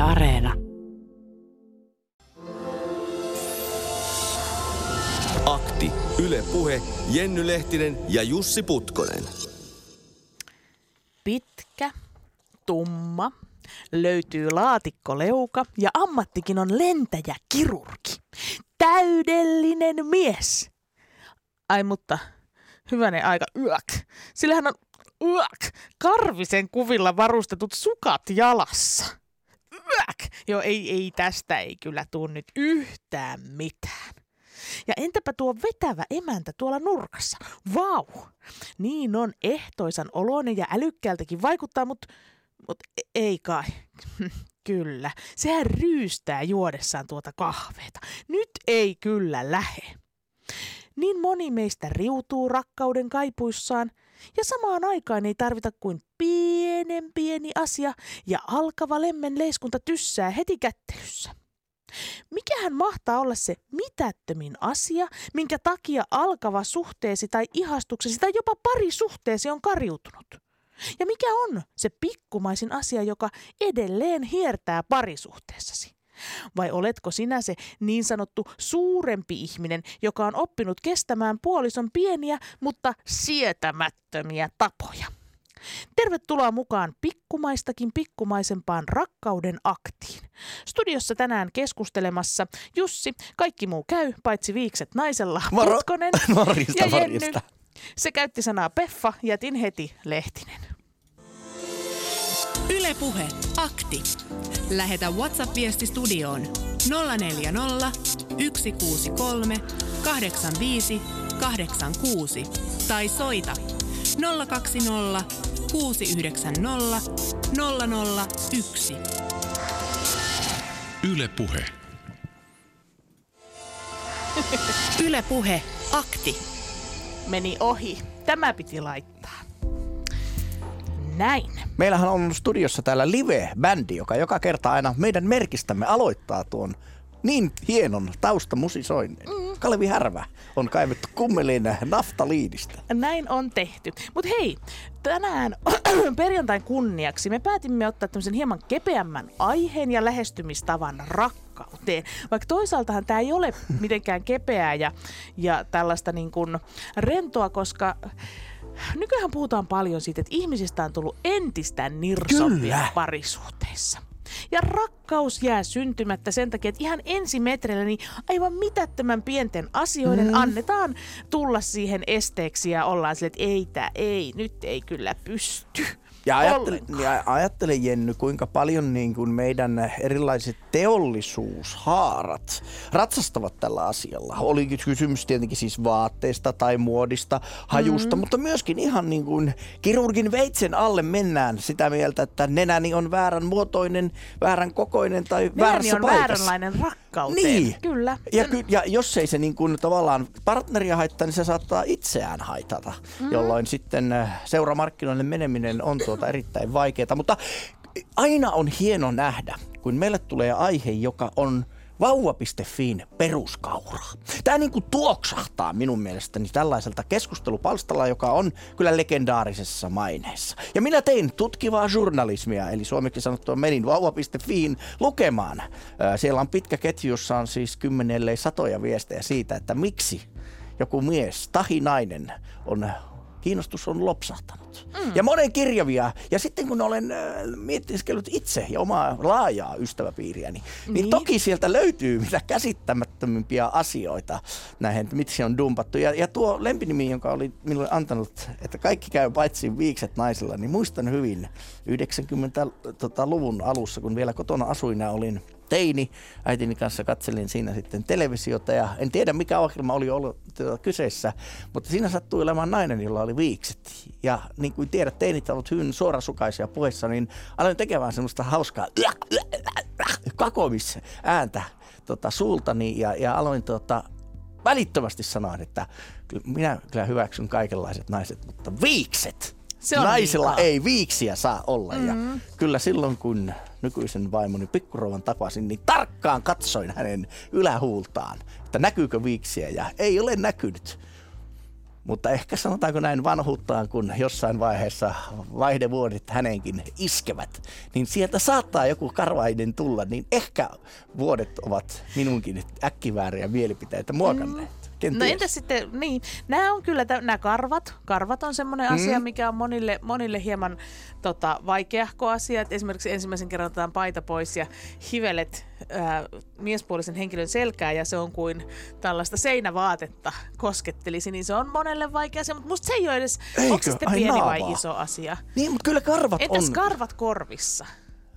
Areena. Akti, Yle Puhe, Jenny Lehtinen ja Jussi Putkonen. Pitkä, tumma, löytyy laatikkoleuka ja ammattikin on lentäjäkirurgi. Täydellinen mies. Ai mutta, hyvänen aika, Sillähän on Karvisen kuvilla varustetut sukat jalassa. Joo, ei tästä ei kyllä tuu nyt yhtään mitään. Ja entäpä tuo vetävä emäntä tuolla nurkassa? Vau! Niin on ehtoisan oloinen ja älykkäältäkin vaikuttaa, mutta ei kai. Kyllä, sehän ryystää juodessaan tuota kahveeta. Nyt ei kyllä lähe. Niin moni meistä riutuu rakkauden kaipuissaan, ja samaan aikaan ei tarvita kuin pieni asia, ja alkava lemmen leiskunta tyssää heti kättelyssä. Mikähän mahtaa olla se mitättömin asia, minkä takia alkava suhteesi tai ihastuksesi tai jopa parisuhteesi on kariutunut? Ja mikä on se pikkumaisin asia, joka edelleen hiertää parisuhteessasi? Vai oletko sinä se niin sanottu suurempi ihminen, joka on oppinut kestämään puolison pieniä, mutta sietämättömiä tapoja? Tervetuloa mukaan pikkumaistakin pikkumaisempaan rakkauden aktiin. Studiossa tänään keskustelemassa Jussi, kaikki muu käy, paitsi viikset naisella, Putkonen ja Jenny. Se käytti sanaa Peffa, jätin heti Lehtinen. Yle Puhe, akti. Lähetä WhatsApp-viesti studioon 040 163 85 86 tai soita 020 690 001. Yle Puhe. Yle Puhe, akti. Meni ohi. Tämä piti laittaa. Näin. Meillähän on studiossa täällä live-bändi, joka kerta aina meidän merkistämme aloittaa tuon niin hienon taustamusisoinnin. Kalevi Härvä on kaivettu kummelin naftaliinista. Näin on tehty. Mutta hei, tänään perjantain kunniaksi me päätimme ottaa tämmöisen hieman kepeämmän aiheen ja lähestymistavan rakkauteen. Vaikka toisaaltahan tämä ei ole mitenkään kepeää ja tällaista niin kuin rentoa, koska nykyään puhutaan paljon siitä, että ihmisistä on tullut entistä nirsompia parisuhteissa. Ja rakkaus jää syntymättä sen takia, että ihan ensimetreillä niin aivan mitättömän pienten asioiden annetaan tulla siihen esteeksi ja ollaan silleen, että nyt ei kyllä pysty. Ja ajattele Jenny, kuinka paljon niin kuin meidän erilaiset teollisuushaarat ratsastavat tällä asialla. Oli kysymys tietenkin siis vaatteista tai muodista, hajusta, mutta myöskin ihan niin kuin kirurgin veitsen alle mennään sitä mieltä, että nenäni on väärän muotoinen, väärän kokoinen tai väärässä paikassa. Nenäni on vääränlainen rakkauteen. Niin. Kyllä. Ja jos ei se niin kuin tavallaan partneria haittaa, niin se saattaa itseään haitata, jolloin sitten seuramarkkinoille meneminen on erittäin vaikeaa, mutta aina on hieno nähdä, kun meille tulee aihe, joka on vauva.fiin peruskauraa. Tämä niin kuin tuoksahtaa minun mielestäni tällaiselta keskustelupalstalla, joka on kyllä legendaarisessa maineessa. Ja minä tein tutkivaa journalismia, eli suomeksi sanottuna menin vauva.fiin lukemaan. Siellä on pitkä ketju, jossa on siis 10 ellei satoja viestejä siitä, että miksi joku mies tahi nainen kiinnostus on lopsahtanut. Ja monen kirjavia. Ja sitten kun olen miettiskellyt itse ja omaa laajaa ystäväpiiriäni, niin toki sieltä löytyy mitä käsittämättömimpiä asioita näihin, miksi on dumpattu. Ja tuo lempinimi, jonka oli minulle antanut, että kaikki käy paitsi viikset naisella, niin muistan hyvin 90-luvun alussa, kun vielä kotona asuin ja olin teini. Äitini kanssa katselin siinä sitten televisiota ja en tiedä mikä ohjelma oli ollut kyseessä, mutta siinä sattui olemaan nainen, jolla oli viikset. Ja niin kuin tiedät, teinit ovat hyvin suorasukaisia puheissa, niin aloin tekemään semmoista hauskaa kakomisääntä suultani ja aloin välittömästi sanoa, että minä kyllä hyväksyn kaikenlaiset naiset, mutta viikset! Naisella ei viiksiä saa olla. Ja kyllä silloin, kun nykyisen vaimoni pikkurouvan tapasin, niin tarkkaan katsoin hänen ylähuultaan, että näkyykö viiksiä ja ei ole näkynyt. Mutta ehkä sanotaanko näin vanhuuttaan, kun jossain vaiheessa vaihdevuodet hänenkin iskevät, niin sieltä saattaa joku karvainen tulla, niin ehkä vuodet ovat minunkin äkkivääriä mielipiteitä muokanneet. No entäs sitten, niin, nämä on kyllä, nämä karvat on semmoinen asia, mikä on monille hieman vaikeahko asia, että esimerkiksi ensimmäisen kerran otetaan paita pois ja hivelet miespuolisen henkilön selkää ja se on kuin tällaista seinävaatetta koskettelisi, niin se on monelle vaikea asia, mutta musta se ei ole edes, onko se sitten pieni vai iso asia? Niin, mutta kyllä karvat on. Entäs karvat korvissa?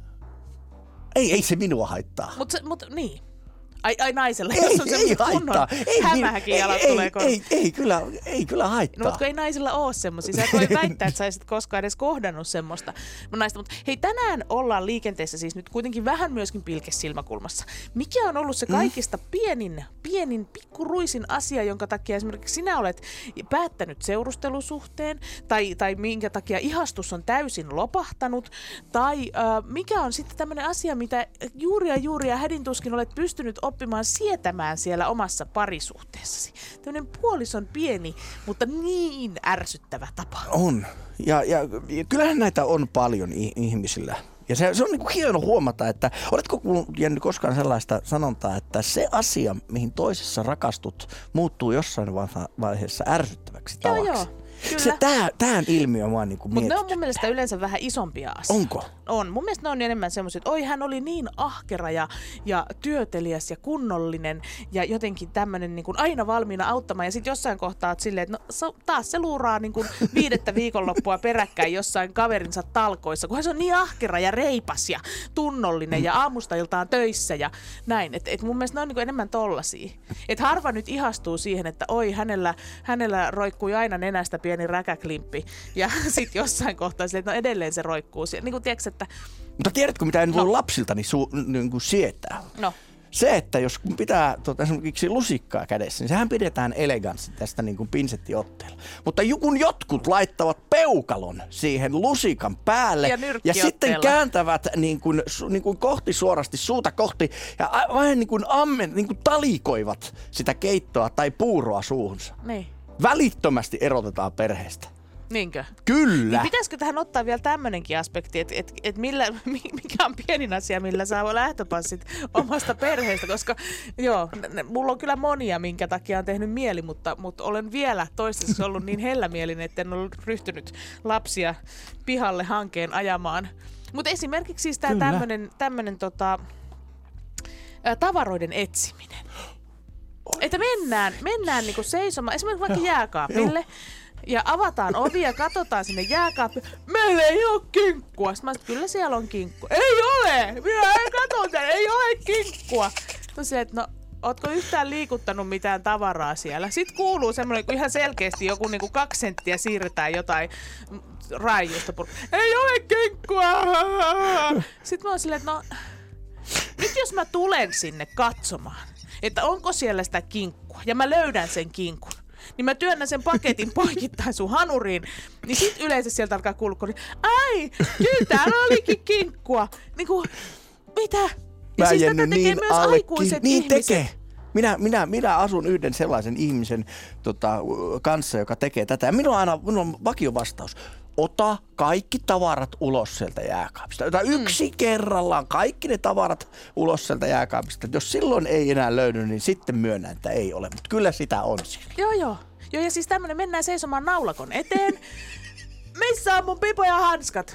Ei se minua haittaa. Mutta niin. Ai naisella, ei, jos on semmoiset kunnon hämähäkin tulee korvissa. Ei kyllä haittaa. No, mutta ei naisilla ole semmoisia. Sä et voi väittää, että sä olisit koskaan edes kohdannut semmoista naista. Mutta hei, tänään ollaan liikenteessä siis nyt kuitenkin vähän myöskin pilkesilmäkulmassa. Mikä on ollut se kaikista pienin pikkuruisin asia, jonka takia esimerkiksi sinä olet päättänyt seurustelusuhteen, tai minkä takia ihastus on täysin lopahtanut, tai mikä on sitten tämmöinen asia, mitä juuri ja hädintuskin olet pystynyt oppimaan sietämään siellä omassa parisuhteessasi. Tämmöinen puolison pieni, mutta niin ärsyttävä tapa. On. Ja kyllähän näitä on paljon ihmisillä. Ja se on niin kuin hieno huomata, että oletko kuullut koskaan sellaista sanontaa, että se asia, mihin toisessa rakastut, muuttuu jossain vaiheessa ärsyttäväksi tavaksi. Joo. Kyllä. Tämä ilmiö on vaan niin kuin Mutta ne on mun mielestä yleensä vähän isompia asioita. Onko? On. Mun mielestä ne on enemmän semmoiset, että oi hän oli niin ahkera ja työteliäs ja kunnollinen ja jotenkin tämmöinen niin kuin aina valmiina auttamaan. Ja sitten jossain kohtaa oot silleen, että no taas se luuraa niin kuin 5. viikonloppua peräkkäin jossain kaverinsa talkoissa, kun se on niin ahkera ja reipas ja tunnollinen ja aamusta iltaan töissä ja näin. Et mun mielestä ne on niin kuin enemmän tollasia. Että harva nyt ihastuu siihen, että oi hänellä roikkui aina nenästä pieni räkäklimppi ja sitten jossain kohtaa silleen, että no edelleen se roikkuu siellä. Niin kuin tiedätkö, että... Mutta tiedätkö, mitä en voi lapsiltani niin kuin sietää? No. Se, että jos pitää esimerkiksi lusikkaa kädessä, niin sehän pidetään eleganssi tästä niin kuin pinsettiotteella. Mutta kun jotkut laittavat peukalon siihen lusikan päälle ja sitten kääntävät niin kuin kohti suorasti suuta kohti ja vähän niin kuin talikoivat sitä keittoa tai puuroa suuhunsa. Niin. Välittömästi erotetaan perheestä. Niinkö? Kyllä. Niin pitäisikö tähän ottaa vielä tämmöinenkin aspekti, että mikä on pienin asia, millä saa lähtöpassit omasta perheestä, koska joo, mulla on kyllä monia, minkä takia on tehnyt mieli, mutta olen vielä toistaiseksi ollut niin hellämielinen, että en ole ryhtynyt lapsia pihalle hankeen ajamaan. Mutta esimerkiksi siis tämä tämmöinen tavaroiden etsiminen. Että mennään niinku seisomaan, esimerkiksi vaikka jääkaapille, ja avataan ovi ja katsotaan sinne jääkaapille. Meillä ei ole kinkkua. Sitten mä sanoin, kyllä siellä on kinkkua. Ei ole! Minä en katso sen, ei ole kinkkua. Tosiaan, että no, ootko yhtään liikuttanut mitään tavaraa siellä? Sitten kuuluu semmoinen, kun ihan selkeästi joku niinku 2 senttiä siirretään jotain raijusta. Ei ole kinkkua! Sitten mä oon silleen, että no, nyt jos mä tulen sinne katsomaan, että onko siellä sitä kinkkua, ja mä löydän sen kinkun, niin mä työnnän sen paketin poikittain sun hanuriin, niin sit yleensä sieltä alkaa kuulua, niin ai, kyllä täällä olikin kinkkua. Niinku, mitä? Ja siis tätä tekee myös aikuiset ihmiset. Tekee. Minä asun yhden sellaisen ihmisen kanssa, joka tekee tätä. Ja minulla on vakiovastaus. Ota kaikki tavarat ulos sieltä jääkaapista. Ota yksi kerrallaan kaikki ne tavarat ulos sieltä jääkaapista. Jos silloin ei enää löydy, niin sitten myönnän, että ei ole. Mutta kyllä sitä on siellä. Joo, ja siis tämmönen mennään seisomaan naulakon eteen. Missä on mun pipo ja hanskat?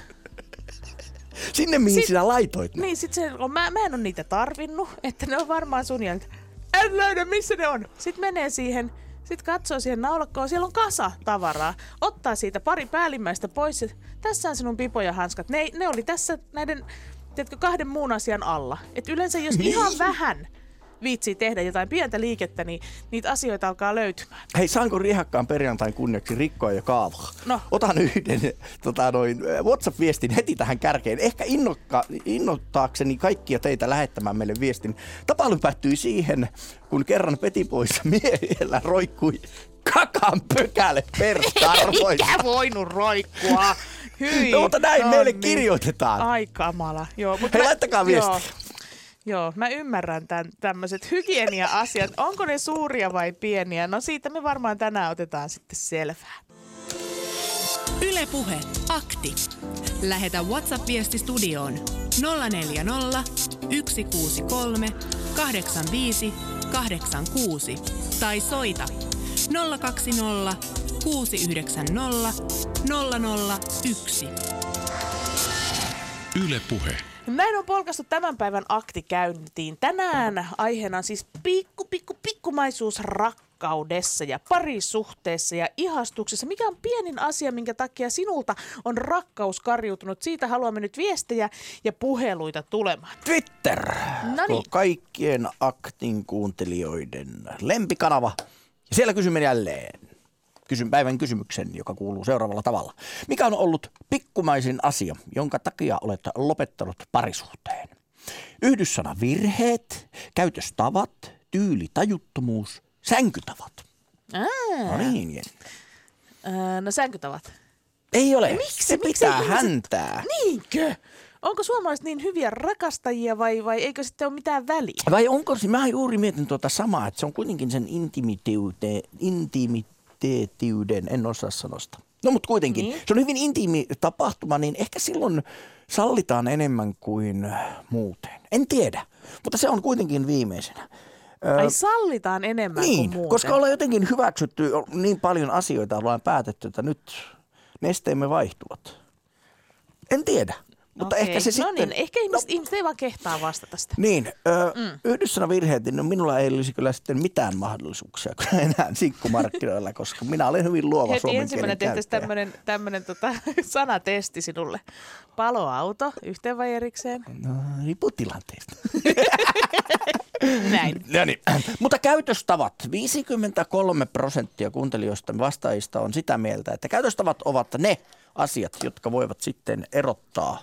Sinne mihin sinä laitoit ne. Niin, mä en ole niitä tarvinnut, että ne on varmaan sun jältä. En löydä, missä ne on. Sitten menee siihen. Sitten katsoo siihen naulakkoon, siellä on kasa tavaraa. Ottaa siitä pari päällimmäistä pois. Ja tässä on sinun pipo ja hanskat. Ne oli tässä näiden 2 muun asian alla. Et yleensä jos ihan vähän viitsii tehdä jotain pientä liikettä, niin niitä asioita alkaa löytymään. Hei, saanko riehakkaan perjantain kunniaksi rikkoa jo kaavaa? No. Otan yhden WhatsApp-viestin heti tähän kärkeen. Ehkä innoittaakseni kaikkia teitä lähettämään meille viestin. Tapailu päättyi siihen, kun kerran petipoissa miehellä roikkui kakan pökäle perkarvoissa. Eikä voinut roikkua. Hyi. No, mutta näin meille kirjoitetaan. Ai kamala. Joo, hei, laittakaa viestiä. Joo, mä ymmärrän tämmöiset hygienia-asiat. Onko ne suuria vai pieniä? No siitä me varmaan tänään otetaan sitten selvää. Yle Puhe, akti. Lähetä WhatsApp-viesti studioon 040 163 85 86 tai soita 020 690 001. Yle Puhe. Näin on polkaistu tämän päivän akti käyntiin. Tänään aiheena siis pikkumaisuus rakkaudessa ja parisuhteessa ja ihastuksessa. Mikä on pienin asia, minkä takia sinulta on rakkaus karjuutunut? Siitä haluamme nyt viestejä ja puheluita tulemaan. Twitter, tuo kaikkien aktin kuuntelijoiden lempikanava. Ja siellä kysymme jälleen. Kysyn päivän kysymyksen, joka kuuluu seuraavalla tavalla. Mikä on ollut pikkumaisin asia, jonka takia olet lopettanut parisuhteen? Yhdyssana virheet, käytöstavat, tyylitajuttomuus, sänkytavat. No niin, Jenni. No sänkytavat. Ei ole. Miksi? Se pitää häntää. Niinkö? Onko suomalaiset niin hyviä rakastajia vai eikö sitten ole mitään väliä? Vai onko se, mä juuri mietin tuota samaa, että se on kuitenkin sen intimiteetiyden, en osaa sanosta. No mutta kuitenkin, Se on hyvin intiimi tapahtuma, niin ehkä silloin sallitaan enemmän kuin muuten. En tiedä, mutta se on kuitenkin viimeisenä. Ai sallitaan enemmän kuin muuten? Koska ollaan jotenkin hyväksytty niin paljon asioita, ollaan päätetty, että nyt nesteemme vaihtuvat. En tiedä. Mutta ehkä se sitten... Niin, ehkä ihmiset ei vaan kehtaa vastata sitä. Niin, yhdyssana virheet, niin minulla ei olisi kyllä sitten mitään mahdollisuuksia enää sinkkumarkkinoilla, koska minä olen hyvin luova suomen kielen käyttäjä. Ensimmäinen tehtäisiin tämmöinen sanatesti sinulle. Paloauto, yhteen vai erikseen? No, riipputilanteesta. Näin. No niin. Mutta käytöstavat. 53% kuuntelijoista vastaajista on sitä mieltä, että käytöstavat ovat ne asiat, jotka voivat sitten erottaa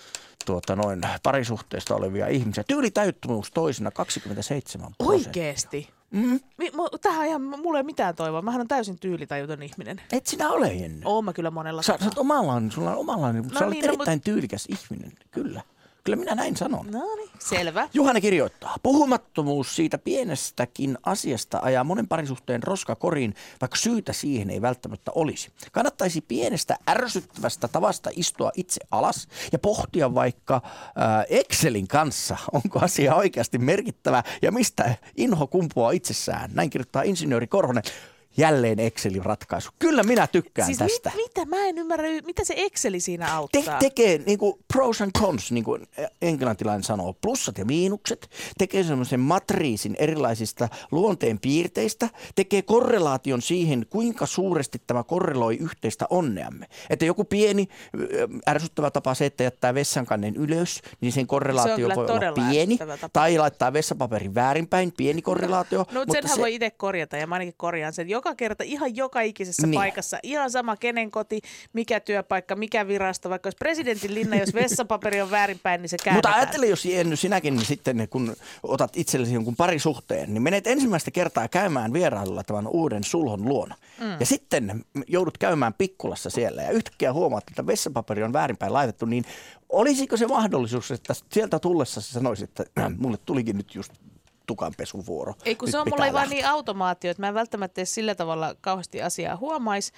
parisuhteesta olevia ihmisiä. Tyylitäyttömyys toisena 27%. Oikeesti? Tähän ihan mulla ei mitään toivoa. Mähän on täysin tyylitajuton ihminen. Et sinä ole, Jenny. Oon mä kyllä monella Sä oot omanlainen, sulla on omanlainen, mutta sä olet erittäin tyylikäs ihminen, kyllä. Kyllä minä näin sanon. No niin, selvä. Juhana kirjoittaa, puhumattomuus siitä pienestäkin asiasta ajaa monen parisuhteen roskakoriin, vaikka syytä siihen ei välttämättä olisi. Kannattaisi pienestä ärsyttävästä tavasta istua itse alas ja pohtia vaikka Excelin kanssa, onko asia oikeasti merkittävä ja mistä inho kumpuaa itsessään. Näin kirjoittaa insinööri Korhonen. Jälleen Excelin ratkaisu. Kyllä minä tykkään siis tästä. Mitä? Mä en ymmärrä, mitä se Exceli siinä auttaa. Tekee niin kuin pros and cons, niin kuin englantilainen sanoo, plussat ja miinukset. Tekee semmoisen matriisin erilaisista luonteen piirteistä. Tekee korrelaation siihen, kuinka suuresti tämä korreloi yhteistä onneamme. Että joku pieni ärsyttävä tapa se, että jättää vessankannen ylös, niin sen korrelaatio voi olla pieni. Tai laittaa vessapaperin väärinpäin, pieni korrelaatio. No senhän voi itse korjata ja mä ainakin korjaan sen joka kerta, ihan joka ikisessä paikassa. Ihan sama kenen koti, mikä työpaikka, mikä virasto. Vaikka jos presidentin linna, jos vessapaperi on väärinpäin, niin se käännetään. Mutta ajattele, jos Jenny, sinäkin niin sitten, kun otat itsellesi jonkun parisuhteen, niin menet ensimmäistä kertaa käymään vierailulla tämän uuden sulhon luona. Ja sitten joudut käymään Pikkulassa siellä ja yhtäkkiä huomaat, että vessapaperi on väärinpäin laitettu, niin olisiko se mahdollisuus, että sieltä tullessa sä sanoisit, että mulle tulikin nyt just tukanpesuvuoro. Ei kun nyt se on mulle vaan niin automaatio, että mä en välttämättä edes sillä tavalla kauheasti asiaa huomaisi.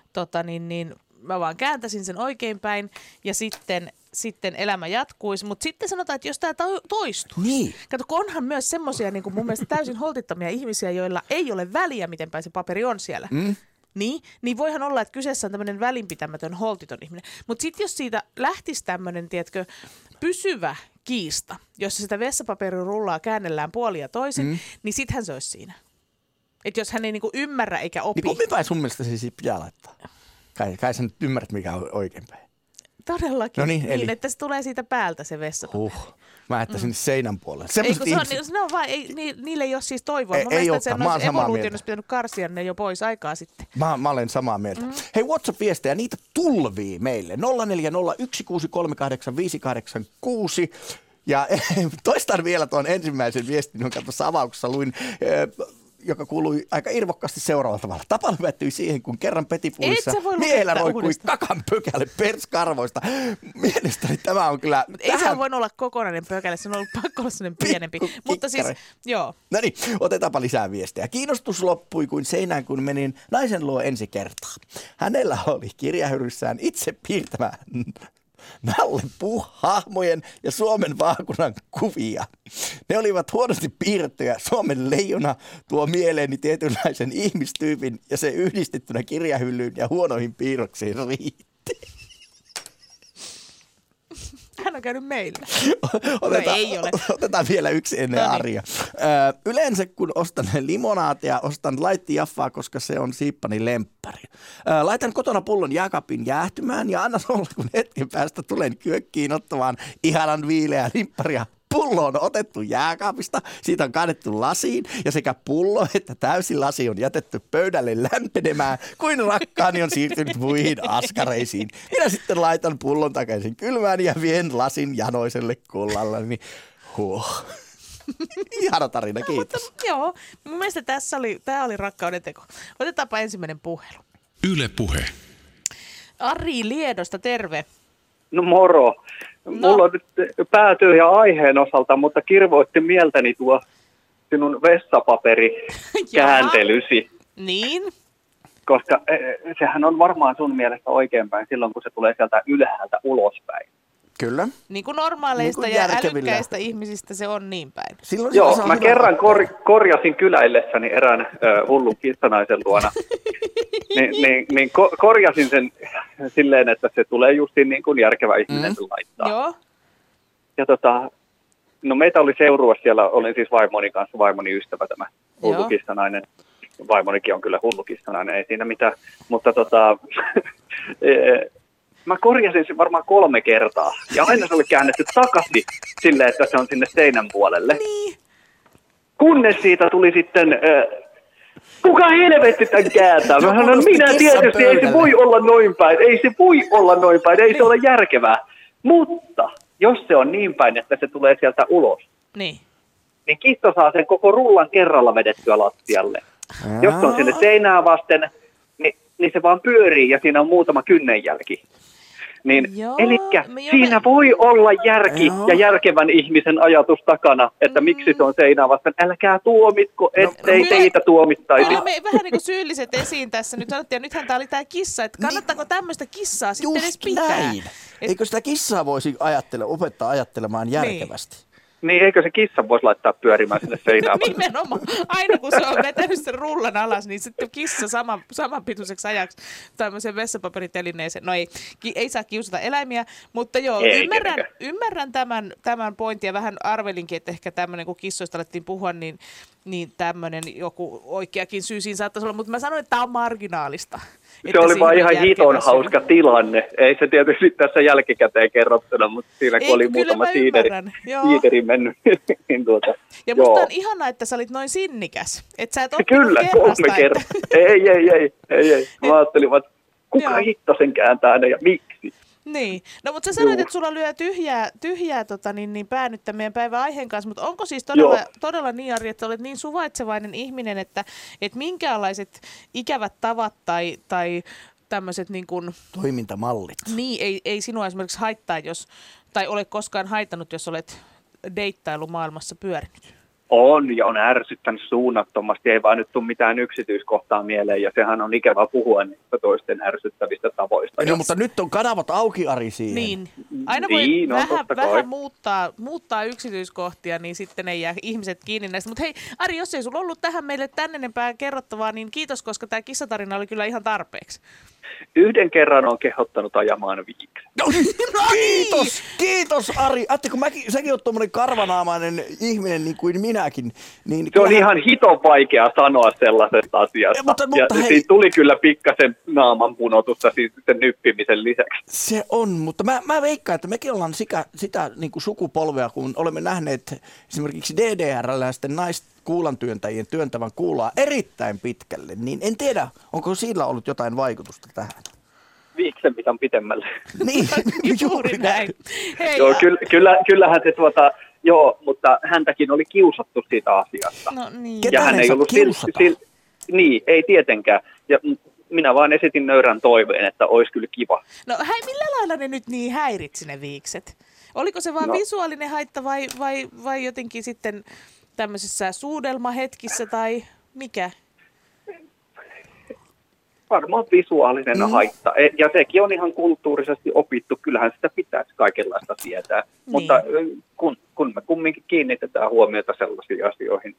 Mä vaan kääntäisin sen oikeinpäin ja sitten elämä jatkuisi. Mutta sitten sanotaan, että jos tämä toistuu. Niin. Kato, kun onhan myös semmoisia niin mun mielestä täysin holtittomia ihmisiä, joilla ei ole väliä, miten päin se paperi on siellä. Niin voihan olla, että kyseessä on tämmöinen välinpitämätön holtiton ihminen. Mutta sitten jos siitä lähtisi tämmöinen, tiedätkö, pysyvä kiista, jossa sitä vessapaperin käännellään puolin ja toisin, niin sittenhän se olisi siinä. Että jos hän ei niinku ymmärrä eikä opi. Niin kummin päin sun mielestä se siis pitää laittaa? Kai sä nyt ymmärrät, mikä on oikeinpäin. Todellakin. No niin, että se tulee siitä päältä se vessapaperi. Mä että sinne seinän puolelle. Niille ei ole siis toivoa. Ei olekaan, mä oon samaa mieltä. Olisi pitänyt karsia ne jo pois aikaa sitten. Mä olen samaa mieltä. Hei, WhatsApp-viestejä, niitä tulvii meille. 0401638586. Ja toistan vielä tuon ensimmäisen viestin, jonka tuossa avauksessa luin. joka kuului aika irvokkaasti seuraavalla tavalla. Tapahtuma päättyi siihen, kun kerran Petipullissa miehellä roikkui kakan pökäle perskarvoista. Mielestäni tämä on kyllä... Ei se voinut olla kokonainen pökäle, se on ollut pakko olla sellainen pienempi. Mutta siis, joo. No niin, otetaanpa lisää viestiä. Kiinnostus loppui kuin seinään, kun menin naisen luo ensi kertaa. Hänellä oli kirjahyryssään itse piirtämä Nalle Puh-hahmojen ja Suomen vaakunan kuvia. Ne olivat huonosti piirrettyjä. Suomen leijona tuo mieleeni tietynlaisen ihmistyypin ja se yhdistettynä kirjahyllyyn ja huonoihin piirroksiin riitti. Hän on käynyt meillä. Otetaan vielä yksi ennen Arja. Yleensä kun ostan limonaatia, ostan Light Jaffaa, koska se on siippani lemppari. Laitan kotona pullon jääkaapin jäähtymään ja annan olla, kun hetken päästä tulen kyökkiin ottamaan ihanan viileää limpparia. Pullo on otettu jääkaapista, siitä on kaadettu lasiin ja sekä pullo että täysin lasi on jätetty pöydälle lämpenemään, kuin rakkaani on siirtynyt muihin askareisiin. Minä sitten laitan pullon takaisin kylmään ja vien lasin janoiselle kullallani. Ihana tarina, kiitos. Mutta, joo, mun mielestä tämä oli rakkauden teko. Otetaanpa ensimmäinen puhelu. Yle Puhe. Ari Liedosta, terve. No moro. Mulla on nyt päätyöhön aiheen osalta, mutta kirvoitti mieltäni tuo sinun vessapaperi-kääntelysi. Niin? Koska sehän on varmaan sun mielestä oikeinpäin silloin, kun se tulee sieltä ylhäältä ulospäin. Kyllä. Niin kuin normaaleista niin kuin ja älykkäistä ihmisistä se on niin päin. Joo, mä kerran korjasin kyläillessäni erään hullun kissanaisen luona. niin korjasin sen silleen, että se tulee justiin niin kuin järkevä ihminen laittaa. Joo. Ja no meitä oli seurua siellä, olin siis vaimoni kanssa, vaimoni ystävä tämä hullu kissanainen. Vaimonikin on kyllä hullu kissanainen, ei siinä mitään. Mutta mä korjasin sen varmaan 3 kertaa. Ja aina se oli käännetty takaisin silleen, että se on sinne seinän puolelle. Niin. Kunnes siitä tuli sitten... Kuka helvetti tämän kääntää? Mä sanon, minä tietysti, ei se voi olla noin päin. Ei se voi olla noin päin, ei se ole järkevää. Mutta jos se on niin päin, että se tulee sieltä ulos, niin kissa saa sen koko rullan kerralla vedettyä lattialle. Jos se on sinne seinää vasten, niin se vaan pyörii ja siinä on muutama kynnenjälki. Elikkä siinä voi olla järki ja järkevän ihmisen ajatus takana, että miksi se on seinää vasten. Älkää tuomitko, ettei teitä tuomittaisi. Kyllä me vähän niin kuin syylliset esiin tässä nyt sanottiin, ja nythän tämä oli tämä kissa, että kannattaako tämmöistä kissaa sitten edes pitää? Näin. Eikö sitä kissaa voisi opettaa ajattelemaan järkevästi? Niin, eikö se kissa voisi laittaa pyörimään sinne seinään? Nimenomaan. Aina kun se on vetänyt sen rullan alas, niin sitten kissa samanpituiseksi ajaksi tämmöisen vessapaperitelineeseen. No ei saa kiusata eläimiä, mutta joo, ymmärrän tämän pointin ja vähän arvelinkin, että ehkä tämmöinen, kun kissoista alettiin puhua, niin tämmöinen joku oikeakin syy siinä saattaisi olla, mutta mä sanoin, että tämä on marginaalista. Se oli vaan ihan hiton hauska tilanne. Ei se tietysti tässä jälkikäteen kerrottuna, mutta siinä kun oli muutama siideri mennyt. Ja musta on ihanaa, että sä olit noin sinnikäs. Että sä et kyllä, 3 kertaa. Ei. Mä ajattelin, että kuka hitto sen kääntää ne ja miksi? Niin. No mutta sä sanoit, että sulla lyö tyhjää päännyttä meidän päivän aiheen kanssa, mutta onko siis todella niin, Ari, että olet niin suvaitsevainen ihminen, että minkäänlaiset ikävät tavat tai tämmöiset niin kuin... toimintamallit. Niin, ei sinua esimerkiksi haittaa, tai ole koskaan haitannut, jos olet deittailumaailmassa pyörinyt. On ja on ärsyttänyt suunnattomasti, ei vaan nyt tule mitään yksityiskohtaa mieleen ja sehän on ikävä puhua niistä toisten ärsyttävistä tavoista. No, mutta nyt on kanavat auki, Ari, siihen. Niin, aina voi vähän muuttaa yksityiskohtia, niin sitten ei jää ihmiset kiinni näistä. Mutta hei, Ari, jos ei sulla ollut tähän meille tän enempää kerrottavaa, niin kiitos, koska tämä kissatarina oli kyllä ihan tarpeeksi. 1 kerran on kehottanut ajamaan viiksi. Kiitos Ari. Ajattelin, kun säkin oot tommonen karvanaamainen ihminen niin kuin minäkin. Niin se on ihan hiton vaikea sanoa sellaisesta asiasta. Mutta siinä tuli kyllä pikkasen naaman punotusta sen nyppimisen lisäksi. Se on, mutta mä veikkaan, että mekin ollaan sitä niin kuin sukupolvea, kun olemme nähneet esimerkiksi DDR-läisten kuulantyöntäjien työntävän kuulaa erittäin pitkälle, niin en tiedä, onko sillä ollut jotain vaikutusta tähän. Viiksen pitan pitemmälle. Niin, juuri näin. Hei, joo, kyllähän se Joo, mutta häntäkin oli kiusattu siitä asiasta. No niin. Ketä Ja hän ne ei saa ollut kiusata? niin, ei tietenkään. Ja minä vaan esitin nöyrän toiveen, että olisi kyllä kiva. No millä lailla ne nyt niin häiritsi ne viikset? Oliko se vain visuaalinen haitta vai jotenkin sitten tämmöisessä suudelmahetkissä tai mikä? Varmaan visuaalinen haitta. Ja sekin on ihan kulttuurisesti opittu. Kyllähän sitä pitäisi kaikenlaista sietää. Niin. Mutta kun me kumminkin kiinnitetään huomiota sellaisiin asioihin,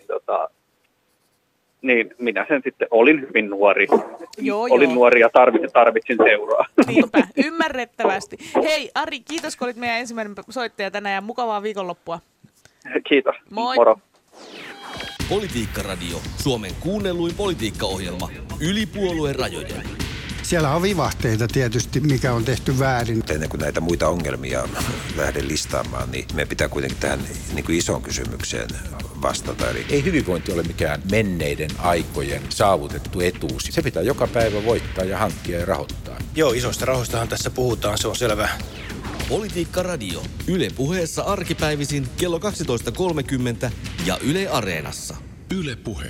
niin minä sen sitten olin hyvin nuori. Olin nuori ja tarvitsin seuraa. Niinpä, ymmärrettävästi. Hei Ari, kiitos kun olit meidän ensimmäinen soittaja tänään ja mukavaa viikonloppua. Kiitos. Moi. Moro. Politiikkaradio, Suomen kuunnelluin politiikkaohjelma yli puolueen rajojen. Siellä on vivahteita tietysti, mikä on tehty väärin. Ennen kuin näitä muita ongelmia lähden listaamaan, niin meidän pitää kuitenkin tähän niin kuin isoon kysymykseen vastata. Eli ei hyvinvointi ole mikään menneiden aikojen saavutettu etuus. Se pitää joka päivä voittaa ja hankkia ja rahoittaa. Joo, isoista rahoistahan tässä puhutaan, se on selvä. Politiikkaradio. Yle Puheessa arkipäivisin kello 12.30 ja Yle Areenassa. Yle Puhe.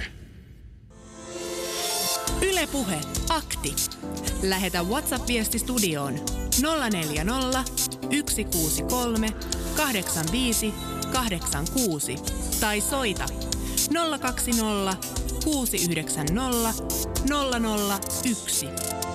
Yle Puhe. Akti. Lähetä WhatsApp-viesti studioon 040 163 85 86 tai soita 020 690 001.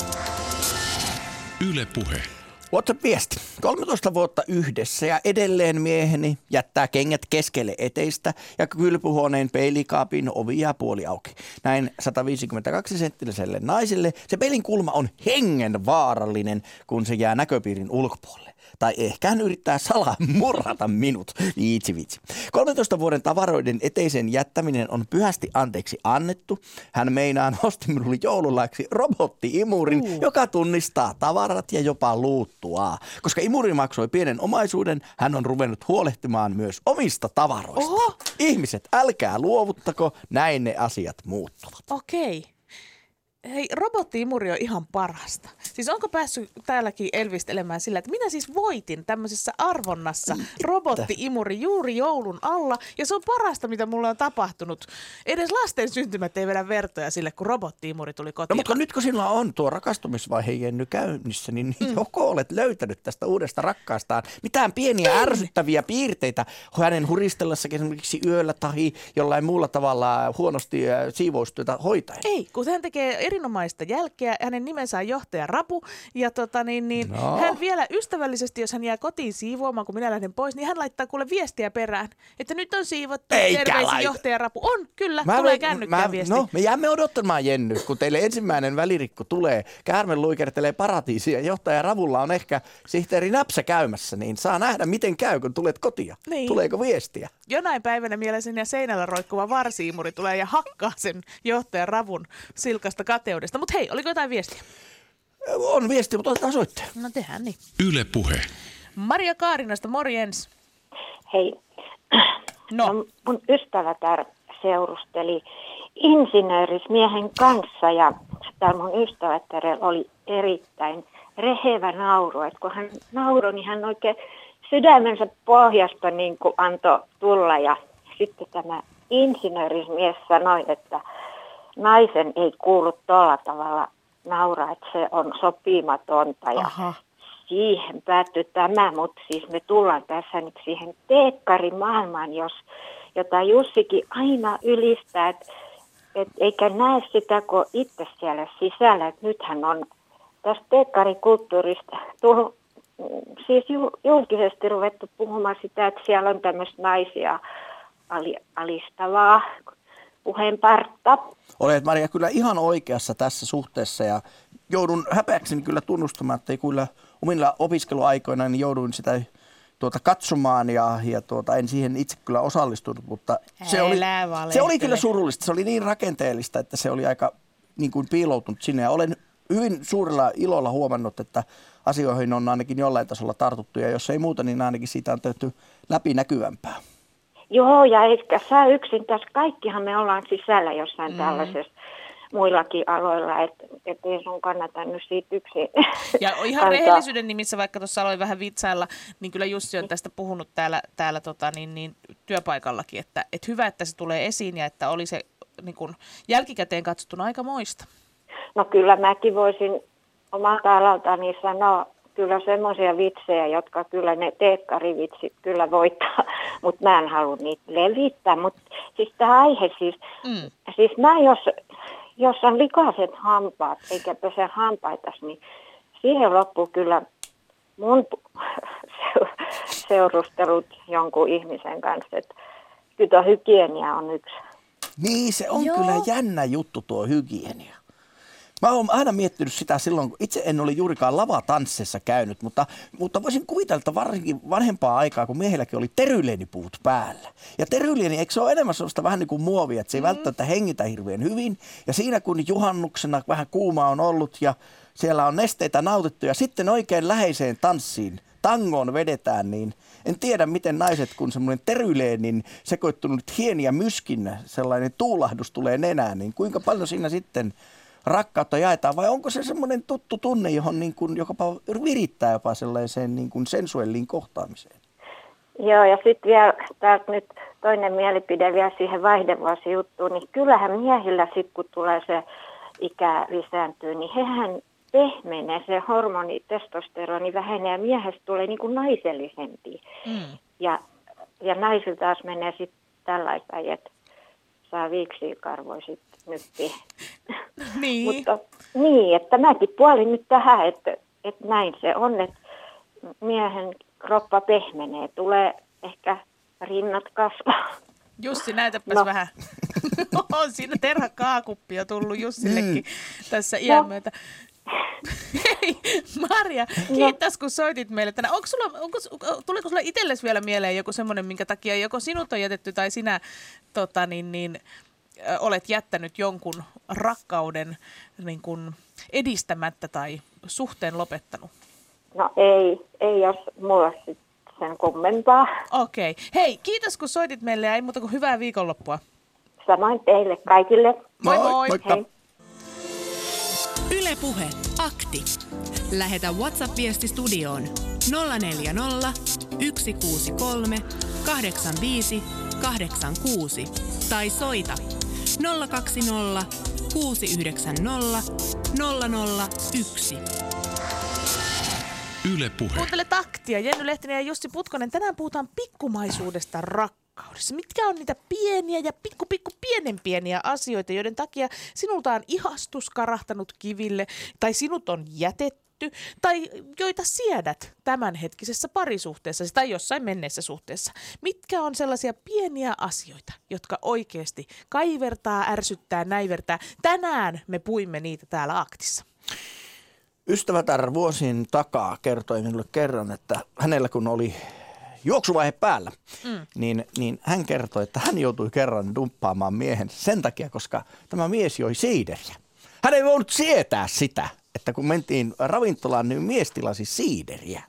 Yle Puhe. WhatsApp-viesti. 13 vuotta yhdessä ja edelleen mieheni jättää kengät keskelle eteistä ja kylpyhuoneen peilikaapin ovi jää puoli auki. Näin 152-senttiselle naiselle se peilin kulma on hengenvaarallinen, kun se jää näköpiirin ulkopuolelle. Tai ehkä hän yrittää salaa murhata minut. Vitsi. 13 vuoden tavaroiden eteisen jättäminen on pyhästi anteeksi annettu. Hän meinaa nosti minulle joululaiksi robotti-imurin, joka tunnistaa tavarat ja jopa luuttuaa. Koska imuri maksoi pienen omaisuuden, hän on ruvennut huolehtimaan myös omista tavaroista. Oho. Ihmiset, älkää luovuttako, näin ne asiat muuttuvat. Okei. Hei, robotti-imuri on ihan parasta. Siis onko päässyt täälläkin elvistelemään sillä, että minä siis voitin tämmöisessä arvonnassa robotti-imuri juuri joulun alla. Ja se on parasta, mitä mulle on tapahtunut. Edes lasten syntymät ei vedä vertoja sille, kun robotti-imuri tuli kotiin. No mutta nyt kun sillä on tuo rakastumisvaihe Jenny käynnissä, niin joko olet löytänyt tästä uudesta rakkaastaan mitään pieniä ärsyttäviä piirteitä hänen huristellessakin esimerkiksi yöllä tai jollain muulla tavalla huonosti siivoustyötä hoitaen? Ei, kun hän tekee erinomaista jälkeä. Hänen nimensä on johtaja Rapu. Ja hän vielä ystävällisesti, jos hän jää kotiin siivoamaan, kun minä lähden pois, niin hän laittaa kuule viestiä perään, että nyt on siivottu. Terveisiin johtaja Rapu. On, kyllä. Tulee kännykkään viesti. No, me jäämme odottamaan, Jenny, kun teille ensimmäinen välirikko tulee. Käärme luikertelee paratiisia. Johtaja Ravulla on ehkä sihteeri Näpsä käymässä, niin saa nähdä, miten käy, kun tulet kotia. Niin. Tuleeko viestiä? Jonain päivänä mielestäni seinällä roikkuva varsiimuri tulee ja hakkaa sen johtajan Ravun silkasta kateudesta. Mutta hei, oliko jotain viestiä? On viesti, mutta otetaan soitteen. No tehdään niin. Yle Puhe. Maria Kaarinasta, morjens. Hei. No. Mun ystävätär seurusteli insinöörismiehen kanssa ja täällä mun ystävätärellä oli erittäin rehevä nauru. Et kun hän nauroi, niin hän oikein sydämensä pohjasta niin kuin antoi tulla ja sitten tämä insinöörismies sanoi, että naisen ei kuulu tuolla tavalla nauraa, että se on sopimatonta ja siihen päättyi tämä, mutta siis me tullaan tässä nyt siihen teekkarimaailmaan, jota Jussikin aina ylistää, että eikä näe sitä kuin itse siellä sisällä, että nythän on tästä teekkarikulttuurista tullut siis julkisesti ruvettu puhumaan sitä, että siellä on tämmöistä naisia alistavaa puheenpartta. Olet, Maria, kyllä ihan oikeassa tässä suhteessa ja joudun häpeäkseni kyllä tunnustamaan, että ei kyllä omilla opiskeluaikoina niin jouduin sitä katsomaan ja en siihen itse kyllä osallistunut, mutta se oli kyllä surullista. Se oli niin rakenteellista, että se oli aika niin kuin piiloutunut sinne ja olen hyvin suurella ilolla huomannut, että asioihin on ainakin jollain tasolla tartuttu ja jos ei muuta, niin ainakin siitä on tehty läpinäkyvämpää. Joo, ja eikä sä yksin tässä, kaikkihan me ollaan sisällä jossain tällaisessa muillakin aloilla, että ei sun kannata nyt siitä yksin. Ja ihan rehellisyyden nimissä, vaikka tuossa aloin vähän vitsailla, niin kyllä Jussi on tästä puhunut täällä työpaikallakin, että hyvä, että se tulee esiin ja että oli se niin kuin jälkikäteen katsottuna aika moista. No kyllä mäkin voisin omalta alaltani sanoa kyllä semmoisia vitsejä, jotka kyllä ne teekkarivitsit kyllä voittaa, mutta mä en halua niitä levittää. Mutta siis tämä aihe siis mä jos on likaiset hampaat eikä pese hampaitas, niin siihen loppuu kyllä mun seurustelut jonkun ihmisen kanssa, että kyllä hygienia on yksi. Niin, se on kyllä jännä juttu tuo hygienia. Mä oon aina miettinyt sitä silloin, kun itse en ole juurikaan lavatansseissa käynyt, mutta voisin kuvitella, että varsinkin vanhempaa aikaa, kun miehelläkin oli teryleenipuut päällä. Ja teryleeni, eikö se ole enemmän sellaista vähän niin kuin muovia, että se ei välttämättä hengitä hirveän hyvin. Ja siinä kun juhannuksena vähän kuuma on ollut ja siellä on nesteitä nautittu ja sitten oikein läheiseen tanssiin, tangoon vedetään, niin en tiedä miten naiset, kun semmoinen teryleenin sekoittunut hieni ja myskin sellainen tuulahdus tulee nenään, niin kuinka paljon siinä sitten rakkautta jaetaan, vai onko se semmoinen tuttu tunne, johon niin kuin, joka virittää jopa sellaiseen niin kuin sensuelliin kohtaamiseen? Joo, ja sitten vielä täältä nyt toinen mielipide vielä siihen vaihdevuosijuttuun, niin kyllähän miehillä sitten, kun tulee se ikä lisääntyy, niin hehän pehmenee, se hormoni, testosteroni vähenee ja miehestä tulee niin kuin naisellisempi. Ja naisilla taas menee sitten tällaista, että saa viiksikarvoja sitten nyppiä. Niin. Mutta niin, että mäkin puolin nyt tähän, että näin se on, että miehen kroppa pehmenee, tulee ehkä rinnat kasvaa. Jussi, näytäpäs vähän. On siinä terhakaakuppia tullut Jussillekin tässä iän myötä. Hei, Marja, kiitos kun soitit meille tänään. Tuliko sulla itsellesi vielä mieleen joku semmoinen, minkä takia joko sinut on jätetty tai sinä olet jättänyt jonkun rakkauden niin kuin edistämättä tai suhteen lopettanut? No ei jos mulla sitten sen kummempaa. Okei. Hei, kiitos kun soitit meille ja ei muuta kuin hyvää viikonloppua. Samoin teille kaikille. Moi moi. Moikka. Yle Puhe, akti. Lähetä WhatsApp-viesti studioon 040 163 85 86 tai soita 020 690 001. Yle Puhe. Kuuntele taktia. Jenny Lehtinen ja Jussi Putkonen. Tänään puhutaan pikkumaisuudesta rakkaudessa. Mitkä on niitä pieniä ja pikku pienenpieniä asioita, joiden takia sinulta on ihastus karahtanut kiville tai sinut on jätetty tai joita siedät tämänhetkisessä parisuhteessa tai jossain menneessä suhteessa. Mitkä on sellaisia pieniä asioita, jotka oikeasti kaivertaa, ärsyttää, näivertää? Tänään me puimme niitä täällä aktissa. Ystävätär vuosien takaa kertoi minulle kerran, että hänellä kun oli juoksuvaihe päällä, niin hän kertoi, että hän joutui kerran dumppaamaan miehen sen takia, koska tämä mies joi siideriä. Hän ei voinut sietää sitä, että kun mentiin ravintolaan, niin mies tilasi siideriä.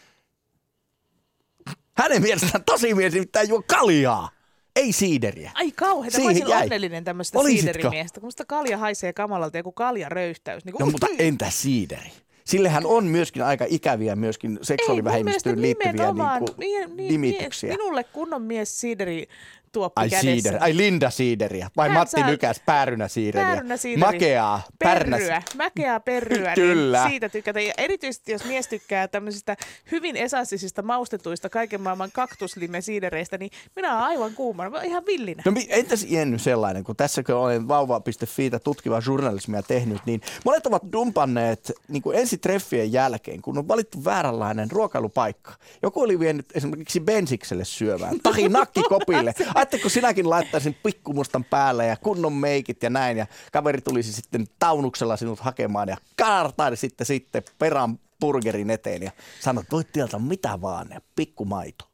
Hänen mielestään tosi mies nimittäin juo kaljaa, ei siideriä. Ai kauheeta, mä olisin onnellinen tämmöistä siiderimiestä, kun sitä kalja haisee kamalalta, joku kaljaröyhtäys. Niin no mutta entä siideri? Sillehän on myöskin aika ikäviä myöskin seksuaalivähemmistöön liittyviä nimityksiä. Minulle kunnon mies siideri tuoppi kädessä. Ai Linda siideriä vai Matti Nykäs päärynäsiideriä. Makeaa Mäkeää perryä. Kyllä. Niin siitä tykätään. Ja erityisesti jos mies tykkää tämmöisistä hyvin esassisista maustetuista kaiken maailman kaktuslime-siidereistä, niin minä olen aivan kuumana. Mä olen ihan villinä. No entäs Jenny sellainen, kun tässäkö olen vauva.fiitä tutkivaa journalismia tehnyt, niin monet ovat dumpanneet niin kuin ensitreffien jälkeen, kun on valittu vääränlainen ruokailupaikka. Joku oli vienyt esimerkiksi bensikselle syövään, tahi nakkikopille. Ajatteliko sinäkin laittaisin pikkumustan päälle ja kunnon meikit ja näin ja kaveri tulisi sitten taunuksella sinut hakemaan ja kaartaili sitten perään burgerin eteen ja sanoi, että voit tilata mitä vaan ja pikkumaito.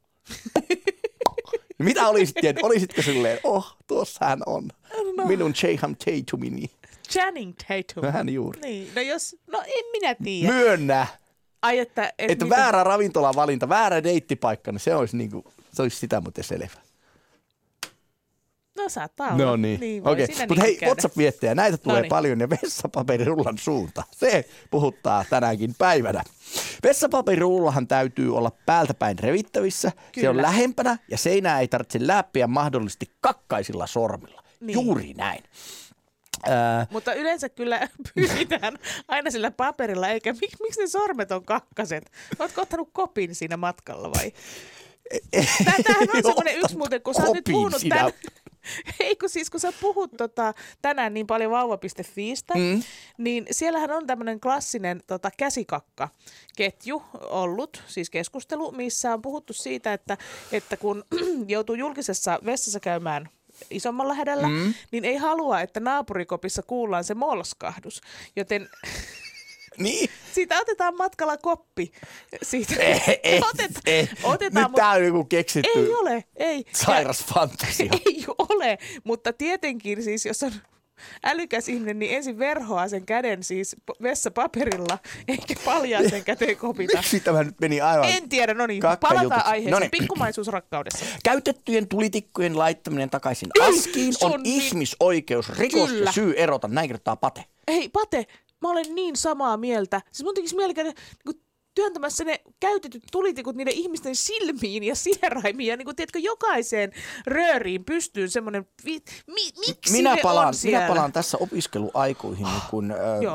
Mitä olisitko silleen, tuossa hän on, minun Channing Tatumini. Channing Tatum. Vähän juuri. Niin, en minä tiedä. Myönnä, että väärä ravintolavalinta, väärä deittipaikka, niin se olisi sitä muuten selvä. No saattaa olla. No niin. Voi Okei. siinä Mutta hei, käydä. WhatsApp-viestejä, näitä tulee Noniin. paljon ja vessapaperirullan suunta. Se puhuttaa tänäänkin päivänä. Vessapaperirullahan täytyy olla päältäpäin revittävissä. Se on Kyllä. lähempänä ja seinää ei tarvitse läppiä mahdollisesti kakkaisilla sormilla. Niin. Juuri näin. Mutta yleensä kyllä pyritään aina sillä paperilla, eikä miksi ne sormet on kakkaset? Ootko ottanut kopin siinä matkalla vai? Tämähän on semmoinen yksi muuten, kun sä oot nyt puhunut tänään. Ei kun siis, kun sä puhut tänään niin paljon vauva.fiistä, niin siellähän on tämmöinen klassinen käsikakkaketju ollut, siis keskustelu, missä on puhuttu siitä, että kun joutuu julkisessa vessassa käymään isommalla hädällä, niin ei halua, että naapurikopissa kuullaan se molskahdus, joten... Niin. Siitä otetaan matkalla koppi. Siitä. Otetaan, Nyt tää on joku keksitty ei ole, ei. sairas fantasia. Ei ole, mutta tietenkin siis, jos on älykäs ihminen, niin ensin verhoaa sen käden siis vessapaperilla, eikä paljaa sen käteen kopita. Miksi tämä nyt meni aivan En tiedä, no niin, kakkajutuksi? palataan aiheeseen. Noniin. Pikkumaisuus rakkaudessa. Käytettyjen tulitikkujen laittaminen takaisin askiin on ihmisoikeusrikos ja syy erota. Näin kirjoittaa Pate. Hei, Pate, mä olen niin samaa mieltä. Siis mun tekisi mieli käydä niin työntämässä ne käytetyt tulitikut niiden ihmisten silmiin ja sieraimiin ja niin kuin, tiedätkö, jokaiseen rööriin pystyyn semmoinen, miksi ne on siellä? Minä palaan tässä opiskeluaikoihin, kun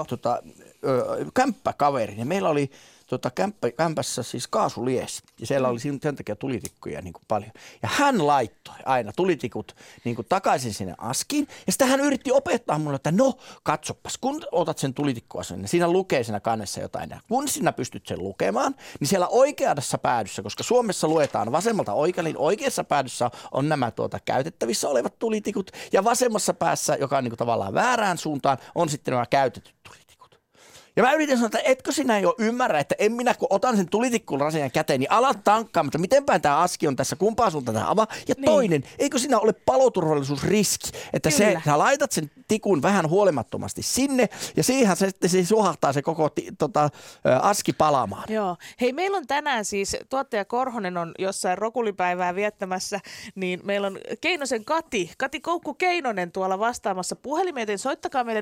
kämppäkaveri. Ja meillä oli kämpässä siis kaasulies ja siellä oli sen takia tulitikkuja niin kuin paljon. Ja hän laittoi aina tulitikut niin kuin takaisin sinne askiin ja sitten hän yritti opettaa mulle, että no katsopas, kun otat sen tulitikkuasen, niin siinä lukee siinä kannessa jotain. Ja kun sinä pystyt sen lukemaan, niin siellä oikeassa päädyssä, koska Suomessa luetaan vasemmalta oikealle, niin oikeassa päädyssä on nämä käytettävissä olevat tulitikut ja vasemmassa päässä, joka on niin kuin tavallaan väärään suuntaan, on sitten nämä käytetyt tulitikut. Ja mä yritin sanoa, että etkö sinä jo ymmärrä, että en minä kun otan sen tulitikkuun rasian käteen, niin alat tankkaan, mutta mitenpäin tämä aski on tässä, kumpaan suuntaan tämä avaa. Ja toinen, eikö sinä ole paloturvallisuusriski, että sä laitat sen tikun vähän huolimattomasti sinne ja siihen se suhahtaa se koko aski palaamaan. Joo. Hei, meillä on tänään siis, tuottaja Korhonen on jossain rokulipäivää viettämässä, niin meillä on Keinosen Kati Koukku Keinonen tuolla vastaamassa puhelimeen, joten soittakaa meille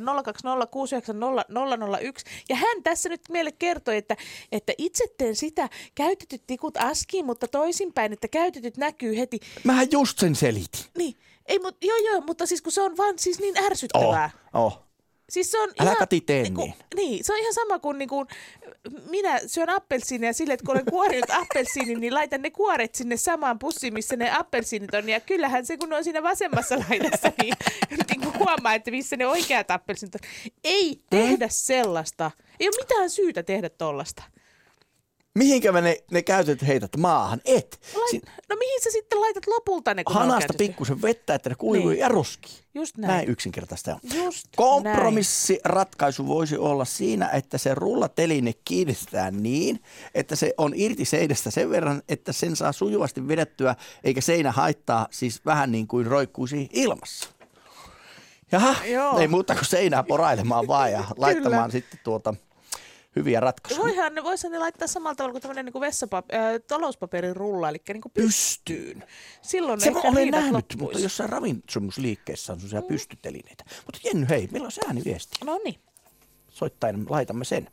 020690001. Ja hän tässä nyt meille kertoi, että itse teen sitä käytetyt tikut askiin, mutta toisinpäin, että käytetyt näkyy heti. Mähän just sen selitin. Niin, ei, mutta siis kun se on vaan siis niin ärsyttävää. Siis se on älä ihan, Kati tee niin. Niin, se on ihan sama kuin minä syön appelsiinia silleen, että kun olen kuorinut appelsiinin, niin laitan ne kuoret sinne samaan pussiin, missä ne appelsiinit on. Ja kyllähän se, kun on siinä vasemmassa laidassa, niin huomaa, että missä ne oikeat appelsiinit on. Ei tehdä sellaista. Ei ole mitään syytä tehdä tollasta. Mihinkä mä ne käytetyt heität maahan? No mihin sä sitten laitat lopulta ne, kun hanasta pikkusen vettä, että ne kuivuu ja roskii. Just näin. Näin yksinkertaista on. Just kompromissiratkaisu voisi olla siinä, että se rullateline kiinnistetään niin, että se on irti seinästä sen verran, että sen saa sujuvasti vedettyä, eikä seinä haittaa siis vähän niin kuin roikkuisi ilmassa. Jaha, ei muuta kuin seinää porailemaan vaan ja laittamaan sitten hyviä ratkaisuja. Voisihan ne laittaa samalla tavalla kuin tämmöinen niin talouspaperin rulla, eli niin kuin pystyyn. Silloin se ehkä olen nähnyt, mutta jossain ravitsemusliikkeessä on sellaisia pystytelineitä. Mutta Jenny, hei, meillä on se ääniviesti. No niin. Soittaen laitamme sen.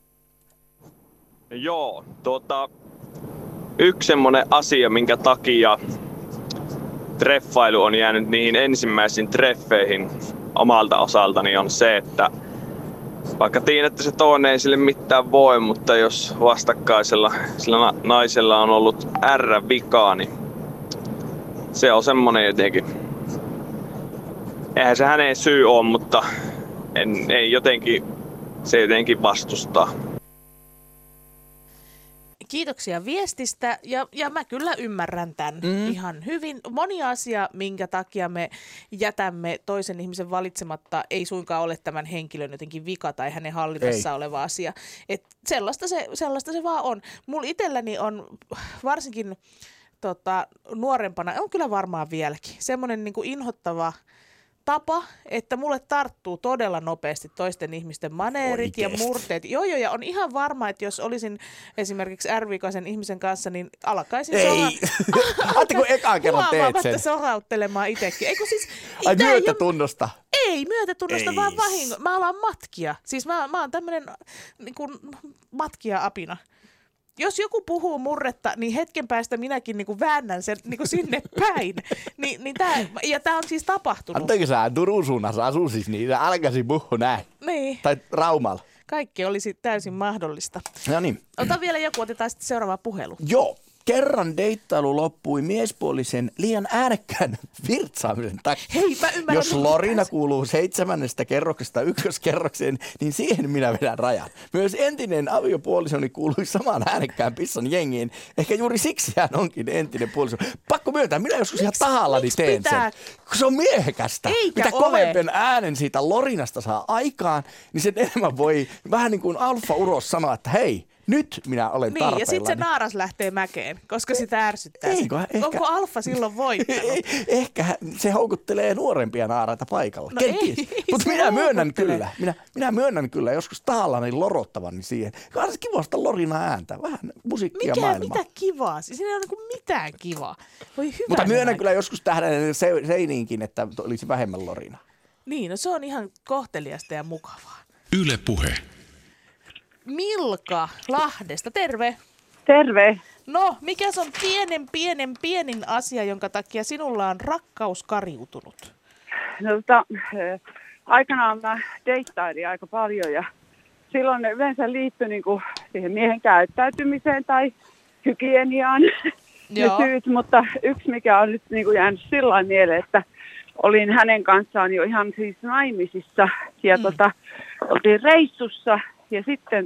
Joo, yksi semmoinen asia, minkä takia treffailu on jäänyt niihin ensimmäisiin treffeihin omalta osaltani on se, että vaikka tiedän, että se toinen ei sille mitään voi, mutta jos vastakkaisella sillä naisella on ollut R-vikaa, niin se on semmoinen jotenkin. Eihän se hänen syy ole, mutta se jotenkin vastustaa. Kiitoksia viestistä ja mä kyllä ymmärrän tämän ihan hyvin. Moni asia, minkä takia me jätämme toisen ihmisen valitsematta, ei suinkaan ole tämän henkilön jotenkin vika tai hänen hallinnassa oleva asia. Et sellaista se vaan on. Mulla itselläni on varsinkin nuorempana, on kyllä varmaan vieläkin, semmoinen niin kuin inhottava tapa, että mulle tarttuu todella nopeasti toisten ihmisten maneerit ja murteet. Joo, ja on ihan varma, että jos olisin esimerkiksi R-vikaisen ihmisen kanssa, niin alkaisin kun ekaan kerran teet sen. sorauttelemaan itsekin. Eikö siis, Ai myötätunnosta. Ei myötätunnosta, vaan vahingo. Mä alan matkia. Siis mä oon tämmönen niin kuin matkija-apina. Jos joku puhuu murretta, niin hetken päästä minäkin niin kuin väännän sen niin kuin sinne päin. Tää on siis tapahtunut. Antaako sä Turun suunnassa asuisis, niin alkaisi puhua näin. Niin. Tai Raumalla. Kaikki olisi täysin mahdollista. No niin. Ota vielä joku, otetaan sitten seuraava puhelu. Joo. Kerran deittailu loppui miespuolisen liian äänekkään virtsaamisen takia. Hei, mä ymmärrän. Jos Lorina kuuluu 7. kerroksesta 1. kerrokseen, niin siihen minä vedän rajan. Myös entinen aviopuolisoni kuului samaan äänekkään pissan jengiin. Ehkä juuri siksi hän onkin entinen puoliso. Pakko myöntää, minä joskus ihan tahallani teen sen. Kun se on miehekästä. Eikä mitä kovempen äänen siitä Lorinasta saa aikaan, niin sen enemmän voi vähän niin kuin alfa-uros sanoa, että hei, nyt minä olen tarpeellani. Niin, ja sitten se naaras lähtee mäkeen, koska sitä ärsyttää. Onko alfa silloin voittanut? Ehkä se houkuttelee nuorempia naaraita paikalla. No mutta minä myönnän kyllä joskus tahallani lorottavani siihen. Kanssa kivasta Lorina ääntä, vähän musiikkia maailmaa. Mitä kivaa? Siinä ei ole niin mitään kivaa. Voi hyvä. Mutta myönnän kyllä joskus tähän seiniinkin, että olisi vähemmän Lorina. Niin, no se on ihan kohteliasta ja mukavaa. Yle Puhe. Milka Lahdesta, terve. Terve. No, mikä on pienin asia, jonka takia sinulla on rakkaus kariutunut? No aikanaan mä deittailin aika paljon ja silloin ne yleensä liittyi niinku siihen miehen käyttäytymiseen tai hygieniaan ne syyt, mutta yksi mikä on nyt niinku jäänyt sillain mieleen, että olin hänen kanssaan jo ihan siis naimisissa ja oltiin reissussa. Ja sitten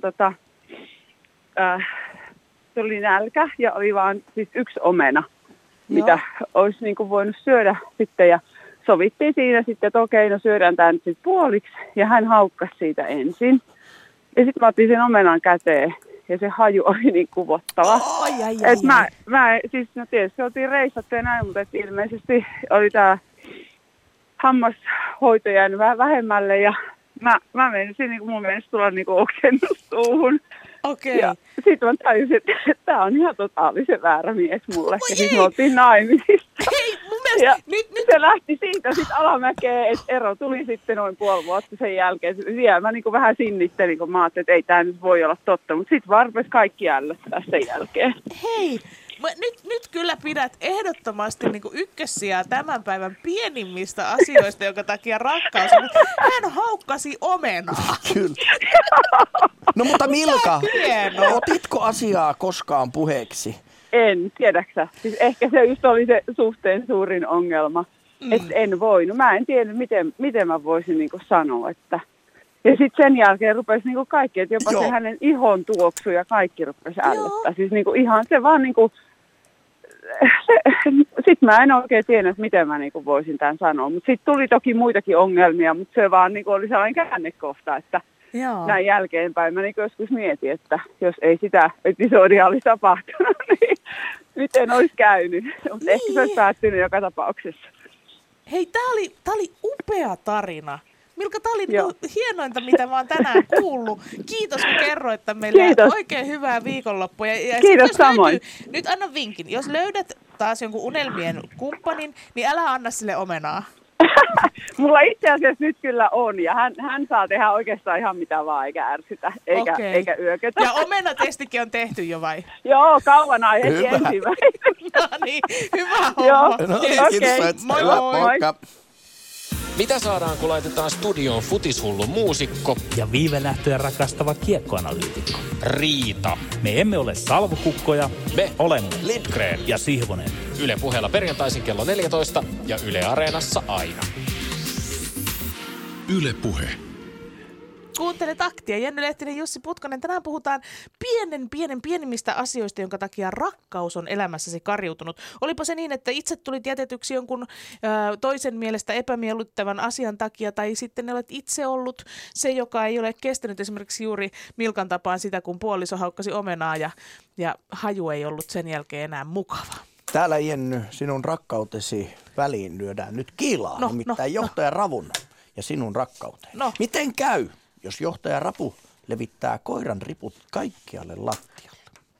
tuli nälkä ja oli vaan siis yksi omena, mitä olisi niin kuin voinut syödä sitten. Ja sovittiin siinä sitten, että okei, no syödään tämä nyt sitten puoliksi. Ja hän haukkasi siitä ensin. Ja sitten mä otin sen omenan käteen ja se haju oli niin kuvottava. Mä tietysti oltiin reissattu ja näin, mutta ilmeisesti oli tämä hammashoito jäänyt vähän vähemmälle ja mä menisin, niin mun mielestä tulla niin oksennus suuhun. Okei. Ja sitten mä tajusin, että tää on ihan totaalisen väärä mies mulle. Ja sitten me oltiin naimisissa. Hei, mun mielestä ja nyt. Se lähti siitä sitten alamäkeen, että ero tuli sitten noin puoli vuotta sen jälkeen. Siellä mä niin vähän sinnittelin, kun mä ajattelin, että ei tää nyt voi olla totta. Mutta sitten vaan rupesi kaikki ällöttää sen jälkeen. Hei. Nyt kyllä pidät ehdottomasti niin kuin ykkössiä tämän päivän pienimmistä asioista, jonka takia rakkaus on. Hän haukkasi omenaa. Kyllä. No mutta Milka, otitko asiaa koskaan puheeksi? En, tiedäksä. Siis ehkä se just oli se suhteen suurin ongelma, että en voinut. Mä en tiedä, miten mä voisin niinku sanoa, että... Ja sitten sen jälkeen rupesi niinku kaikki, että jopa se hänen ihon tuoksu ja kaikki rupesi ällöttää. Siis niinku ihan se vaan niinku... Sitten mä en oikein tiedä, että miten mä niinku voisin tämän sanoa. Mutta sitten tuli toki muitakin ongelmia, mutta se vaan niinku oli sellainen käännekohta, että näin jälkeenpäin mä niinku joskus mietin, että jos ei sitä episodia olisi tapahtunut, niin miten olisi käynyt. Mutta ehkä se olisi päättynyt joka tapauksessa. Hei, tää oli upea tarina. Milka, tää oli hienointa, mitä mä oon tänään kuullut. Kiitos, kun kerroit meille. Oikein hyvää viikonloppua. Ja kiitos samoin. Nyt anna vinkin. Jos löydät taas jonkun unelmien kumppanin, niin älä anna sille omenaa. Mulla itse asiassa nyt kyllä on, ja hän saa tehdä oikeastaan ihan mitä vaan, eikä ärsytä, eikä yökötä. Ja omenatestikin on tehty jo vai? Joo, kauan heti ensimmäinen. No niin, hyvä homma. No, kiitos. Moi moi. Mitä saadaan, kun laitetaan studioon futishullu muusikko ja viivelähtöjä rakastava kiekkoanalyytikko? Riita. Me emme ole salvokukkoja, me olemme Lindgren ja Sihvonen. Yle Puheella perjantaisin kello 14 ja Yle Areenassa aina. Yle Puhe. Kuuntelet Aktia. Jenny Lehtinen, Jussi Putkonen. Tänään puhutaan pienimmistä asioista, jonka takia rakkaus on elämässäsi kariutunut. Olipa se niin, että itse tulit jätetyksi jonkun toisen mielestä epämiellyttävän asian takia, tai sitten olet itse ollut se, joka ei ole kestänyt esimerkiksi juuri Milkan tapaan sitä, kun puoliso haukkasi omenaa ja haju ei ollut sen jälkeen enää mukava. Täällä Jenny, sinun rakkautesi väliin lyödään nyt kiilaa, nimittäin johtaja Ravun ja sinun rakkauteen. Miten käy, jos johtaja Rapu levittää koiran riput kaikkialle lattialle?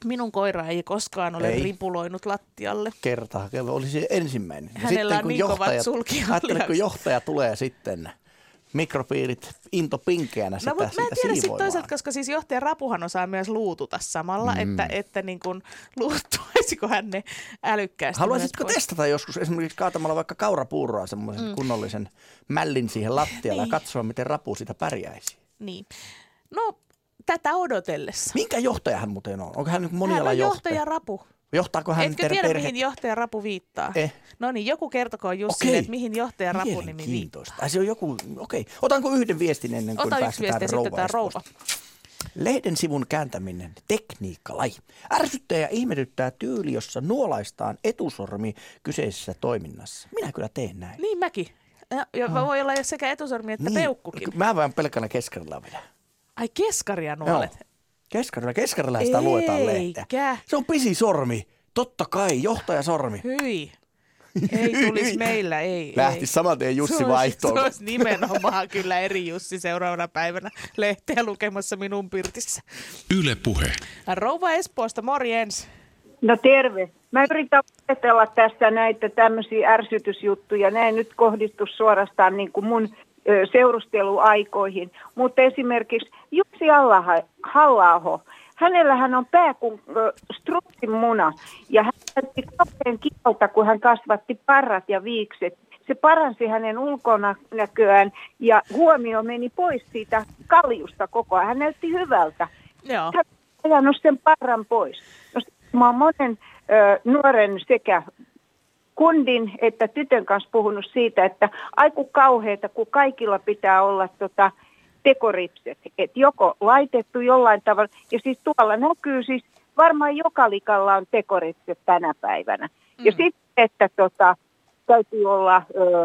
Minun koira ei koskaan ole ripuloinut lattialle. Kertaa, oli se ensimmäinen. Hänellä on niin kovat sulkihaliakset. Kun johtaja tulee sitten, mikropiirit into pinkeänä sitä mutta mä en tiedä sitten toisaalta, koska siis johtajan rapuhan osaa myös luututa samalla, että niin kuin luuttuisiko hän ne älykkäästi. Haluaisitko testata joskus esimerkiksi kaatamalla vaikka kaurapuuroa semmoisen kunnollisen mällin siihen lattialle ja katsoa, miten rapu sitä pärjäisi? Niin. No, tätä odotellessa. Minkä johtaja hän muuten on? Onko hän niin moniala johtaja? Hän on johtaja Rapu. Johtaako hän Etkö tiedä, mihin johtaja Rapu viittaa? No niin, joku kertokaa Jussille, että mihin johtaja Rapu nimi viittaa. Se on joku, Otanko yhden viestin ennen kuin päästetään rouva? Lehden sivun kääntäminen, tekniikkalaji. Ärsyttää ja ihmetyttää tyyli, jossa nuolaistaan etusormi kyseisessä toiminnassa. Minä kyllä teen näin. Niin mäkin. Ja voi olla sekä etusormi että peukkukin. Mä vaan pelkkänä keskarilla vedän. Ai keskaria nuolet? Keskarilla sitä luetaan lehteä. Se on pisisormi. Totta kai, johtajasormi. Hyi. Ei tulisi meillä, ei. Lähti saman tien Jussi vaihtoon. Se olisi nimenomaan kyllä eri Jussi seuraavana päivänä lehteä lukemassa minun pirtissä. Yle Puhe. Rouva Espoosta, morjens. No terve. Mä yritän opetella tässä näitä tämmöisiä ärsytysjuttuja. Ne ei nyt kohdistu suorastaan niin kuin mun seurusteluaikoihin. Mutta esimerkiksi Jussi Halla-aho, hänellähän on pää kuin strutsin muna. Ja hän näytti kauhean kivalta, kun hän kasvatti parrat ja viikset. Se paransi hänen ulkonäköään ja huomio meni pois siitä kaljusta koko ajan. Hän näytti hyvältä. Joo. Hän on ajanut sen parran pois. No, mä oon monen nuoren sekä kundin että tytön kanssa puhunut siitä, että aiku kauheeta, kun kaikilla pitää olla tekoripset. Että joko laitettu jollain tavalla, ja siis tuolla näkyy siis, varmaan joka likalla on tekoripset tänä päivänä. Ja sitten, että täytyy olla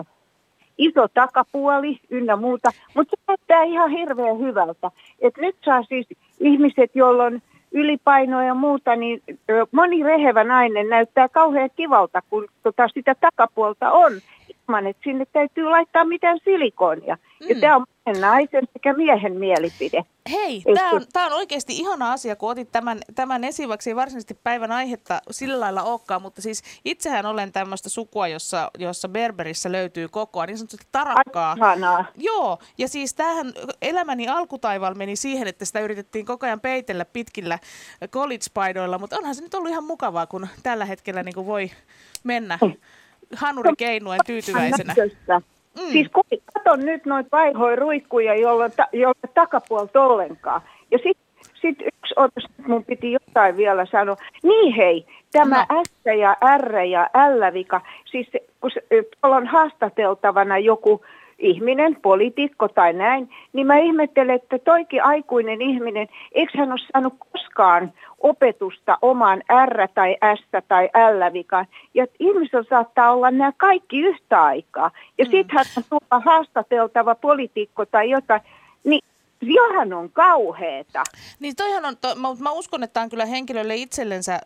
iso takapuoli ynnä muuta, mutta se näyttää ihan hirveän hyvältä. Että nyt saa siis ihmiset, joilla on ylipainoa ja muuta, niin moni rehevä nainen näyttää kauhean kivalta, kun sitä takapuolta on, ilman että sinne täytyy laittaa mitään silikonia. Ja tämä on naisen sekä miehen mielipide. Hei, tämä on oikeasti ihana asia, kun otit tämän esiin, vaikka ei varsinaisesti päivän aihetta sillä lailla olekaan, mutta siis itsehän olen tämmöistä sukua, jossa Berberissä löytyy kokoa, niin sanotusti tarakkaa. Ihanaa. Joo, ja siis tämähän elämäni alkutaival meni siihen, että sitä yritettiin koko ajan peitellä pitkillä college-paidoilla, mutta onhan se nyt ollut ihan mukavaa, kun tällä hetkellä niin kuin voi mennä hanuri keinuen tyytyväisenä. Siis katon nyt noita vaihoja ruikkuja, jolla takapuolta ollenkaan. Ja sitten yksi mun piti jotain vielä sanoa. Niin hei, tämä S ja R ja L-vika, siis kun tuolla on haastateltavana joku ihminen, poliitikko tai näin, niin mä ihmettelen, että toikin aikuinen ihminen, eikö hän ole saanut koskaan opetusta omaan R tai S tai L-vikaan. Ja ihmisellä saattaa olla nämä kaikki yhtä aikaa. Ja sitten hän on tuolla haastateltava poliitikko tai jotain, niin johan on kauheeta. Niin toihan on, mä uskon, että tämä on kyllä henkilölle itsellensä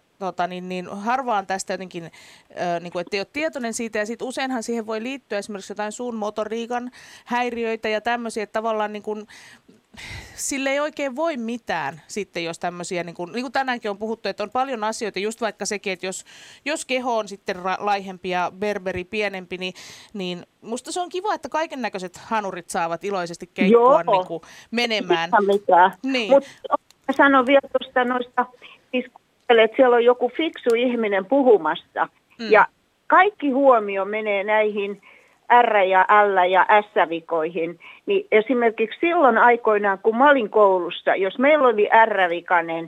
harvaan tästä jotenkin, että ei ole tietoinen siitä, ja sitten useinhan siihen voi liittyä esimerkiksi jotain suun motoriikan häiriöitä ja tämmöisiä, että tavallaan niin kuin, sille ei oikein voi mitään sitten, jos tämmöisiä, niin kuin tänäänkin on puhuttu, että on paljon asioita, just vaikka sekin, että jos keho on sitten laihempi ja berberi pienempi, niin musta se on kiva, että kaiken näköiset hanurit saavat iloisesti keikkua niin kuin menemään. Niin. Mutta sanon vielä tuosta noista, siis että siellä on joku fiksu ihminen puhumassa ja kaikki huomio menee näihin R ja L ja S-vikoihin. Niin esimerkiksi silloin aikoinaan, kun mä olin koulussa, jos meillä oli R-vikainen,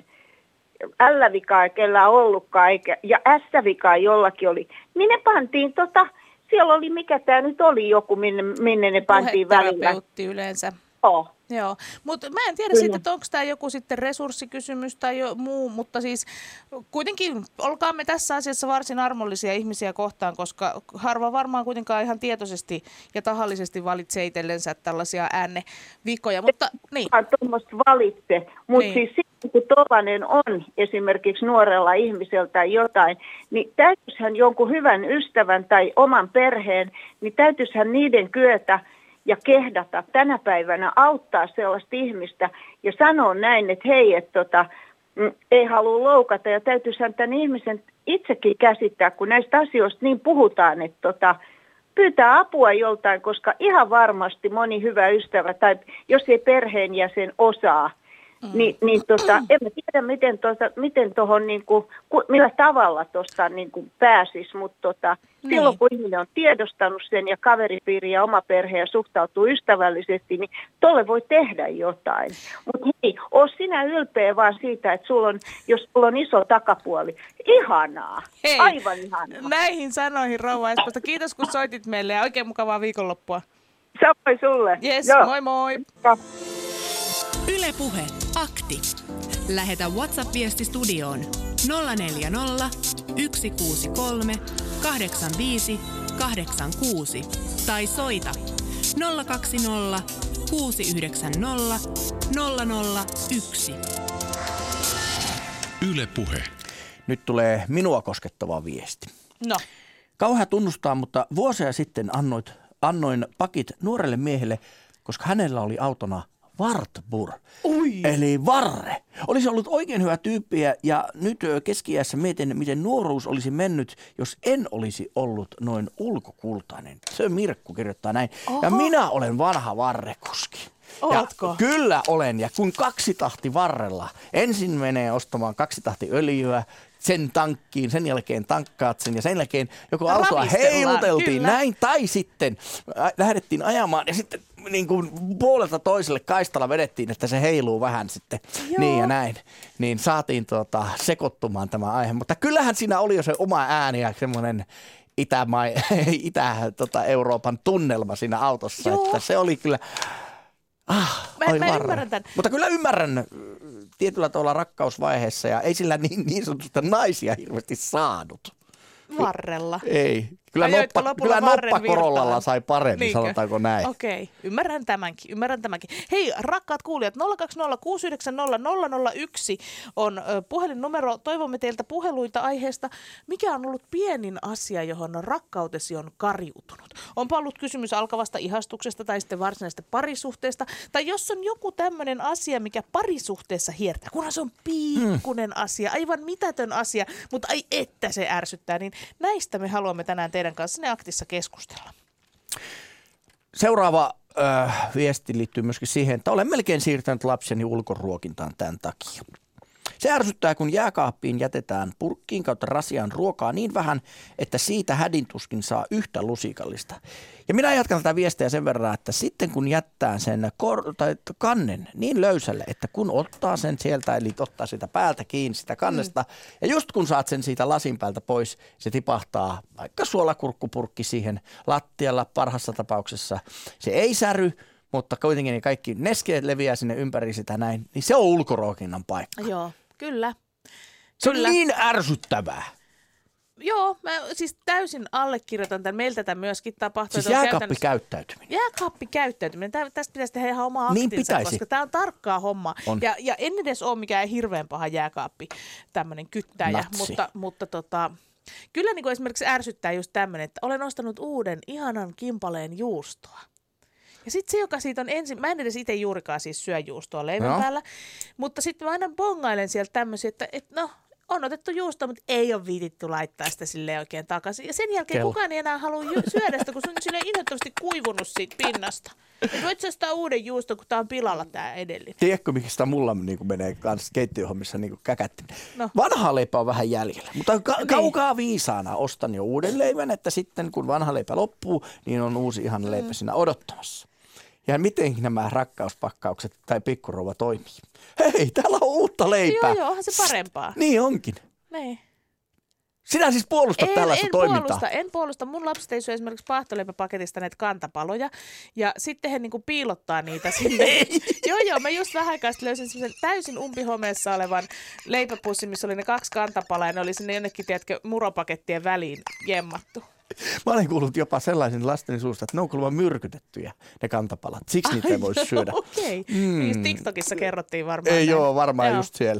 L-vikaa ei kellään ollutkaan ja S-vikaa jollakin oli, niin ne pantiin siellä oli mikä tämä nyt oli joku, minne ne pantiin välillä. Puheterapeutti yleensä. Joo, mutta mä en tiedä sitten, että onko tämä joku sitten resurssikysymys tai muu, mutta siis kuitenkin olkaamme tässä asiassa varsin armollisia ihmisiä kohtaan, koska harva varmaan kuitenkaan ihan tietoisesti ja tahallisesti valitsee itsellensä tällaisia äänne-vikoja, mutta niin. Tuommoista valitse, mutta niin. Siis sitten kun tollainen on esimerkiksi nuorella ihmisellä tai jotain, niin täytyisihän jonkun hyvän ystävän tai oman perheen, niin täytyisihän niiden kyetä ja kehdata tänä päivänä auttaa sellaista ihmistä ja sanoa näin, että hei, että ei halua loukata ja täytyisi tämän ihmisen itsekin käsittää, kun näistä asioista niin puhutaan, että pyytää apua joltain, koska ihan varmasti moni hyvä ystävä tai jos ei perheenjäsen osaa, niin en mä tiedä, miten tuohon, niinku, millä tavalla tuosta niinku pääsisi, mutta silloin kun ihminen on tiedostanut sen ja kaveripiiri ja oma perhe ja suhtautuu ystävällisesti, niin tolle voi tehdä jotain. Mutta hei, oo sinä ylpeä vaan siitä, että jos sulla on iso takapuoli. Ihanaa, hei, aivan ihanaa. Näihin sanoihin rouva Espoosta. Kiitos kun soitit meille ja oikein mukavaa viikonloppua. Samoin sulle. Yes, moi moi. Yle Puhe, akti. Lähetä WhatsApp-viesti studioon 040 163 85 86 tai soita 020 690 001. Yle Puhe. Nyt tulee minua koskettava viesti. No. Kauhea tunnustaa, mutta vuosia sitten annoin pakit nuorelle miehelle, koska hänellä oli autona Wartburg, eli varre. Olisi ollut oikein hyvä tyyppi ja nyt keski-iässä mietin, miten nuoruus olisi mennyt, jos en olisi ollut noin ulkokultainen. Se Mirkku kirjoittaa näin. Oho. Ja minä olen vanha varrekuski. Ootko? Kyllä olen, ja kun 2 tahti varrella. Ensin menee ostamaan 2 tahti öljyä, sen tankkiin, sen jälkeen tankkaat sen ja sen jälkeen joko autoa heiluteltiin näin, tai sitten lähdettiin ajamaan ja sitten niin kuin puolelta toiselle kaistalla vedettiin, että se heiluu vähän sitten. Joo. Niin ja näin. Niin saatiin sekoittumaan tämä aihe, mutta kyllähän siinä oli jo se oma ääni ja semmoinen Itä-Euroopan tunnelma siinä autossa, joo. Että se oli kyllä... Mä ymmärrän tämän. Mutta kyllä ymmärrän tietyllä tavalla rakkausvaiheessa ja ei sillä niin sanotusta naisia hirveästi saanut. Varrella. Ei. Kyllä noppakorollalla sai paremmin, niinkö? Sanotaanko näin. Okei, ymmärrän tämänkin. Hei, rakkaat kuulijat, 020690001 on puhelinnumero. Toivomme teiltä puheluita aiheesta. Mikä on ollut pienin asia, johon rakkautesi on kariutunut? Onpa ollut kysymys alkavasta ihastuksesta tai sitten varsinaisesta parisuhteesta. Tai jos on joku tämmöinen asia, mikä parisuhteessa hiertää, kunhan se on pikkunen asia, aivan mitätön asia, mutta ai että se ärsyttää, niin näistä me haluamme tänään teidän kanssanne aktissa keskustella. Seuraava viesti liittyy myöskin siihen, että olen melkein siirtänyt lapseni ulkoruokintaan tämän takia. Se ärsyttää, kun jääkaappiin jätetään purkkiin kautta rasiaan ruokaa niin vähän, että siitä hädintuskin saa yhtä lusikallista. Ja minä jatkan tätä viestiä sen verran, että sitten kun jättää sen kannen niin löysälle, että kun ottaa sen sieltä, eli ottaa sitä päältä kiinni sitä kannesta, ja just kun saat sen siitä lasin päältä pois, se tipahtaa vaikka suolakurkkupurkki siihen lattialla parhaassa tapauksessa. Se ei säry, mutta kuitenkin niin kaikki neskeet leviää sinne ympäri sitä näin, niin se on ulkoruokinnan paikka. Joo, kyllä. Se on niin ärsyttävää. Joo, mä siis täysin allekirjoitan tämän. Meiltä tämä myöskin tapahtuu. Siis jääkaappikäyttäytyminen. Jääkaappikäyttäytyminen. Tästä pitäisi tehdä ihan oma aktinsa, koska tämä on tarkkaa hommaa. Ja en edes ole mikään hirveän paha jääkaappi, tämmöinen kyttäjä. Mutta kyllä niin kuin esimerkiksi ärsyttää just tämmöinen, että olen ostanut uuden ihanan kimpaleen juustoa. Ja sitten se, joka siitä on ensin, mä en edes itse juurikaan siis syö juustoa leivän päällä, mutta sitten mä aina bongailen sieltä tämmöisiä, että on otettu juustoa, mutta ei ole viititty laittaa sitä silleen oikein takaisin. Ja sen jälkeen kukaan ei enää halua syödä sitä, kun se on silleen inhottavasti kuivunut siitä pinnasta. Et voit sä ostaa uuden juuston, kun tää on pilalla tää edellinen. Tiedätkö, mikä sitä mulla niin menee kanssa keittiöhommissa niin käkättiin? No. Vanha leipä on vähän jäljellä, mutta kaukaa viisaana ostan jo uuden leivän, että sitten kun vanha leipä loppuu, niin on uusi ihan leipä siinä odottamassa. Ja miten nämä rakkauspakkaukset tai pikkurouva toimii? Hei, täällä on uutta leipää. Joo, onhan se parempaa. Niin onkin. Niin. Sinä siis puolustat tällaista toimintaa? En puolusta. Mun lapset ei syö esimerkiksi paahtoleipäpaketista näitä kantapaloja. Ja sitten he niinku piilottaa niitä sinne. Joo, mä just vähän aikaa löysin semmoisen täysin umpihomeessa olevan leipäpussin, missä oli ne 2 kantapalaa ja ne oli sinne jonnekin, tiedätkö, muropakettien väliin jemmattu. Mä olen kuullut jopa sellaisen lasteni suusta, että ne on kuulemma myrkytettyjä, ne kantapalat. Siksi niitä ei voi syödä. Okei. Niin TikTokissa kerrottiin varmaan. Ei joo, varmaan just siellä.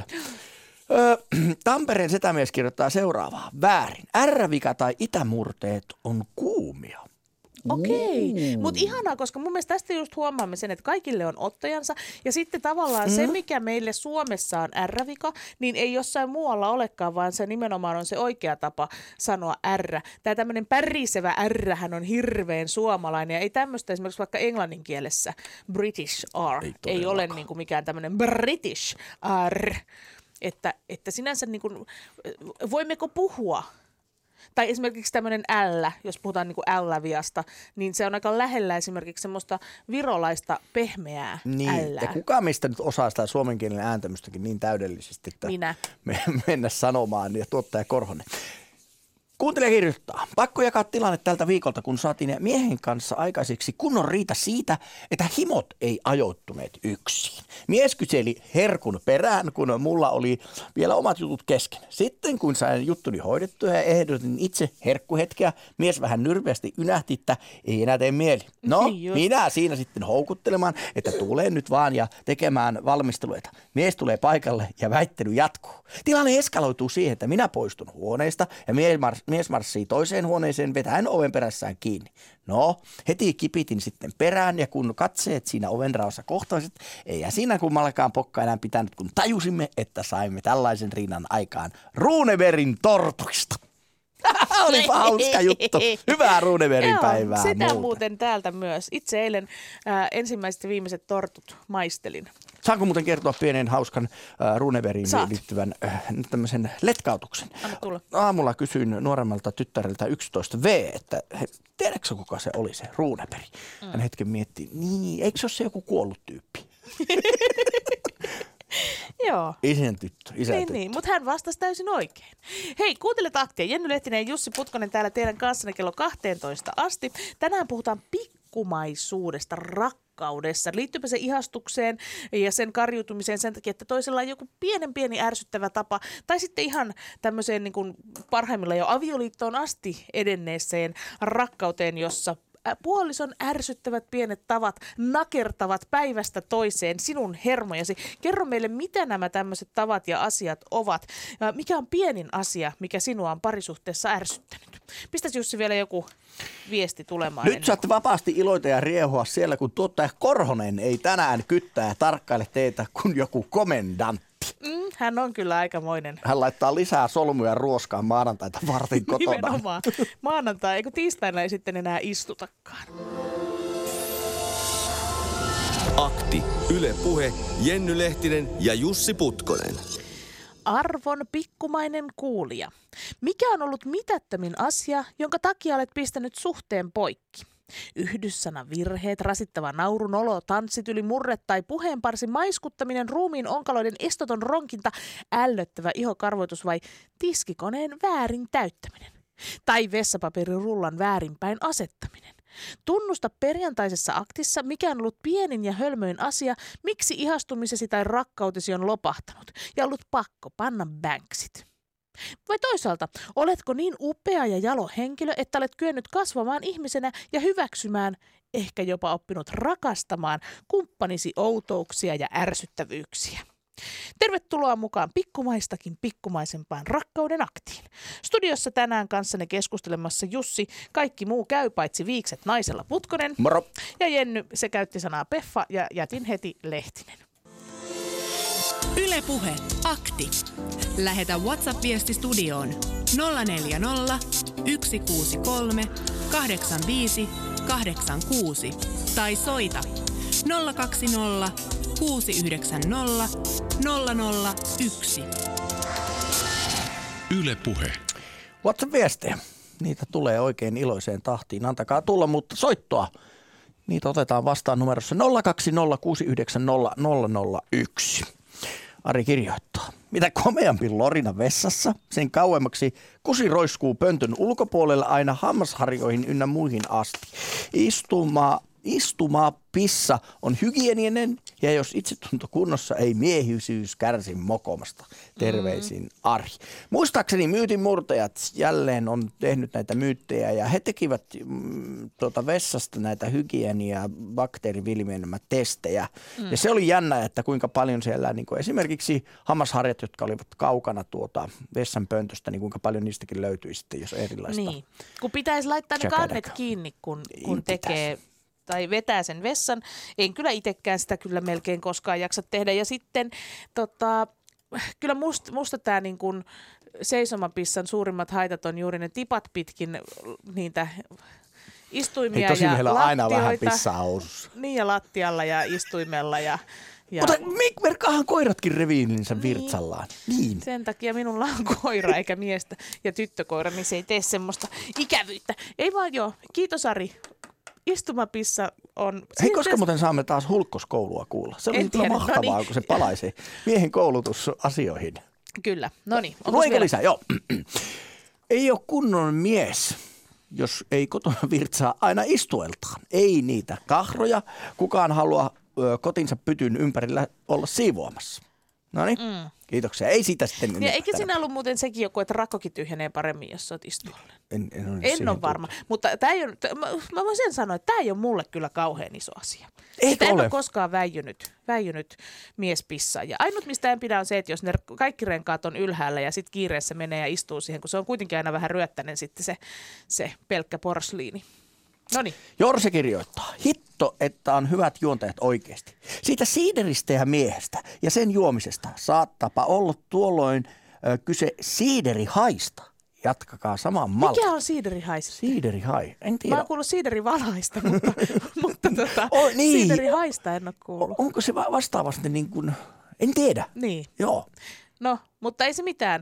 Tampereen setämies kirjoittaa seuraavaa. Väärin. R-vika tai itämurteet on kuumia. Okei, mutta ihanaa, koska mun mielestä tästä just huomaamme sen, että kaikille on ottajansa. Ja sitten tavallaan se, mikä meille Suomessa on R-vika, niin ei jossain muualla olekaan, vaan se nimenomaan on se oikea tapa sanoa R. Tämä tämmöinen pärisevä R-hän on hirveän suomalainen ja ei tämmöistä esimerkiksi vaikka englannin kielessä British R ei ole niin kuin mikään tämmöinen British R. Että sinänsä niin kuin, voimmeko puhua? Tai esimerkiksi tämmöinen L, jos puhutaan niin kuin L-viasta, niin se on aika lähellä esimerkiksi semmoista virolaista pehmeää L. Ja kuka meistä nyt osaa sitä suomenkielinen ääntämystäkin niin täydellisesti, että minä mennä sanomaan, ja tuottaja Korhonen. Kuuntelija kirjoittaa. Pakko jakaa tilanne tältä viikolta, kun saatiin miehen kanssa aikaiseksi kunnon riita siitä, että himot ei ajoittuneet yksin. Mies kyseli herkun perään, kun mulla oli vielä omat jutut kesken. Sitten kun sain juttuni hoidettua ja ehdotin itse herkkuhetkeä, mies vähän nyrpeästi ynähti, että ei enää tee mieli. No, minä siinä sitten houkuttelemaan, että tulee nyt vaan ja tekemään valmisteluita. Mies tulee paikalle ja väittely jatkuu. Tilanne eskaloituu siihen, että minä poistun huoneesta ja mies marssii toiseen huoneeseen vetäen oven perässään kiinni. No, heti kipitin sitten perään ja kun katseet siinä ovenraossa kohtasivat, eihän siinä kummallakaan pokka enää pitänyt, kun tajusimme, että saimme tällaisen riinan aikaan Runebergin tortuista. Olipa hauska juttu. Hyvää Runebergin päivää. Sitä muuten täältä myös. Itse eilen ensimmäiset ja viimeiset tortut maistelin. Saanko muuten kertoa pienen hauskan Runebergiin liittyvän tämmöisen letkautuksen? Anna tulla. Aamulla kysyin nuoremmalta tyttäreltä 11V, että tiedätkö kuka se oli se Runeberg? Hän hetken miettii, niin eikö se ole se joku kuollut tyyppi? Joo. Isän tyttö. Niin, mutta hän vastasi täysin oikein. Hei, kuuntelet Aktia. Jenny Lehtinen ja Jussi Putkonen täällä teidän kanssanne kello 12 asti. Tänään puhutaan pikkumaisuudesta, rakkaudessa. Liittyykö se ihastukseen ja sen karjutumiseen sen takia, että toisella on joku pieni ärsyttävä tapa, tai sitten ihan tämmöiseen niin kuin parhaimmillaan jo avioliittoon asti edenneeseen rakkauteen, jossa puolison ärsyttävät pienet tavat nakertavat päivästä toiseen sinun hermojasi. Kerro meille, mitä nämä tämmöiset tavat ja asiat ovat. Mikä on pienin asia, mikä sinua on parisuhteessa ärsyttänyt? Pistäisi Jussi vielä joku viesti tulemaan. Nyt saatte vapaasti iloita ja riehua siellä, kun tuottaja Korhonen ei tänään kyttää ja tarkkaile teitä kuin joku komendantti. Hän on kyllä aikamoinen. Hän laittaa lisää solmuja ruoskaan maanantaita varten kotona. Nimenomaan. Maanantai, eikö tiistaina ei sitten enää istutakaan. Akti, Yle Puhe, Jenny Lehtinen ja Jussi Putkonen. Arvon pikkumainen kuulija. Mikä on ollut mitättömin asia, jonka takia olet pistänyt suhteen poikki? Yhdyssana virheet, rasittava naurun olo, tanssit yli murre tai puheenparsi maiskuttaminen, ruumiin onkaloiden estoton ronkinta, ällöttävä ihokarvoitus vai tiskikoneen väärin täyttäminen? Tai vessapaperirullan väärinpäin asettaminen? Tunnusta perjantaisessa aktissa, mikä on ollut pienin ja hölmöin asia, miksi ihastumisesi tai rakkautesi on lopahtanut ja ollut pakko panna banksit. Vai toisaalta, oletko niin upea ja jalo henkilö, että olet kyennyt kasvamaan ihmisenä ja hyväksymään, ehkä jopa oppinut rakastamaan kumppanisi outouksia ja ärsyttävyyksiä? Tervetuloa mukaan pikkumaistakin pikkumaisempaan rakkauden aktiin. Studiossa tänään kanssanne keskustelemassa Jussi, kaikki muu käy paitsi viikset naisella Putkonen. Moro. Ja Jenny, se käytti sanaa Peffa ja jätin heti Lehtinen. Yle Puhe, akti. Lähetä WhatsApp-viesti studioon 040 163 85 86 tai soita 020 690 001. Yle Puhe. WhatsApp-viestejä. Niitä tulee oikein iloiseen tahtiin. Antakaa tulla, mutta soittoa. Niitä otetaan vastaan numerossa 020690001. Ari kirjoittaa. Mitä komeampi lorina vessassa, sen kauemmaksi kusi roiskuu pöntön ulkopuolelle aina hammasharjoihin ynnä muihin asti. Istumaa pissa on hygieninen Ja jos itsetunto kunnossa, ei miehisyys kärsi mokomasta. Terveisin Ari. Muistaakseni myytinmurtajat jälleen on tehnyt näitä myyttejä ja he tekivät vessasta näitä hygienia- bakteeriviljelmätestejä. Ja se oli jännä, että kuinka paljon siellä niin kuin esimerkiksi hammasharjat, jotka olivat kaukana vessan pöntöstä, niin kuinka paljon niistäkin löytyi sitten, jos erilaista. Niin, kun pitäisi laittaa ne kannet kiinni, kun tekee tai vetää sen vessan. En kyllä itsekään sitä kyllä melkein koskaan jaksa tehdä. Ja sitten kyllä musta tämä niin kuin seisomapissan suurimmat haitat on juuri ne tipat pitkin niitä istuimia ja lattioita. Aina vähän pissaa housussa. Niin, ja lattialla ja istuimella ja mutta merkkaahan koiratkin reviininsä virtsallaan. Niin. Sen takia minulla on koira eikä miestä ja tyttökoira, niin se ei tee semmoista ikävyyttä. Ei vaan joo. Kiitos Ari. Istumapissa on... Hei, koska muuten saamme taas hulkkoskoulua kuulla? Se oli kyllä mahtavaa, kun se palaisi miehen koulutusasioihin. Kyllä. No niin. Luenko lisää? Joo. Ei ole kunnon mies, jos ei kotona virtsaa aina istueltaan. Ei niitä kahroja. Kukaan halua kotinsa pytyn ympärillä olla siivoamassa. No niin, kiitoksia. Ei sitä sitten ja eikä siinä ollut muuten sekin joku, että rakkokin tyhjenee paremmin, jos olet istualle. En ole varma. Mutta mä voin sen sanoa, että tämä ei ole mulle kyllä kauhean iso asia. En ole koskaan väijynyt miespissa. Ja ainut mistä en pidä on se, että jos ne kaikki renkaat on ylhäällä ja sitten kiireessä menee ja istuu siihen, kun se on kuitenkin aina vähän ryöttäinen sitten se pelkkä porsliini. Noniin. Jorse kirjoittaa, hitto, että on hyvät juontajat oikeasti. Siitä siideristä ja miehestä ja sen juomisesta saattaapa olla tuolloin kyse siiderihaista. Jatkakaa saman mallin. Mikä on siiderihai? Siiderihai, en tiedä. Mä oon kuullut siiderivalaista, mutta niin. Siiderihaista en ole kuullut. Onko se vastaavasti niin kuin, en tiedä. Niin. Joo. No, mutta ei se mitään.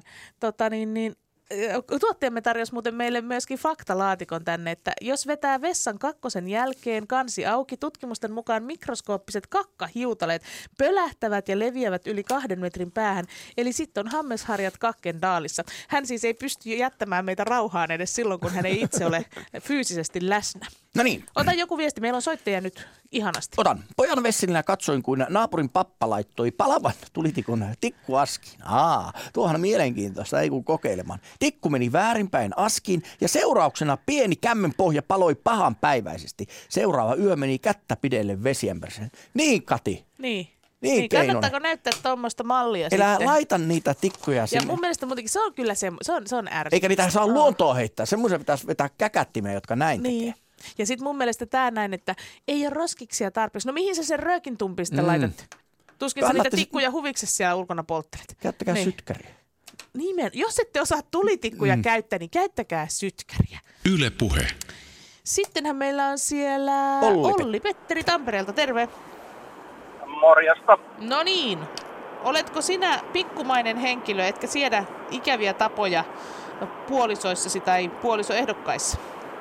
Tuotteemme tarjosi muuten meille myöskin faktalaatikon tänne, että jos vetää vessan kakkosen jälkeen kansi auki, tutkimusten mukaan mikroskooppiset kakkahiutaleet pölähtävät ja leviävät yli 2 metrin päähän, eli sitten on hammasharjat kakkendaalissa. Hän siis ei pysty jättämään meitä rauhaan edes silloin, kun hän ei itse ole fyysisesti läsnä. No niin. Ota joku viesti, meillä on soittaja nyt ihanasti. Otan. Pojan vessinillä katsoin, kun naapurin pappa laittoi palavan tulitikun tikkuaskiin. Tuohan on mielenkiintoista, ei kun kokeilemaan. Tikku meni väärinpäin askiin ja seurauksena pieni kämmenpohja paloi pahanpäiväisesti. Seuraava yö meni kättä pidelle vesiämpäriseen. Niin, Kati. Niin. Kannattaako näyttää tuommoista mallia Elää sitten? Laita niitä tikkuja sinne. Ja mun mielestä muutenkin se on kyllä se on ärsyttävää. Eikä niitä saa luontoa heittää. Semmoisia pitäisi vetää käkättimeen, jotka näin tekee. Ja sitten mun mielestä tää näin, että ei ole roskiksia tarpeeksi. No mihin sä sen röökintumpin sitten laitat? Tuskin sä niitä tikkuja huviksessa siellä ulkona polttelet. Käyttäkää sytkäriä. Jos ette osaa tulitikkuja käyttää, niin käyttäkää sytkäriä. Yle Puhe. Sittenhän meillä on siellä Olli Petteri Tampereelta. Terve. Morjesta. No niin. Oletko sinä pikkumainen henkilö, etkä siedä ikäviä tapoja puolisoissasi tai puolisoehdokkaissa?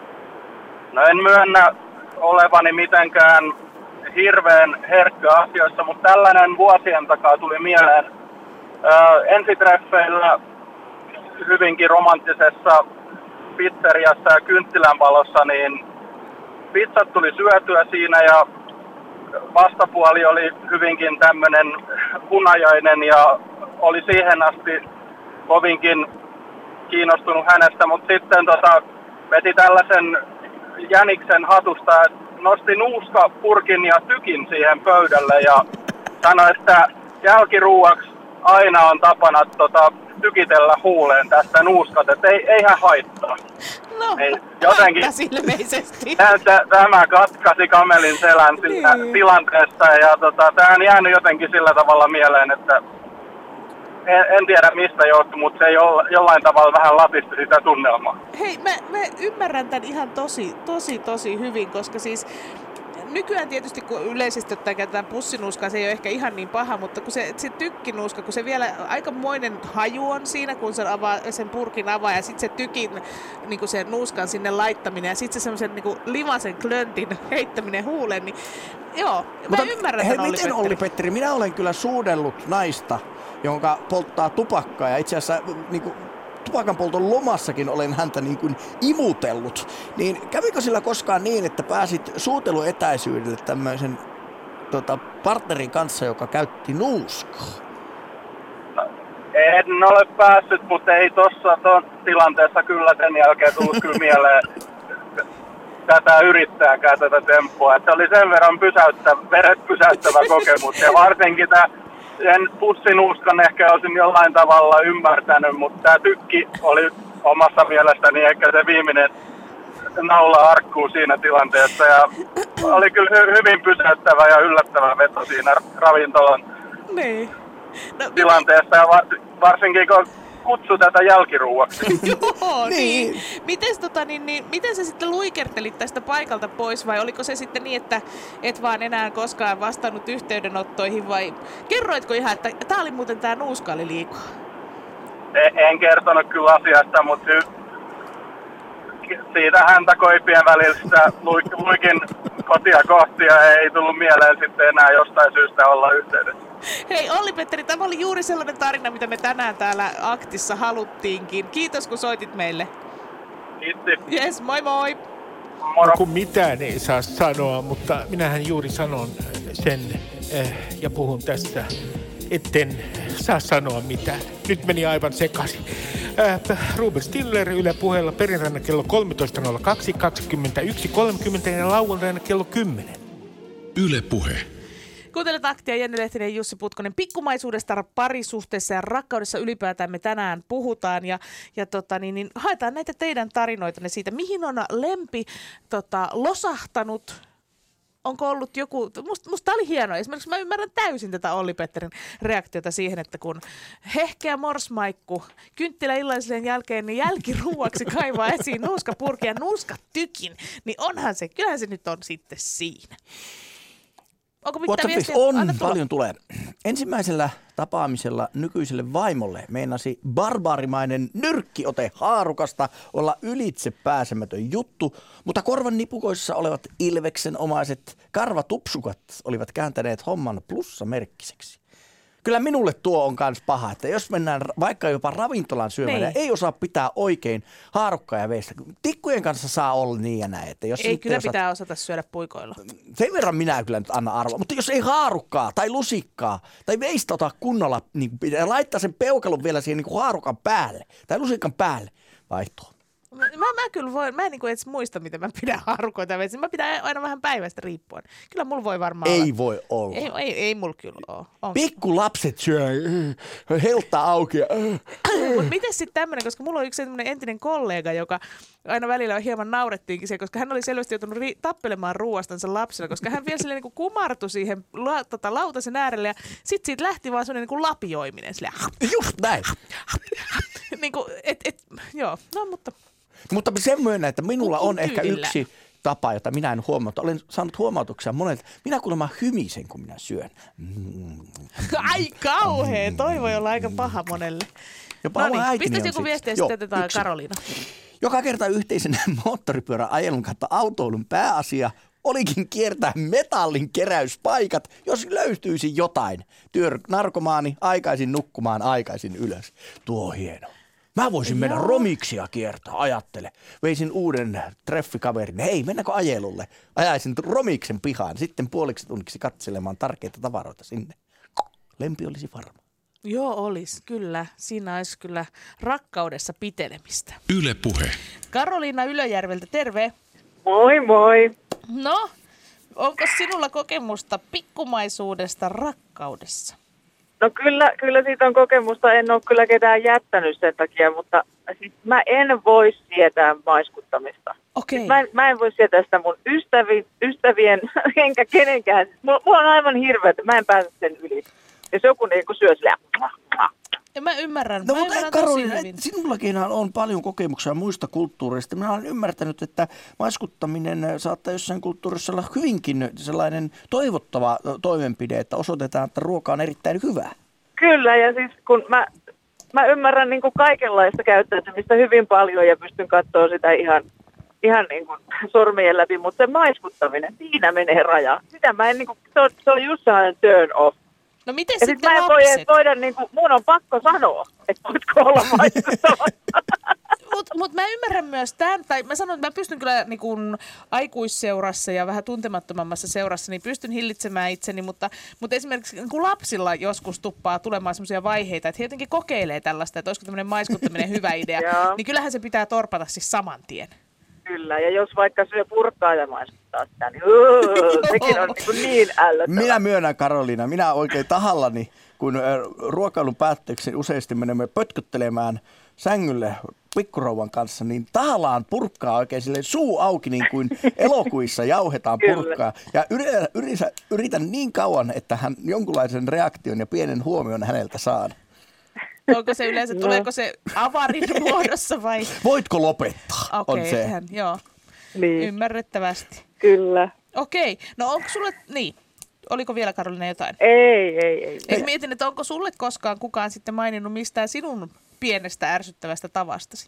No en myönnä olevani mitenkään hirveän herkkä asioissa, mutta tällainen vuosien takaa tuli mieleen. Ensitreffeillä hyvinkin romanttisessa pizzeriassa ja kynttilänvalossa, niin pizzat tuli syötyä siinä ja vastapuoli oli hyvinkin tämmöinen hunajainen ja oli siihen asti kovinkin kiinnostunut hänestä, mutta sitten veti tällaisen jäniksen hatusta, nosti nuuskapurkin ja tykin siihen pöydälle ja sanoi, että jälkiruuaksi aina on tapana tykitellä huuleen tästä nuuskat, että eihän haittaa. No, jotenkin ilmeisesti. Tämä katkasi kamelin selän tilanteessa ja tämä on jäänyt jotenkin sillä tavalla mieleen, että en tiedä mistä johtuu, mutta se jollain tavalla vähän latisti sitä tunnelmaa. Hei, mä ymmärrän tämän ihan tosi hyvin, koska siis nykyään tietysti kun yleisesti ottaen käytetään pussinuuskaa, se ei ole ehkä ihan niin paha, mutta kun se tykkinuuska, kun se vielä aikamoinen haju on siinä, kun sen purkin avaa ja sitten se tykin, niin kuin sen nuuskan sinne laittaminen ja sitten se semmoisen niin kuin limasen klöntin heittäminen huuleen, niin joo, mä ymmärrän tämän miten Olli-Petteri, minä olen kyllä suudellut naista, jonka polttaa tupakkaa ja itse asiassa niin kuin tupakan polton lomassakin olen häntä niin kuin imutellut. Niin kävikö sillä koskaan niin, että pääsit suuteluetäisyydelle tämmöisen partnerin kanssa, joka käytti nuuskaa? En ole päässyt, mutta ei tuossa tilanteessa kyllä sen jälkeen tullut kyllä mieleen tätä yrittääkään tätä temppua. Että se oli sen verran veret pysäyttävä kokemus. Ja varsinkin sen pussinuuskan ehkä olisin jollain tavalla ymmärtänyt, mutta tämä tykki oli omassa mielestäni ehkä se viimeinen naula arkkuun siinä tilanteessa. Ja oli kyllä hyvin pysäyttävä ja yllättävä veto siinä ravintolan tilanteessa. Ja varsinkin kun kutsui tätä jälkiruuaksi. Joo, niin. Miten sä sitten luikertelit tästä paikalta pois vai oliko se sitten niin, että et vaan enää koskaan vastannut yhteydenottoihin vai kerroitko ihan, että tää oli muuten tää nuuska oli liikaa? En kertonut kyllä asiasta, mutta siitä häntä koipien välistä luikin kotia kohti ja ei tullut mieleen sitten enää jostain syystä olla yhteydessä. Hei Olli-Petteri, tämä oli juuri sellainen tarina, mitä me tänään täällä Aktissa haluttiinkin. Kiitos kun soitit meille. Kiitos. Jes, moi moi. No, kun mitään ei saa sanoa, mutta minähän juuri sanon sen ja puhun tästä, etten saa sanoa mitään. Nyt meni aivan sekaisin. Ruben Stiller Yle Puheella perjantaina kello 13.02, 21.30 ja lauantaina kello 10. Yle Puhe. Kuuntelet Aktia, Jenny Lehtinen ja Jussi Putkonen. Pikkumaisuudesta, parisuhteessa ja rakkaudessa ylipäätään me tänään puhutaan ja haetaan näitä teidän tarinoitanne siitä, mihin on lempi losahtanut. Onko ollut joku, musta oli hienoa, esimerkiksi mä ymmärrän täysin tätä Olli-Petterin reaktiota siihen, että kun hehkeä morsmaikku kynttilä illalliseen jälkeen niin jälkiruuaksi kaivaa esiin nuuskapurkin ja nuuskatykin, niin kyllähän se nyt on sitten siinä. Onko mitään viestiä? On, paljon tulee. Ensimmäisellä tapaamisella nykyiselle vaimolle meinasi barbaarimainen nyrkkiote haarukasta olla ylitse pääsemätön juttu, mutta korvan nipukoissa olevat ilveksenomaiset karvatupsukat olivat kääntäneet homman plussamerkkiseksi. Kyllä minulle tuo on kans paha, että jos mennään vaikka jopa ravintolan syömään ja ei osaa pitää oikein haarukkaa ja veistä. Tikkujen kanssa saa olla niin ja näin. Että jos ei kyllä pitää osata syödä puikoilla. Sen verran minä kyllä nyt anna arvoa. Mutta jos ei haarukkaa tai lusikkaa tai veistä ota kunnolla, niin pitää laittaa sen peukalon vielä siihen niin haarukan päälle tai lusikan päälle, vaihtoa. Mä kyllä voin, mä en niin edes muista, miten mä pidän haarukoita. Mä pidän aina vähän päivästä riippuen. Kyllä mulla voi varmaan ei olla. Voi olla. Ei mulla kyllä ole. Pikku lapset syö heltaa auki. Mutta miten sitten tämmöinen, koska mulla on yksi entinen kollega, joka aina välillä hieman naurettiinkin siihen, koska hän oli selvästi joutunut tappelemaan ruoastansa lapsena, koska hän vielä silleen niin kumartui siihen lautasen äärelle ja sit siitä lähti vaan semmoinen niin lapioiminen. Silleen, just näin. Joo, no mutta... Mutta sen myönnä, että minulla on ehkä yksi tapa, jota minä en huomata. Olen saanut huomautuksia monelta. Minä kuulemma hymisen, kun minä syön. Ai kauhea, toi voi olla aika paha monelle. No niin, pistäisi joku viesti ja sitten otetaan Karoliina. Joka kerta yhteisen moottoripyörän ajelun kautta autoilun pääasia olikin kiertää metallin keräyspaikat, jos löytyisi jotain. Narkomaani, aikaisin nukkumaan, aikaisin ylös. Tuo on hieno. Mä voisin mennä romiksia kiertää, ajattele. Veisin uuden treffikaverin. Hei, mennäänkö ajelulle? Ajaisin romiksen pihaan, sitten puoliksi tunniksi katselemaan tärkeitä tavaroita sinne. Lempi olisi varma. Joo, olisi kyllä. Siinä olisi kyllä rakkaudessa pitelemistä. Yle Puhe. Karoliina Ylöjärveltä, terve. Moi moi. No, onko sinulla kokemusta pikkumaisuudesta rakkaudessa? No kyllä siitä on kokemusta. En ole kyllä ketään jättänyt sen takia, mutta siis mä en voi sietää maiskuttamista. Okei. Mä en voi sietää sitä mun ystävien enkä kenenkään. Mulla on aivan hirveä, että mä en pääse sen yli. Jos joku niin syö silleen. Mä ymmärrän. No mutta Karoliina, sinullakin on paljon kokemuksia muista kulttuureista. Minä olen ymmärtänyt, että maiskuttaminen saattaa jossain kulttuurissa olla hyvinkin sellainen toivottava toimenpide, että osoitetaan, että ruoka on erittäin hyvää. Kyllä, ja siis kun mä ymmärrän niin kuin kaikenlaista käyttäytymistä hyvin paljon ja pystyn katsoa sitä ihan niin kuin sormien läpi, mutta se maiskuttaminen, siinä menee raja. Sitä mä en niin kuin, se on just sellainen turn off. No miten ja sitten lapset? Mä en voida, niin kuin, mun on pakko sanoa, että voitko olla maiskuttamatta. Mutta mä ymmärrän myös tämän, tai mä sanon, että mä pystyn kyllä niin kuin aikuisseurassa ja vähän tuntemattomammassa seurassa, niin pystyn hillitsemään itseni, mutta esimerkiksi niin kuin lapsilla joskus tuppaa tulemaan sellaisia vaiheita, että he jotenkin kokeilee tällaista, että olisiko tämmöinen maiskuttaminen hyvä idea, niin kyllähän se pitää torpata siis saman tien. Kyllä, ja jos vaikka syö purkkaa ja maiskuttaa sitä, niin sekin on niin ällöttävää. Minä myönnän, Karoliina, minä oikein tahallani, kun ruokailun päätteeksi useasti menemme pötköttelemään sängylle pikkurouvan kanssa, niin tahallaan purkkaa oikein silleen suu auki, niin kuin elokuvissa jauhetaan purkkaa. Ja yritän niin kauan, että hän jonkunlaisen reaktion ja pienen huomion häneltä saan. Onko se yleensä, tuleeko se avarin muodossa vai? Voitko lopettaa, on se. Joo, niin. Ymmärrettävästi. Kyllä. Okei, no onko sulle, niin, oliko vielä Karoliina jotain? Ei. Eikö mietin, että onko sulle koskaan kukaan sitten maininnut mistään sinun pienestä ärsyttävästä tavastasi?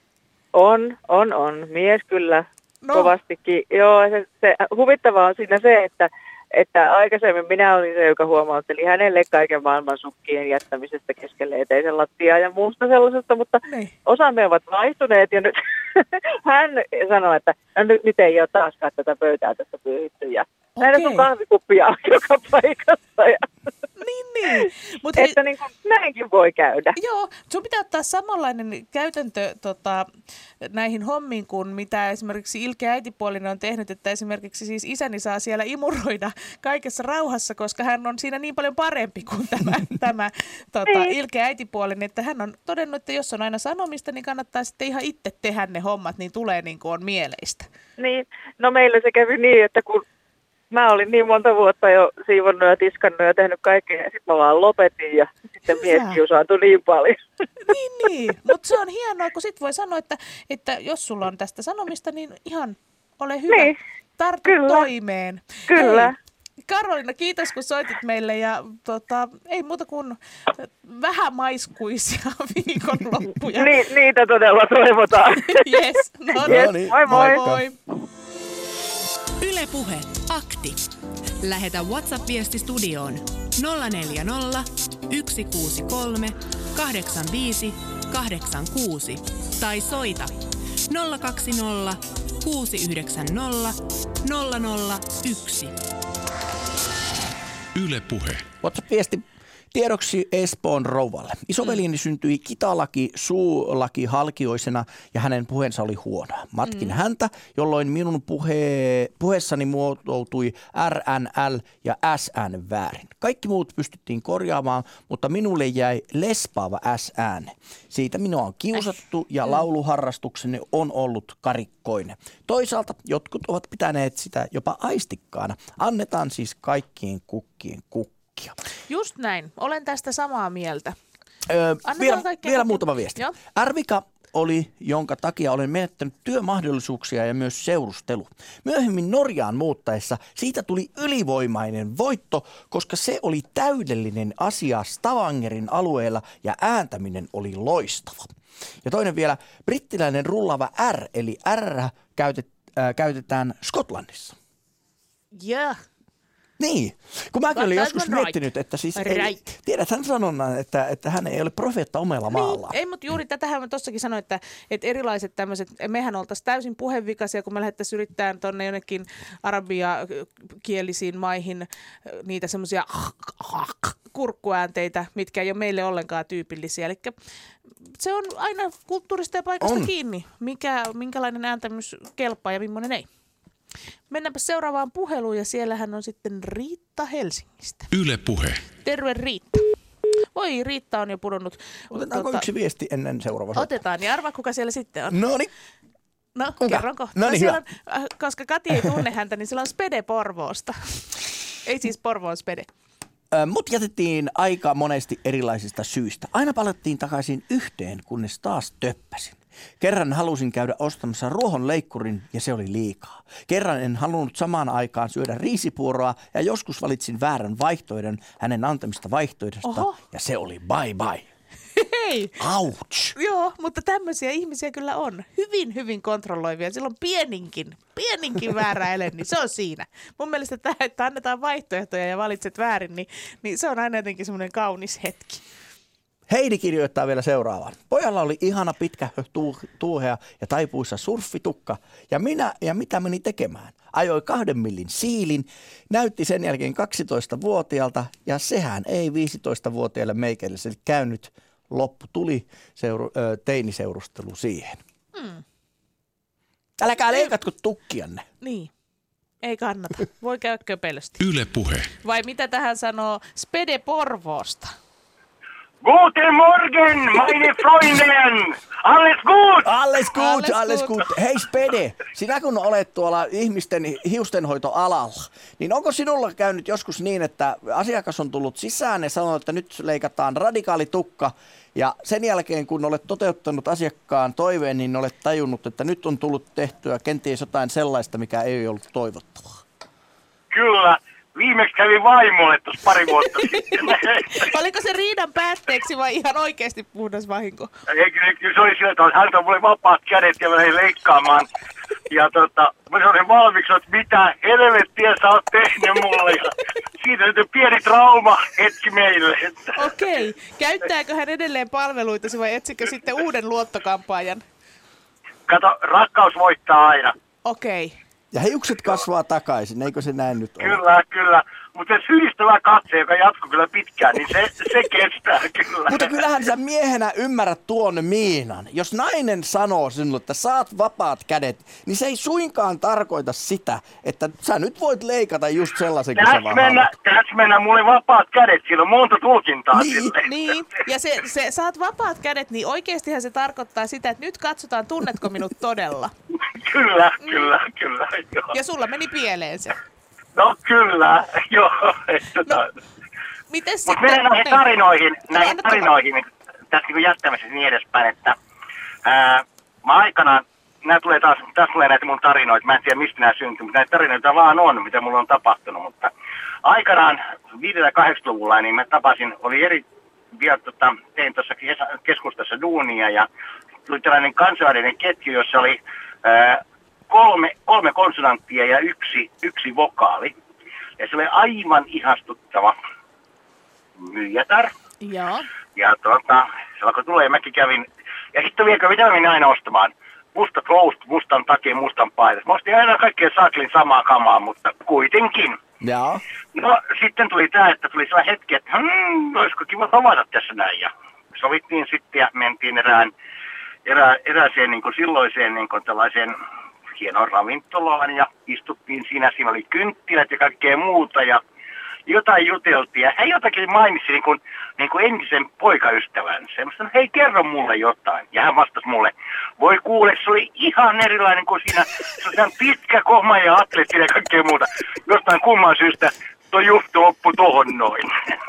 On. Mies kyllä kovastikin. Joo, se huvittavaa on siinä se, että aikaisemmin minä olin se, joka huomautteli hänelle kaiken maailman sukkien jättämisestä keskelle eteisen lattiaa ja muusta sellaisesta, mutta osamme ovat vaihtuneet ja nyt hän sanoi, että nyt ei ole taaskaan tätä pöytää tässä pyyhitty ja näitä on kahvikuppia joka paikassa. Niin. Että niin kuin, näinkin voi käydä. Joo, sun pitää ottaa samanlainen käytäntö näihin hommiin kuin mitä esimerkiksi ilkeä äitipuolinen on tehnyt, että esimerkiksi siis isäni saa siellä imuroida kaikessa rauhassa, koska hän on siinä niin paljon parempi kuin tämä ilkeä äitipuolinen, että hän on todennut, että jos on aina sanomista, niin kannattaa sitten ihan itse tehdä ne hommat, niin tulee niin kuin on mieleistä. Niin, no meillä se kävi niin, että kun mä olin niin monta vuotta jo siivonnut ja tiskannut ja tehnyt kaikkea, ja sitten mä vaan lopetin, ja sitten mies kiusaantui niin paljon. Niin. Mutta se on hienoa, kun sit voi sanoa, että jos sulla on tästä sanomista, niin ihan ole hyvä. Niin. Tartu toimeen. Kyllä. Hei, Karoliina, kiitos kun soitit meille, ja ei muuta kuin vähän maiskuisia viikonloppuja. Niitä todella toivotaan. Yes. No niin. Moi. Yle Puhe, akti. Lähetä WhatsApp-viesti studioon 040 163 85 86 tai soita 020 690 001. Yle Puhe. WhatsApp-viesti tiedoksi Espoon rouvalle. Isoveljeni syntyi suulaki halkioisena ja hänen puheensa oli huonoa. Matkin häntä, jolloin minun puheessani muotoutui RNL ja SN väärin. Kaikki muut pystyttiin korjaamaan, mutta minulle jäi lespaava S-ääne. Siitä minua on kiusattu ja lauluharrastukseni on ollut karikkoinen. Toisaalta jotkut ovat pitäneet sitä jopa aistikkaana. Annetaan siis kaikkien kukkien kukkia. Just näin. Olen tästä samaa mieltä. Vielä muutama viesti. Arvika oli, jonka takia olen menettänyt työmahdollisuuksia ja myös seurustelu. Myöhemmin Norjaan muuttaessa siitä tuli ylivoimainen voitto, koska se oli täydellinen asia Stavangerin alueella ja ääntäminen oli loistava. Ja toinen vielä, brittiläinen rullaava R, eli R käytetään Skotlannissa. Yeah. Niin, kun mäkin olin joskus miettinyt, että siis tiedät hän sanonnan, että hän ei ole profeetta omalla maallaan. Ei, mutta juuri tätähän mä tossakin sanoin, että erilaiset tämmöiset, mehän oltaisiin täysin puhevikaisia, kun me lähdettäisiin yrittämään tuonne jonnekin arabiakielisiin maihin niitä semmoisia kurkkuäänteitä, mitkä ei ole meille ollenkaan tyypillisiä. Eli se on aina kulttuurista ja paikasta kiinni, minkälainen ääntämys kelpaa ja millainen ei. Mennäänpä seuraavaan puheluun ja siellähän on sitten Riitta Helsingistä. Yle Puhe. Terve Riitta. Voi, Riitta on jo pudonnut. Otetaanko yksi viesti ennen seuraavaa soittaa? Otetaan, ja arvaa kuka siellä sitten on. Noniin. No, kerron kohta. No niin, hyvä. Koska Kati ei tunne häntä, niin sillä on Spede Porvoosta. Ei siis Porvoon Spede. Mut jätettiin aika monesti erilaisista syistä. Aina palattiin takaisin yhteen, kunnes taas töppäsin. Kerran halusin käydä ostamassa ruohonleikkurin ja se oli liikaa. Kerran en halunnut samaan aikaan syödä riisipuuroa ja joskus valitsin väärän vaihtoehdon hänen antamista vaihtoehdosta ja se oli bye bye. Hei! Ouch! Joo, mutta tämmöisiä ihmisiä kyllä on. Hyvin, hyvin kontrolloivia. Silloin pieninkin väärä ele, niin se on siinä. Mun mielestä tämä, että annetaan vaihtoehtoja ja valitset väärin, niin se on aina jotenkin semmoinen kaunis hetki. Heidi kirjoittaa vielä seuraavan. Pojalla oli ihana pitkä tuuhea ja taipuissa surfitukka. Ja mitä meni tekemään? Ajoi 2 millin siilin, näytti sen jälkeen 12-vuotiaalta ja sehän ei 15-vuotiaille meikäläiselle käynyt. Loppu tuli teiniseurustelu siihen. Äläkää leikatko tukkianne. Niin. Ei kannata. Voi käydä köpelösti. Yle Puhe. Vai mitä tähän sanoo Spede Porvoosta? Guten Morgen, meine Freundin! Alles gut! Alles gut. Hei Spede, sinä kun olet tuolla ihmisten hiustenhoitoalalla, niin onko sinulla käynyt joskus niin, että asiakas on tullut sisään ja sanoo, että nyt leikataan radikaali tukka, ja sen jälkeen kun olet toteuttanut asiakkaan toiveen, niin olet tajunnut, että nyt on tullut tehtyä kenties jotain sellaista, mikä ei ollut toivottavaa? Kyllä. Viimeksi kävi vaimolle tuossa pari vuotta sitten. Oliko se riidan päätteeksi vai ihan oikeasti puhdas vahinko? Kyllä se oli sillä, että hän antoi mulle vapaat kädet ja mä lähdin leikkaamaan. Ja mä sanoin valmiiksi, että mitä helvettiä sä oot tehnyt mulle. Ja siitä nyt pieni trauma etsi meille. Okei. Käyttääkö hän edelleen palveluitasi vai etsikö sitten uuden luottokampaajan? Kato, rakkaus voittaa aina. Okei. Ja hiukset kasvaa takaisin, eikö se näin nyt ole? Kyllä. Mutta se sylistävä katse, joka jatkuu kyllä pitkään, niin se kestää kyllä. Mutta kyllähän sä miehenä ymmärrät tuon miinan. Jos nainen sanoo sinulle, että saat vapaat kädet, niin se ei suinkaan tarkoita sitä, että sä nyt voit leikata just sellaisen, kun sä vaan Tässä mennä mulle vapaat kädet, siinä on monta tulkintaa. Niin, ja se saat vapaat kädet, niin oikeastihan se tarkoittaa sitä, että nyt katsotaan, tunnetko minut todella. Kyllä. Joo. Ja sulla meni pieleen se. No kyllä, joo. Mites sitten? Mennään näihin tarinoihin tässä niin jättämisessä niin edespäin, että mä aikanaan, tässä tulee näitä mun tarinoita, mä en tiedä mistä nämä syntyy, mutta näitä tarinoita vaan on, mitä mulla on tapahtunut, mutta aikanaan 5-8-luvulla niin mä tapasin, tein tuossa keskustassa duunia ja tuli tällainen kansainvälinen ketju, jossa oli kolme konsonanttia ja yksi vokaali. Ja se oli aivan ihastuttava myyjätär. Joo. Ja se alkoi tulla ja mäkin kävin. Ja sitten vielä mitä menin aina ostamaan. Mustat housut, mustan takia, mustan paitas. Mä ostin aina kaikkea saklin samaa kamaa, mutta kuitenkin. Joo. No sitten tuli tää, että tuli sellainen hetki, että olisiko kiva tavata tässä näin. Ja sovittiin sitten ja mentiin erääseen niin kuin silloiseen niin kuin tällaiseen hienoon ravintolaan ja istuttiin siinä. Siinä oli kynttilät ja kaikkea muuta ja jotain juteltiin. Ja hän jotakin mainitsi niin kuin entisen poikaystävänsä. Mä sanoin, hei kerro mulle jotain. Ja hän vastasi mulle, voi kuule, se oli ihan erilainen kuin siinä. Se on pitkä kohma ja atleetti ja kaikkea muuta. Jostain kumman syystä tuo juttu loppui tohon noin.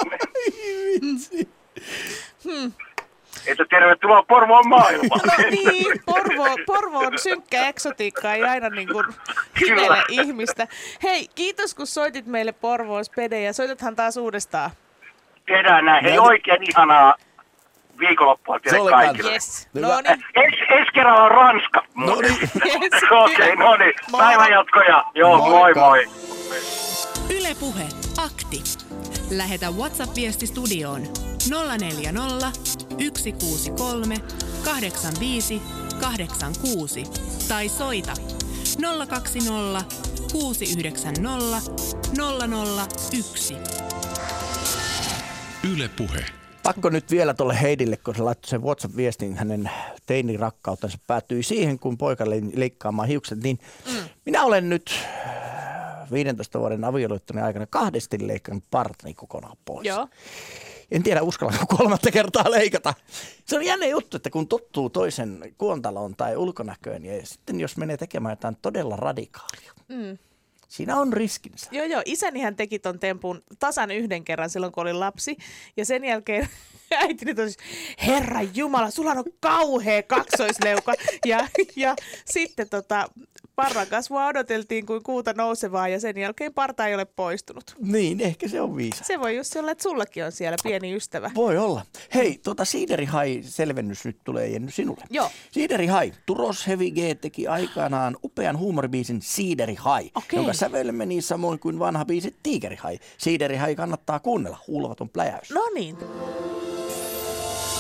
Että tervetuloa Porvoon maailmaan. No niin, Porvoon synkkä eksotiikka ei aina niin kuin himele ihmistä. Hei, kiitos kun soitit meille Porvoon Spede ja soitathan taas uudestaan. Tehdään näin. Hei, oikein ihanaa viikonloppua teille kaikille. Yes. No niin. Ensi kerralla on Ranska. No niin. Okei, no niin. Päivänjatkoja. Joo, moi. Yle Puhe. Akti. Lähetä WhatsApp-viesti studioon 040 163 85 86 tai soita 020 690 001. Yle Puhe. Pakko nyt vielä tuolle Heidille, kun se laittoi sen WhatsApp-viestin, hänen teinirakkautensa päättyi siihen, kun poika leikkaamaan hiukset, niin minä olen nyt 15 vuoden avioliittoni aikana 2 leikannut partani kokonaan pois. Joo. En tiedä, uskallanko 3. kertaa leikata. Se on jännä juttu, että kun tottuu toisen kuontaloon tai ulkonäköön, ja sitten jos menee tekemään jotain todella radikaalia, siinä on riskinsä. Joo, isänihän teki ton tempun tasan 1 kerran silloin, kun oli lapsi. Ja sen jälkeen äitini tosi, Herra Jumala, sulla on kauhea kaksoisleuka. Ja sitten parran kasvua odoteltiin kuin kuuta nousevaa ja sen jälkeen parta ei ole poistunut. Niin, ehkä se on viisa. Se voi just olla, että sullakin on siellä pieni ystävä. Voi olla. Hei, Siideri Hai-selvennys nyt tulee Jenny sinulle. Joo. Siideri Hai, Turos Heavy G teki aikanaan upean huumoribiisin Siideri Hai, jonka sävelle meni samoin kuin vanha biisi Tiikeri Hai. Siideri Hai kannattaa kuunnella, huulvaton pläjäys. No niin.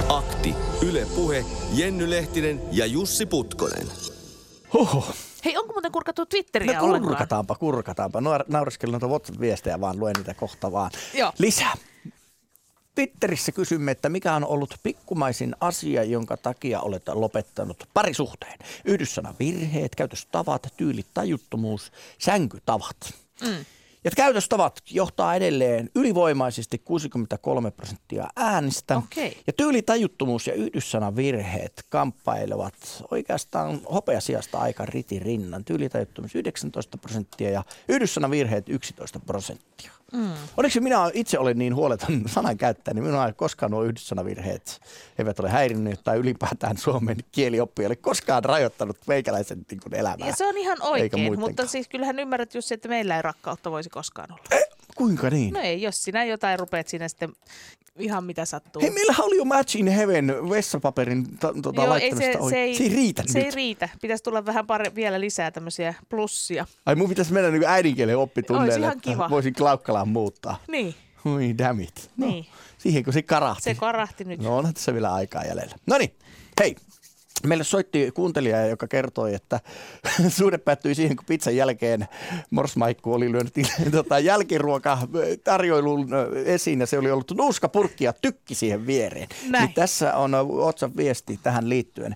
Akti, Yle Puhe, Jenny Lehtinen ja Jussi Putkonen. Hoho. Hei, onko muuten kurkattu Twitteriä ollenkaan? Kurkataanpa. Naureskelin noita WhatsApp-viestejä, vaan luen niitä kohta vaan. Joo. Lisää. Twitterissä kysymme, että mikä on ollut pikkumaisin asia, jonka takia olet lopettanut parisuhteen. Yhdyssana virheet, käytöstavat, tyyli, tajuttomuus, sänkytavat. Ja käytöstavat johtaa edelleen ylivoimaisesti 63% äänistä. Okay. Ja tyylitajuttomuus ja yhdyssana virheet kamppailevat oikeastaan hopeasijasta aika ritirinnan. Tyylitajuttomuus 19% ja yhdyssana virheet 11%. Onneksi minä itse olen niin huoleton sanankäyttäjä, niin minua ei koskaan nuo yhdyssanavirheet eivät ole häirinnyt tai ylipäätään suomen kielioppi ei ole koskaan rajoittanut meikäläisen elämää. Ja se on ihan oikein, mutta siis kyllähän ymmärrät just, että meillä ei rakkautta voisi koskaan olla. Kuinka niin? No ei, jos sinä jotain rupeat siinä sitten ihan mitä sattuu. Hei, meillähän oli jo Match in Heaven vessapaperin laittamista. Se ei riitä nyt. Se ei riitä. Pitäisi tulla vähän vielä lisää tämmöisiä plussia. Ai mun pitäisi mennä niin äidinkielen oppitunneille, ihan että kiva. Voisin Klaukkalaan muuttaa. Niin. Oi damn it. No, niin. Siihenkö se karahti? Se karahti nyt. No onhan tässä vielä aikaa jäljellä. Noniin, hei. Meille soitti kuuntelija, joka kertoi, että suhde päättyi siihen, kun pizzan jälkeen morsmaikku oli lyönyt jälkiruokatarjoilun esiin ja se oli ollut nuuskapurkki ja tykki siihen viereen. Niin tässä on WhatsApp-viesti tähän liittyen.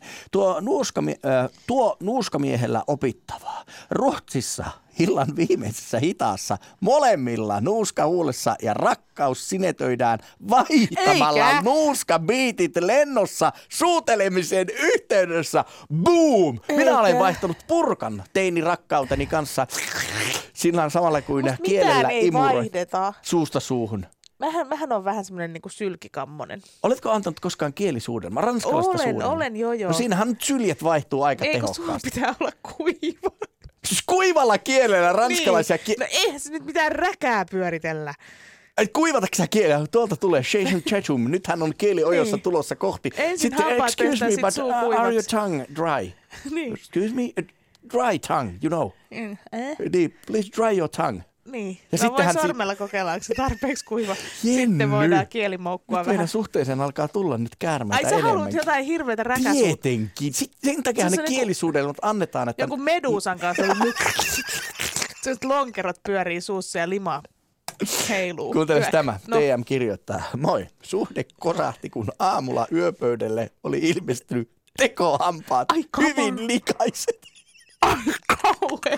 Tuo nuuskamiehellä opittavaa. Ruotsissa illan viimeisessä hitaassa molemmilla nuuskahuulessa ja rakkaus sinetöidään vaihtamalla nuuskabiitit lennossa suutelemisen yhteydessä. Boom! Minä olen vaihtanut purkan teinirakkauteni kanssa sillä samalla kuin kielellä imuroi suusta suuhun. Mähän on vähän semmoinen niin kuin sylkikammonen. Oletko antanut koskaan kielisuudelma? Ranskalaista suudelma? Olen, joo. No siinähän nyt syljet vaihtuu aika tehokkaasti. Ei, kun pitää olla kuiva. Siis kuivalla kielellä ranskalaisia niin. No eihän se nyt mitään räkää pyöritellä. Kuivatatko sä kielellä? Tuolta tulee Shation Chachum. Nythän on kieli ojossa tulossa kohti. Ensin sitten, excuse me, but suu kuivaksi. are your tongue dry? Niin. Excuse me, dry tongue, you know. Please dry your tongue. Niin. Ja no voi sormella kokeilla, onko se tarpeeksi kuiva. Jenny. Sitten voidaan kielimoukkua vähän. Meidän suhteeseen alkaa tulla nyt käärmeitä enemmän. Ai sä haluat jotain hirveätä räkäsuutta? Tietenkin. Sen takia ne kielisuudelmat annetaan. Että joku meduusan kanssa. Lonkerot pyörii suussa ja lima heiluu. Kuunteles tämä. No. TM kirjoittaa. Moi. Suhde korahti, kun aamulla yöpöydälle oli ilmestynyt tekohampaat. Hyvin likaiset. Ai kauhean.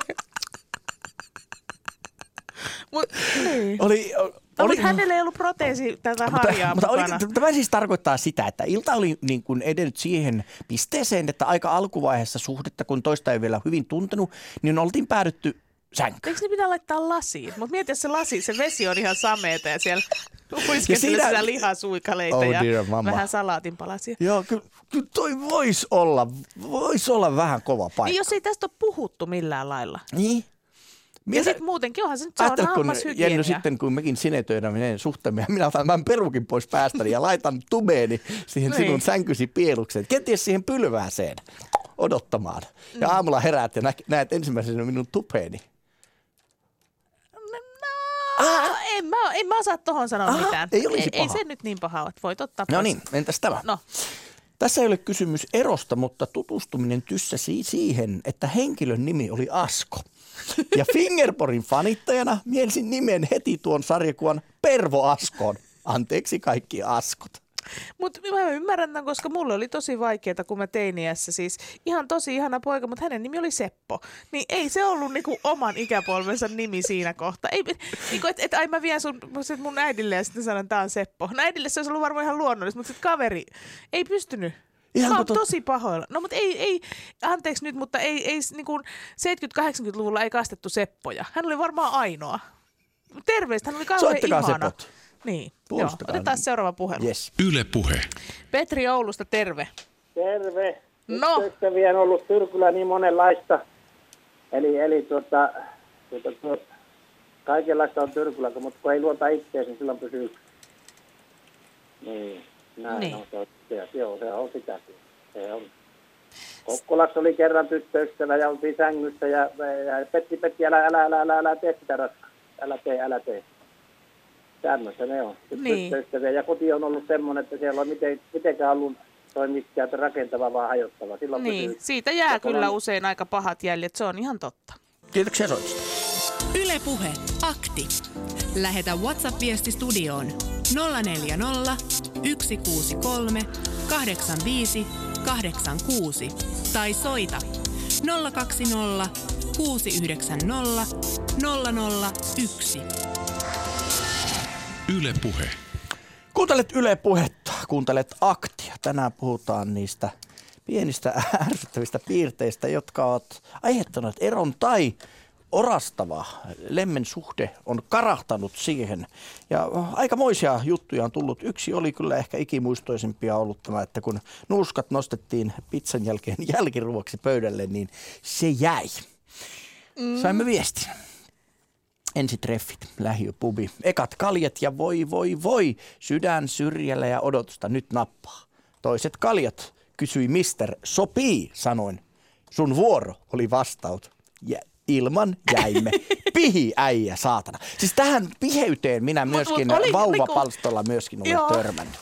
Mutta hänellä ei ollut proteesi tätä harjaa mukana. Tämä siis tarkoittaa sitä, että ilta oli niin kuin edennyt siihen pisteeseen, että aika alkuvaiheessa suhdetta, kun toista ei vielä hyvin tuntenut, niin oltiin päädytty sänkyyn. Eikö ne pitää laittaa lasiin? Mutta mieti, jos se lasi, se vesi on ihan sameeta ja siellä huiskeskelee sitä lihasuikaleita ja vähän salaatinpalasia. Joo, kyllä toi voisi olla vähän kova paikka. Niin jos ei tästä ole puhuttu millään lailla. Niin. Ja sitten muutenkin onhan se nyt saada hammashygienia. Jenny, sitten kun mekin sinetöidään meidän suhteemme, minä otan tämän perukin pois päästäni ja laitan tubeeni siihen sinun sänkysi pielukseen. Kenties siihen pylvääseen odottamaan. Ja aamulla heräät ja näet ensimmäisenä minun tupeeni. En mä osaa tohon sanoa mitään. Ei se nyt niin paha ole, voit ottaa pois. No niin, entäs tämä? No. Tässä ei ole kysymys erosta, mutta tutustuminen tyssäsi siihen, että henkilön nimi oli Asko. Ja Fingerporin fanittajana mielsin nimen heti tuon sarjakuvan Pervo Askoon. Anteeksi kaikki Askot. Mutta mä ymmärrän tämän, koska mulle oli tosi vaikeaa, kun mä teiniässä siis ihan tosi ihana poika, mutta hänen nimi oli Seppo. Niin ei se ollut niinku oman ikäpolvensa nimi siinä kohtaa. Niinku, että ai mä vien mun äidille ja sitten sanon, että tää on Seppo. No äidille se olisi ollut varmaan ihan luonnollista, mutta sitten kaveri ei pystynyt. Mä oon tosi pahoilla. No mutta ei, anteeksi nyt, mutta ei niinku 70-80-luvulla ei kastettu Seppoja. Hän oli varmaan ainoa. Terveistä, hän oli kauhean ihana. Sepot. Niin, joo. Otetaan seuraava puhelu. Yes. Yle Puhe. Petri Oulusta, terve. Terve. No. Ystäviä on ollut Tyrkyllä niin monenlaista. Eli kaikenlaista on Tyrkyllä, mutta kun ei luota itseäsi, niin silloin pysyy. Niin, näin niin. On se. Joo, se on sitäkin. Se on. Kokkolassa oli kerran tyttöystävä ja oltiin sängyssä ja Petti, älä tee sitä raskaa. Älä tee. tämmöistä ne on. Niin. Ja koti on ollut semmoinen, että siellä on mitenkään ollut toi mikään rakentava vaan hajottava. Silloin niin, siitä jää kyllä usein aika pahat jäljet, se on ihan totta. Kiitoksia soitosta. Yle Puhe, akti. Lähetä WhatsApp-viesti studioon 040 163 85 86 tai soita 020 690 001. Yle Puhe. Kuuntelet Yle Puhetta, kuuntelet aktia. Tänään puhutaan niistä pienistä ärsyttävistä piirteistä, jotka ovat aiheuttaneet eron tai orastava lemmen suhde on karahtanut siihen. Ja aikamoisia juttuja on tullut. Yksi oli kyllä ehkä ikimuistoisimpia ollut tämä, että kun nuuskat nostettiin pizzan jälkeen jälkiruoksi pöydälle, niin se jäi. Saimme viestin. Ensitreffit, lähiöpubi, ekat kaljet ja voi, sydän syrjällä ja odotusta nyt nappaa. Toiset kaljat kysyi mister, sopii, sanoin. Sun vuoro oli vastaus. Ja ilman jäimme. Pihi äijä, saatana. Siis tähän piheyteen minä myöskin vauvapalstolla myöskin olen törmännyt.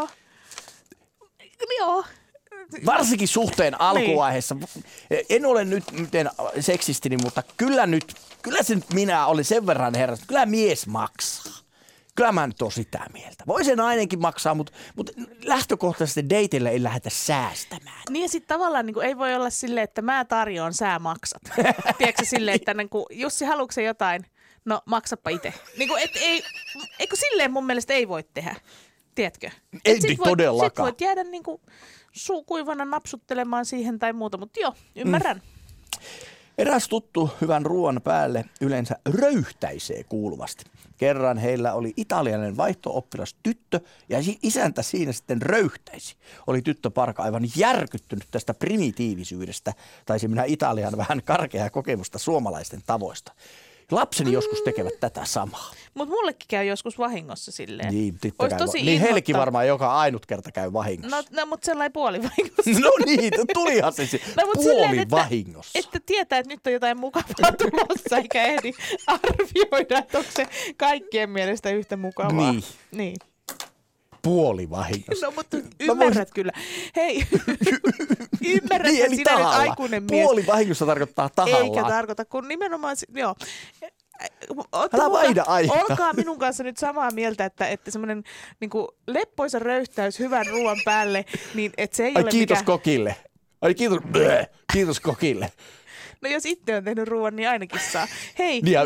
Joo. Varsinkin suhteen alkuvaiheessa. En ole nyt miten seksistini, mutta kyllä se nyt minä olen sen verran herras. Kyllä mies maksaa. Kyllä mä nyt oon sitä mieltä. Voi se nainenkin maksaa, mutta lähtökohtaisesti dateille ei lähdetä säästämään. Niin ja sitten tavallaan niin ei voi olla silleen, että mä tarjoan, sä maksat. Tiedätkö silleen, että niin kuin, Jussi, haluatko jotain? No maksappa itse. Niin eikö silleen mun mielestä ei voi tehdä? Tiedätkö? Ei todellakaan. Sitten voit jäädä niin kuin suukuivana napsuttelemaan siihen tai muuta, mutta joo, ymmärrän. Eräs tuttu hyvän ruoan päälle yleensä röyhtäisee kuuluvasti. Kerran heillä oli italialainen vaihto-oppilas tyttö ja isäntä siinä sitten röyhtäisi. Oli tyttöparka aivan järkyttynyt tästä primitiivisyydestä. Taisi minä Italian vähän karkeaa kokemusta suomalaisten tavoista. Lapseni joskus tekevät tätä samaa. Mutta mullekin käy joskus vahingossa silleen. Niin heillekin varmaan joka ainut kerta käy vahingossa. No mutta sellainen puolivahingossa. No niin, tulihan se puolivahingossa. Että tietää, että nyt on jotain mukavaa tulossa, eikä ehdi arvioida, että onko se kaikkien mielestä yhtä mukavaa. Niin. Puolivahingossa. No mutta ymmärrät kyllä. Hei, ymmärrät, niin, että sinä nyt aikuinen mies. Puolivahingossa tarkoittaa tahallaan. Eikä tarkoita, kun nimenomaan, joo. Älä vaihda aikaa. Olkaa minun kanssa nyt samaa mieltä, että semmoinen niin kuin leppoisa röyhtäys hyvän ruoan päälle, niin että se ei ole kiitos kokille. Kiitos kokille. No jos itse on tehnyt ruoan, niin ainakin saa. Hei, niin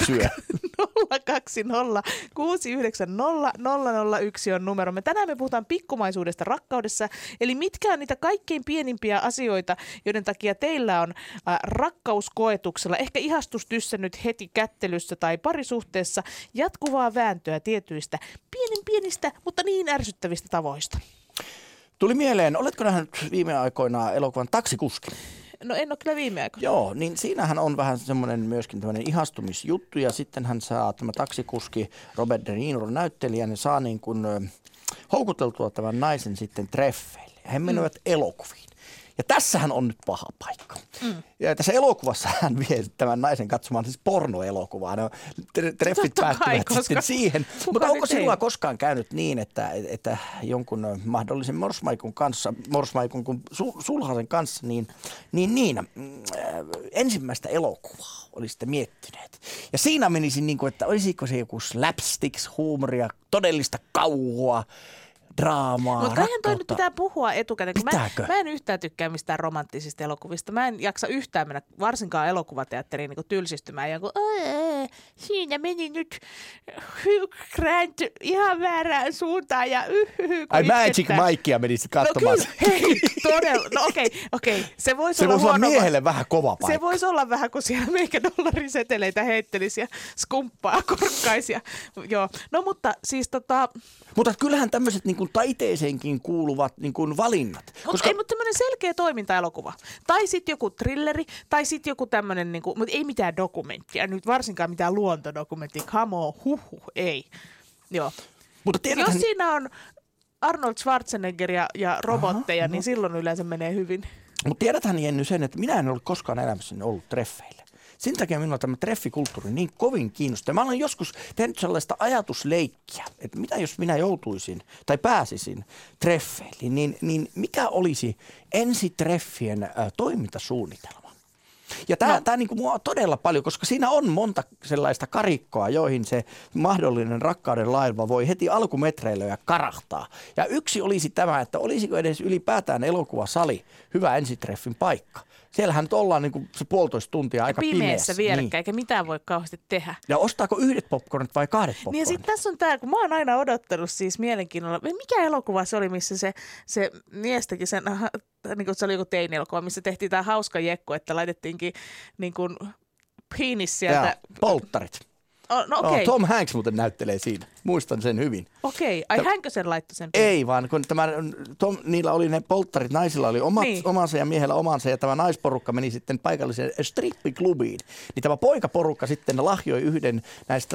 020 690 001 on numeromme. Tänään me puhutaan pikkumaisuudesta rakkaudessa. Eli mitkä on niitä kaikkein pienimpiä asioita, joiden takia teillä on rakkauskoetuksella, ehkä ihastus tyssännyt heti kättelyssä tai parisuhteessa, jatkuvaa vääntöä tietyistä pienistä, mutta niin ärsyttävistä tavoista. Tuli mieleen, oletko nähnyt viime aikoina elokuvan Taksikuski? No en ole kyllä viime aikoina. Joo, niin siinähän on vähän semmoinen myöskin tämmöinen ihastumisjuttu ja sitten hän saa, tämä taksikuski Robert De Niro näyttelijä, ne saa niin kuin houkuteltua tämän naisen sitten treffeille. He menevät elokuviin. Ja tässähän on nyt paha paikka. Ja tässä elokuvassa hän vie tämän naisen katsomaan siis pornoelokuvaa. Ne treffit päättyvät sitten siihen. Mutta onko sinulla koskaan käynyt niin, että jonkun mahdollisen morsmaikun kun sulhasen kanssa, niin ensimmäistä elokuvaa olisitte miettineet. Ja siinä menisi niin kuin, että olisiko se joku slapsticks-huumoria, todellista kauhua, draamaa, mutta kaiken toi nyt pitää puhua etukäteen. Mä en yhtään tykkää mistään romanttisista elokuvista. Mä en jaksa yhtään mennä varsinkaan elokuvateatteriin niin tylsistymään. Joku, siinä meni nyt ihan väärään suuntaan ja Ai Magic Mikea menisit katsomaan. No kyllä, hei, todella. No okei. Se voisi olla miehelle vähän kova paikka. Se voisi olla vähän, kun siellä meikä dollariseteleitä heittelisi ja skumppaa korkkaisia. Joo, no mutta siis Mutta kyllähän tämmöiset niin kuin taiteeseenkin kuuluvat niin kuin valinnat. Mutta tämmöinen selkeä toimintaelokuva. Tai sitten joku thrilleri, tai sitten joku tämmöinen, niin kuin, mutta ei mitään dokumenttia. Nyt varsinkaan mitään luontodokumenttia. Come on, ei. Joo. Mutta jos siinä on Arnold Schwarzenegger ja robotteja, niin silloin yleensä menee hyvin. Mutta tiedäthän Jenny sen, että minä en ole koskaan elämässäni ollut treffeillä. Sen takia minua tämä treffikulttuuri niin kovin kiinnostaa. Mä olen joskus tehnyt sellaista ajatusleikkiä, että mitä jos minä joutuisin tai pääsisin treffeille, niin mikä olisi ensitreffien toimintasuunnitelma? Ja tämä niin kuin mua todella paljon, koska siinä on monta sellaista karikkoa, joihin se mahdollinen rakkauden laiva voi heti alkumetreillä ja karahtaa. Ja yksi olisi tämä, että olisiko edes ylipäätään elokuvasali hyvä ensitreffin paikka. Siellähän nyt ollaan niin kuin se 1,5 tuntia aika pimeässä vierekkäin, niin. Eikä mitään voi kauheasti tehdä. Ja ostaako 1 popcornit vai 2 popcornit? Niin ja sitten tässä on tämä, kun mä oon aina odottanut siis mielenkiinnolla. Mikä elokuva se oli, missä se mies teki sen, niin kuin se oli joku teini-elokuva, missä tehtiin tämä hauska jekko, että laitettiinkin niin kuin penis sieltä. Ja polttarit. No okei. Okay. Tom Hanks muuten näyttelee siinä. Muistan sen hyvin. Okei. Ai hänkö sen laittoi sen? Ei vaan, kun niillä oli ne polttarit, naisilla oli omansa ja miehellä omansa ja tämä naisporukka meni sitten paikalliseen strippiklubiin. Niin tämä poikaporukka sitten lahjoi yhden näistä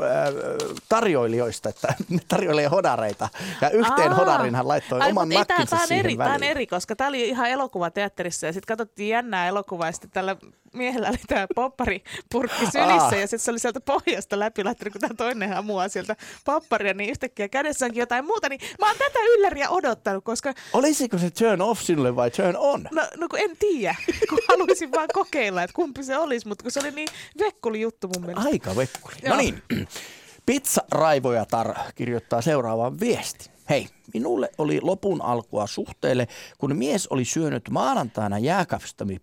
tarjoilijoista, että ne tarjoilee hodareita. Ja yhteen hodarin hän laittoi oman nakkinsa siihen väliin. Tämä on eri, koska tämä oli ihan elokuvateatterissa ja sitten katsottiin jännää elokuvaa ja sitten tällä miehellä oli tämä popparipurkki sylissä ja sitten se oli sieltä pohjasta läpi laittanut, kun tämä toinen hamuaa sieltä popparia, niin yhtäkkiä kädessäänkin jotain muuta, niin mä oon tätä ylläriä odottanut, koska... Olisiko se turn off sinulle vai turn on? No kun en tiedä, kun haluaisin vaan kokeilla, että kumpi se olisi, mutta kun se oli niin vekkuli juttu mun mielestä. Aika vekkuli. No niin, Pizzaraivojatar kirjoittaa seuraavan viestin. Hei, minulle oli lopun alkua suhteelle, kun mies oli syönyt maanantaina jääkaapistani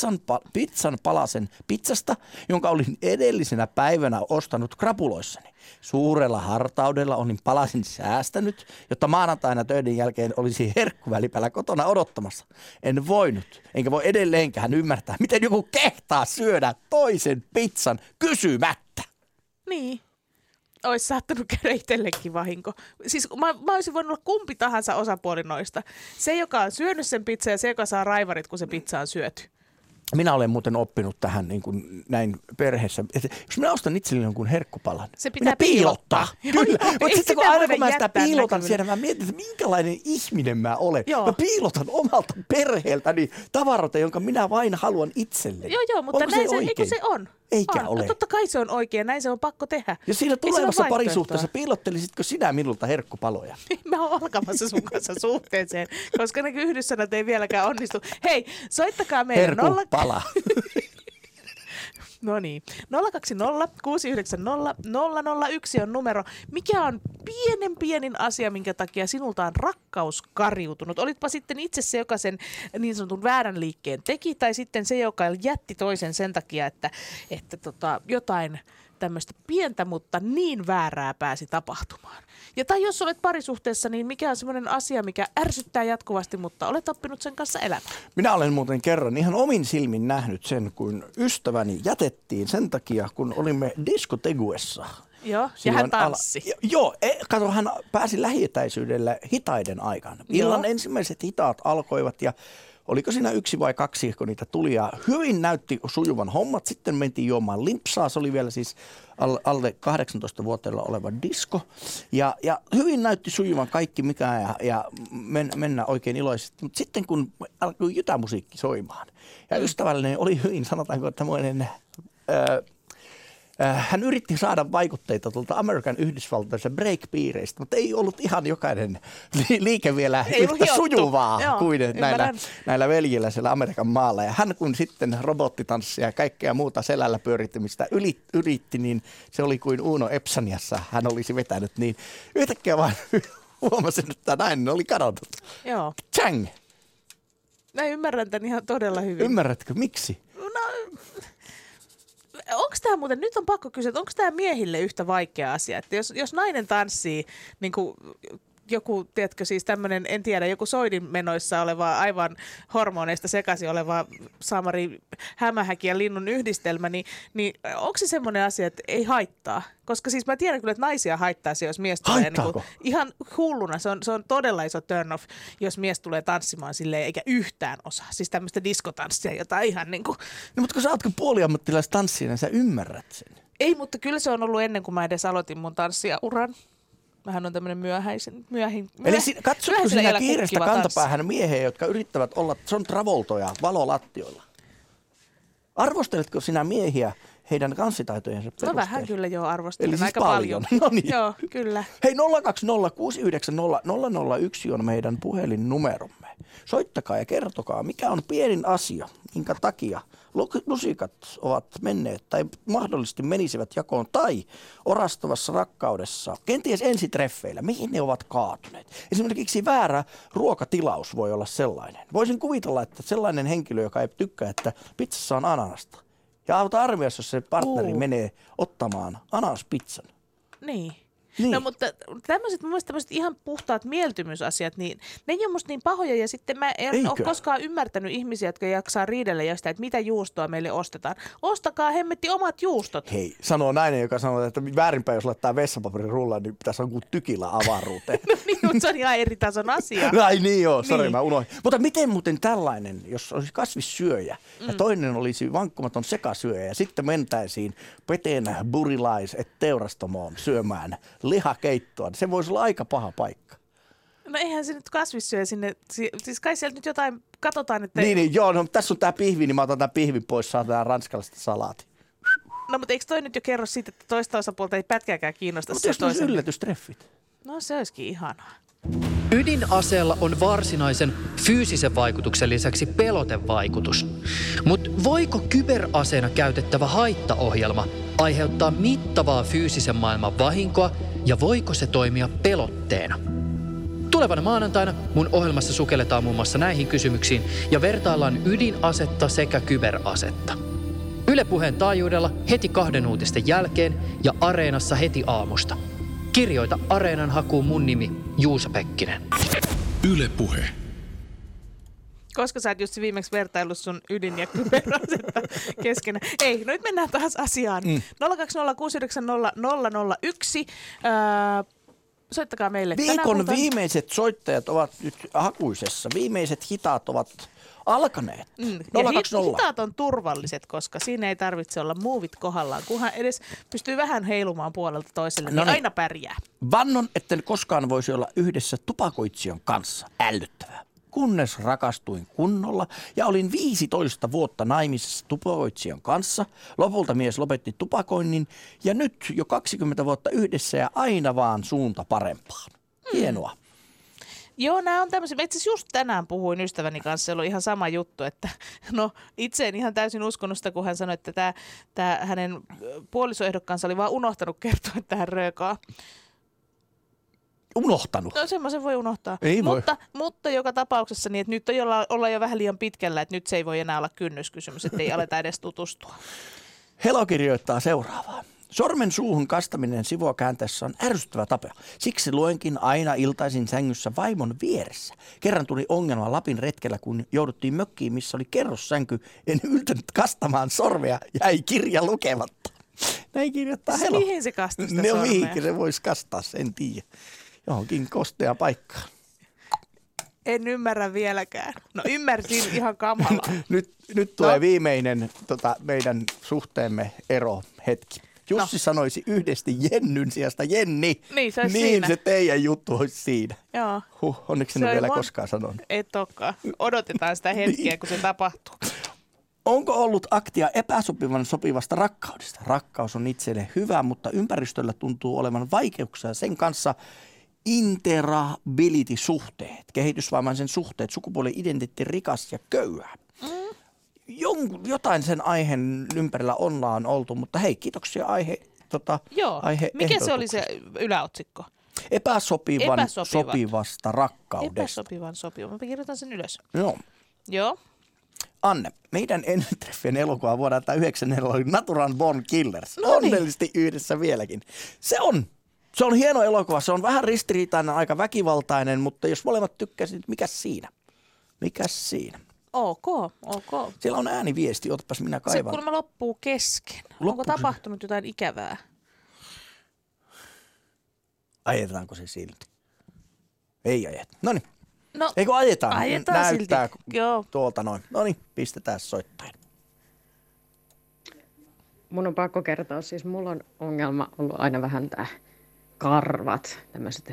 pizzan palasen pizzasta, jonka olin edellisenä päivänä ostanut krapuloissani. Suurella hartaudella olin palasin säästänyt, jotta maanantaina töiden jälkeen olisi herkkuvälipäällä kotona odottamassa. En voinut, enkä voi edelleenkään ymmärtää, miten joku kehtaa syödä toisen pizzan kysymättä. Niin. Olisi saattanut käydä itsellekin vahinko. Siis mä olisin voinut olla kumpi tahansa osapuoli noista. Se, joka on syönyt sen pizzan ja se, joka saa raivarit, kun se pizza on syöty. Minä olen muuten oppinut tähän niin kuin näin perheessä. Että jos minä ostan itselleni jonkun herkkupalan, se pitää piilottaa. Kyllä, mutta sitten kun aina kun mä sitä piilotan näkyville. siellä, mä mietin, että minkälainen ihminen mä olen. Joo. Mä piilotan omalta perheeltäni tavaroita, jonka minä vain haluan itselleni. Joo, mutta onko näin se oikein? Eikö se on? Eikä on. ole. No, totta kai se on oikein, näin se on pakko tehdä. Ja siinä tulevassa parisuhteessa piilottelisitkö sinä minulta herkkupaloja? Mä oon alkamassa sun kanssa suhteeseen, koska ne yhdyssanat ei vieläkään onnistu. Hei, soittakaa meidän herkkupala. No niin. 020 690 001 on numero. Mikä on pienin asia, minkä takia sinulta on rakkaus kariutunut? Olitpa sitten itse se, joka sen niin sanotun väärän liikkeen teki, tai sitten se, joka jätti toisen sen takia, että jotain tämmöistä pientä, mutta niin väärää pääsi tapahtumaan. Ja tai jos olet parisuhteessa, niin mikä on semmoinen asia, mikä ärsyttää jatkuvasti, mutta olet oppinut sen kanssa elämään? Minä olen muuten kerran ihan omin silmin nähnyt sen, kun ystäväni jätettiin sen takia, kun olimme diskoteguessa. Joo, ja hän tanssi. Kato, hän pääsi lähietäisyydellä hitaiden aikana. Illan ensimmäiset hitaat alkoivat ja oliko siinä 1 vai 2, kun niitä tuli ja hyvin näytti sujuvan hommat. Sitten mentiin juomaan limpsaa, se oli vielä siis alle 18-vuotiailla oleva disko. Ja hyvin näytti sujuvan kaikki mikään ja mennä oikein iloisesti. Mutta sitten kun alkoi jytämusiikki soimaan ja ystävällinen oli hyvin, sanotaanko tämmöinen... Hän yritti saada vaikutteita tuolta Amerikan Yhdysvaltoissa break-piireistä, mutta ei ollut ihan jokainen liike vielä yhtä sujuvaa kuin näillä veljillä siellä Amerikan maalla. Ja hän kun sitten robottitanssia ja kaikkea muuta selällä pyörittämistä yritti, niin se oli kuin Uno Epsaniassa hän olisi vetänyt. Niin yhtäkkiä vaan huomasin, että nainen oli kadonnut. Joo. Chang! Mä ymmärrän tämän ihan todella hyvin. Ymmärrätkö, miksi? Onko tämä muuten, nyt on pakko kysyä, että onko tämä miehille yhtä vaikea asia, että jos nainen tanssii niin kuin joku, tiedätkö siis tämmöinen, en tiedä, joku soidinmenoissa oleva, aivan hormoneista sekaisin oleva Samari hämähäki ja linnun yhdistelmä, niin onko se semmoinen asia, että ei haittaa? Koska siis mä tiedän kyllä, että naisia haittaa se, jos mies tulee niin kuin, ihan hulluna. Se on todella iso turn off, jos mies tulee tanssimaan silleen, eikä yhtään osaa. Siis tämmöistä diskotanssia, jota ihan niin kuin... No mutta kun sä ootko puoliammattilaistanssija, niin sä ymmärrät sen. Ei, mutta kyllä se on ollut ennen kuin mä edes aloitin mun tanssijauran. Mähän on tämmöinen myöhin. Eli katsotko sinä kiireestä kantapäähän miehiä, jotka yrittävät olla John Travoltoja valolattioilla? Arvosteletko sinä miehiä heidän kanssitaitojensa perusteella? No vähän kyllä joo, arvostelen Eli siis aika paljon. No niin. Joo, kyllä. Hei, 020690001 on meidän puhelinnumeromme. Soittakaa ja kertokaa, mikä on pienin asia, minkä takia lusikat ovat menneet tai mahdollisesti menisivät jakoon tai orastavassa rakkaudessa, kenties ensitreffeillä, mihin ne ovat kaatuneet. Esimerkiksi väärä ruokatilaus voi olla sellainen. Voisin kuvitella, että sellainen henkilö, joka ei tykkää, että pizzassa on ananasta. Ja auta arviassa, jos se partneri menee ottamaan ananaspizzan. Niin. No mutta tämmöiset, mun mielestä tämmöiset ihan puhtaat mieltymysasiat, niin ne ei ole musta niin pahoja. Ja sitten mä en ole koskaan ymmärtänyt ihmisiä, jotka jaksaa riidellä jostain, että mitä juustoa meille ostetaan. Ostakaa hemmetti omat juustot. Hei, sanoo nainen, joka sanoo, että väärinpäin jos laittaa vessapaperin rullaan, niin pitäisi olla kuin tykillä avaruuteen. No niin, mutta se on ihan eri tason asia. Ai niin joo, sori mä unohdin. Mutta miten muuten tällainen, jos olisi kasvissyöjä ja toinen olisi vankkumaton sekasyöjä ja sitten mentäisiin Peteen burilais et teurastamoon syömään lihakeittoa, niin se voisi olla aika paha paikka. No eihän se nyt kasvissyöjä sinne, siis kai sieltä nyt jotain katsotaan, että... Niin joo, no tässä on tää pihvi, niin mä otan tän pihvin pois, saadaan ranskalaista salaatia. No mutta eikö toi nyt jo kerro siitä, että toista osapuolta ei pätkääkään kiinnosta no, se toisen? Mutta yllätystreffit. No se olisikin ihanaa. Ydinaseella on varsinaisen fyysisen vaikutuksen lisäksi pelotevaikutus. Mutta voiko kyberaseena käytettävä haittaohjelma aiheuttaa mittavaa fyysisen maailman vahinkoa ja voiko se toimia pelotteena? Tulevana maanantaina mun ohjelmassa sukelletaan muun muassa näihin kysymyksiin ja vertaillaan ydinasetta sekä kyberasetta. Yle Puheen taajuudella heti 2 uutisten jälkeen ja Areenassa heti aamusta. Kirjoita Areenan hakuun mun nimi Juuso Pekkinen. Yle Puhe. Koska sä et just viimeksi vertaillut sun ydin- ja kyberasetta keskenään. Ei, no nyt mennään taas asiaan. 020690001. Soittakaa meille. Viikon viimeiset soittajat ovat nyt hakuisessa. Viimeiset hitaat ovat alkaneet. Ja hitaat on turvalliset, koska siinä ei tarvitse olla muuvit kohdallaan, kunhan edes pystyy vähän heilumaan puolelta toiselle, niin aina pärjää. Vannon, etten koskaan voisi olla yhdessä tupakoitsijan kanssa. Ällöttävää. Kunnes rakastuin kunnolla ja olin 15 vuotta naimisissa tupakoitsijan kanssa. Lopulta mies lopetti tupakoinnin ja nyt jo 20 vuotta yhdessä ja aina vaan suunta parempaan. Hienoa. Joo, nämä on tämmöisiä. Itse asiassa just tänään puhuin ystäväni kanssa, se oli ihan sama juttu, että no itse en ihan täysin uskonut sitä, kun hän sanoi, että tämä hänen puolisoehdokkaansa oli vaan unohtanut kertoa, että hän röökaa. Unohtanut? No semmoisen voi unohtaa. Ei voi. Mutta joka tapauksessa niin, että nyt ollaan jo vähän liian pitkällä, että nyt se ei voi enää olla kynnyskysymys, että ei aleta edes tutustua. Helo kirjoittaa seuraavaa. Sormen suuhun kastaminen sivua käänteessä on ärsyttävä tapa. Siksi luenkin aina iltaisin sängyssä vaimon vieressä. Kerran tuli ongelma Lapin retkellä, kun jouduttiin mökkiin, missä oli kerrossänky. En yltänyt kastamaan sormea, jäi kirja lukematta. Näin kirjoittaa Helo. Mihin se kastaa sitä sormea? sormea? Mihinkin se voisi kastaa, en tiedä. Johonkin kostea paikkaan. En ymmärrä vieläkään. No ymmärsin ihan kamalaa. Nyt tulee viimeinen meidän suhteemme erohetki. Jussi sanoisi yhdesti Jennyn sijasta Jenni. Niin, se olisi siinä. Se teidän juttu olisi siinä. Joo. Onneksi en ole vielä koskaan sanonut. Et olekaan. Odotetaan sitä hetkeä, kun se tapahtuu. Onko ollut aktia epäsopivan sopivasta rakkaudesta? Rakkaus on itselle hyvä, mutta ympäristöllä tuntuu olevan vaikeuksia sen kanssa. Interability-suhteet, kehitysvammaisen suhteet, sukupuoli-identiteetti, rikas ja köyhä. Jotain sen aiheen ympärillä ollaan oltu, mutta hei, kiitoksia aihe. Mikä se oli se yläotsikko? Epäsopivan sopivasta rakkaudesta. Epäsopivan sopiva. Mä kirjoitan sen ylös. Joo. Anne, meidän ensitreffien elokuva vuodelta 1994 oli Natural Born Killers. Onnellisesti yhdessä vieläkin. Se on hieno elokuva. Se on vähän ristiriitainen, aika väkivaltainen, mutta jos molemmat tykkäsit, mikäs siinä? Ok. Siellä on ääniviesti, otapas minä kaivan. Se kuulemma loppuu kesken. Onko tapahtunut jotain ikävää? Ajetaanko se silti? Ei ajeta. Noniin. No, eikö ajetaan? Näyttää silti. Joo. Tuolta noin. Noniin, pistetään soittajan. Mun on pakko kertoa, siis mulla on ongelma ollut aina vähän tää karvat, tämmöiset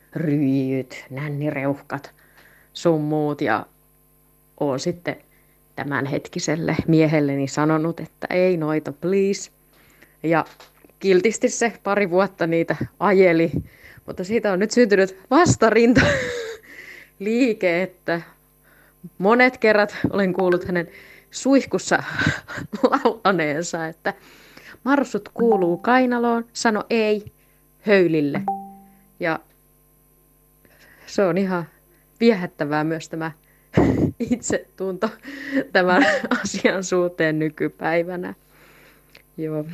rintaryijyt, nännireuhkat, sun muut ja oon sitten tämänhetkiselle miehelleni sanonut, että ei noita please. Ja kiltisti se pari vuotta niitä ajeli, mutta siitä on nyt syntynyt vastarinta liike, että monet kerrat olen kuullut hänen suihkussa laulaneensa, että marsut kuuluu kainaloon, sano ei höylille. Ja se on ihan viehättävää myös tämä itsetunto tämän asian suhteen nykypäivänä. Joo.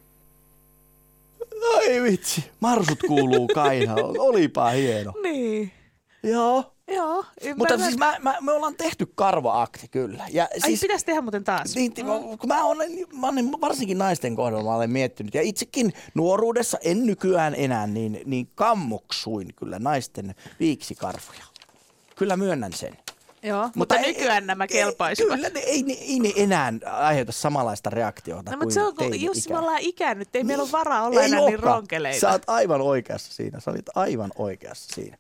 Ai vitsi, marsut kuuluu kainaloon. Olipa hieno. Niin. Joo. Joo, Mutta siis me ollaan tehty karvaakti kyllä. Ja siis, pitäisi tehdä muuten taas. Niin, kun mä olen varsinkin naisten kohdalla mä olen miettinyt. Ja itsekin nuoruudessa, en nykyään enää, niin kammoksuin kyllä naisten viiksikarvoja. Kyllä myönnän sen. Joo, mutta nykyään nämä kelpaisivat. Kyllä, ei ne enää aiheuta samanlaista reaktiota kuin mutta se on, jos me ollaan ikäännyt, ei meillä ole varaa olla enää niin ronkeleita. Sä oot aivan oikeassa siinä. Sä olit aivan oikeassa siinä.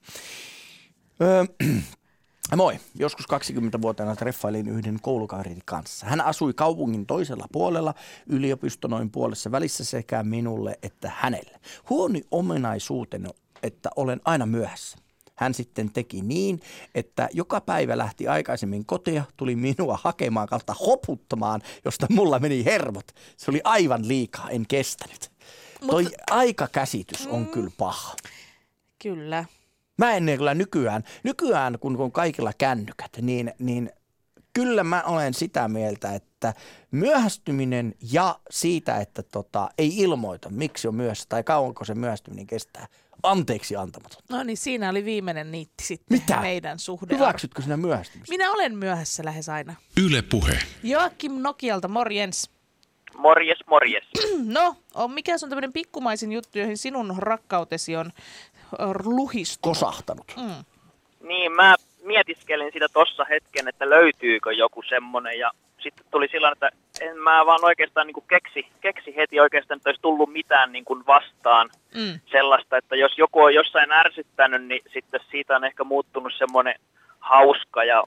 Moi. Joskus 20-vuotiaana treffailin yhden koulukaverini kanssa. Hän asui kaupungin toisella puolella, yliopisto noin puolessa välissä sekä minulle että hänelle. Huoni ominaisuuteni, että olen aina myöhässä. Hän sitten teki niin, että joka päivä lähti aikaisemmin kotia, tuli minua hakemaan kautta hoputtamaan, josta mulla meni hermot. Se oli aivan liikaa, en kestänyt. Toi aikakäsitys on kyllä paha. Kyllä. Mä en kyllä nykyään kun on kaikilla kännykät, niin kyllä mä olen sitä mieltä, että myöhästyminen ja siitä, että ei ilmoita, miksi on myöhässä tai kauanko se myöhästyminen kestää, anteeksi antamaton. No niin, siinä oli viimeinen niitti sitten meidän suhde. Hyväksytkö sinä myöhästymistä? Minä olen myöhässä lähes aina. Yle Puhe. Joakim Nokialta, morjens. Morjes, morjes. No, mikä on tämmöinen pikkumaisin juttu, joihin sinun rakkautesi on luhistunut? Kosahtanut. Niin, mä mietiskelin sitä tossa hetken, että löytyykö joku semmonen ja sitten tuli sillä että en mä vaan oikeastaan niin kuin keksi heti oikeastaan, että olisi tullut mitään niin kuin vastaan sellaista, että jos joku on jossain ärsyttänyt, niin sitten siitä on ehkä muuttunut semmoinen hauska ja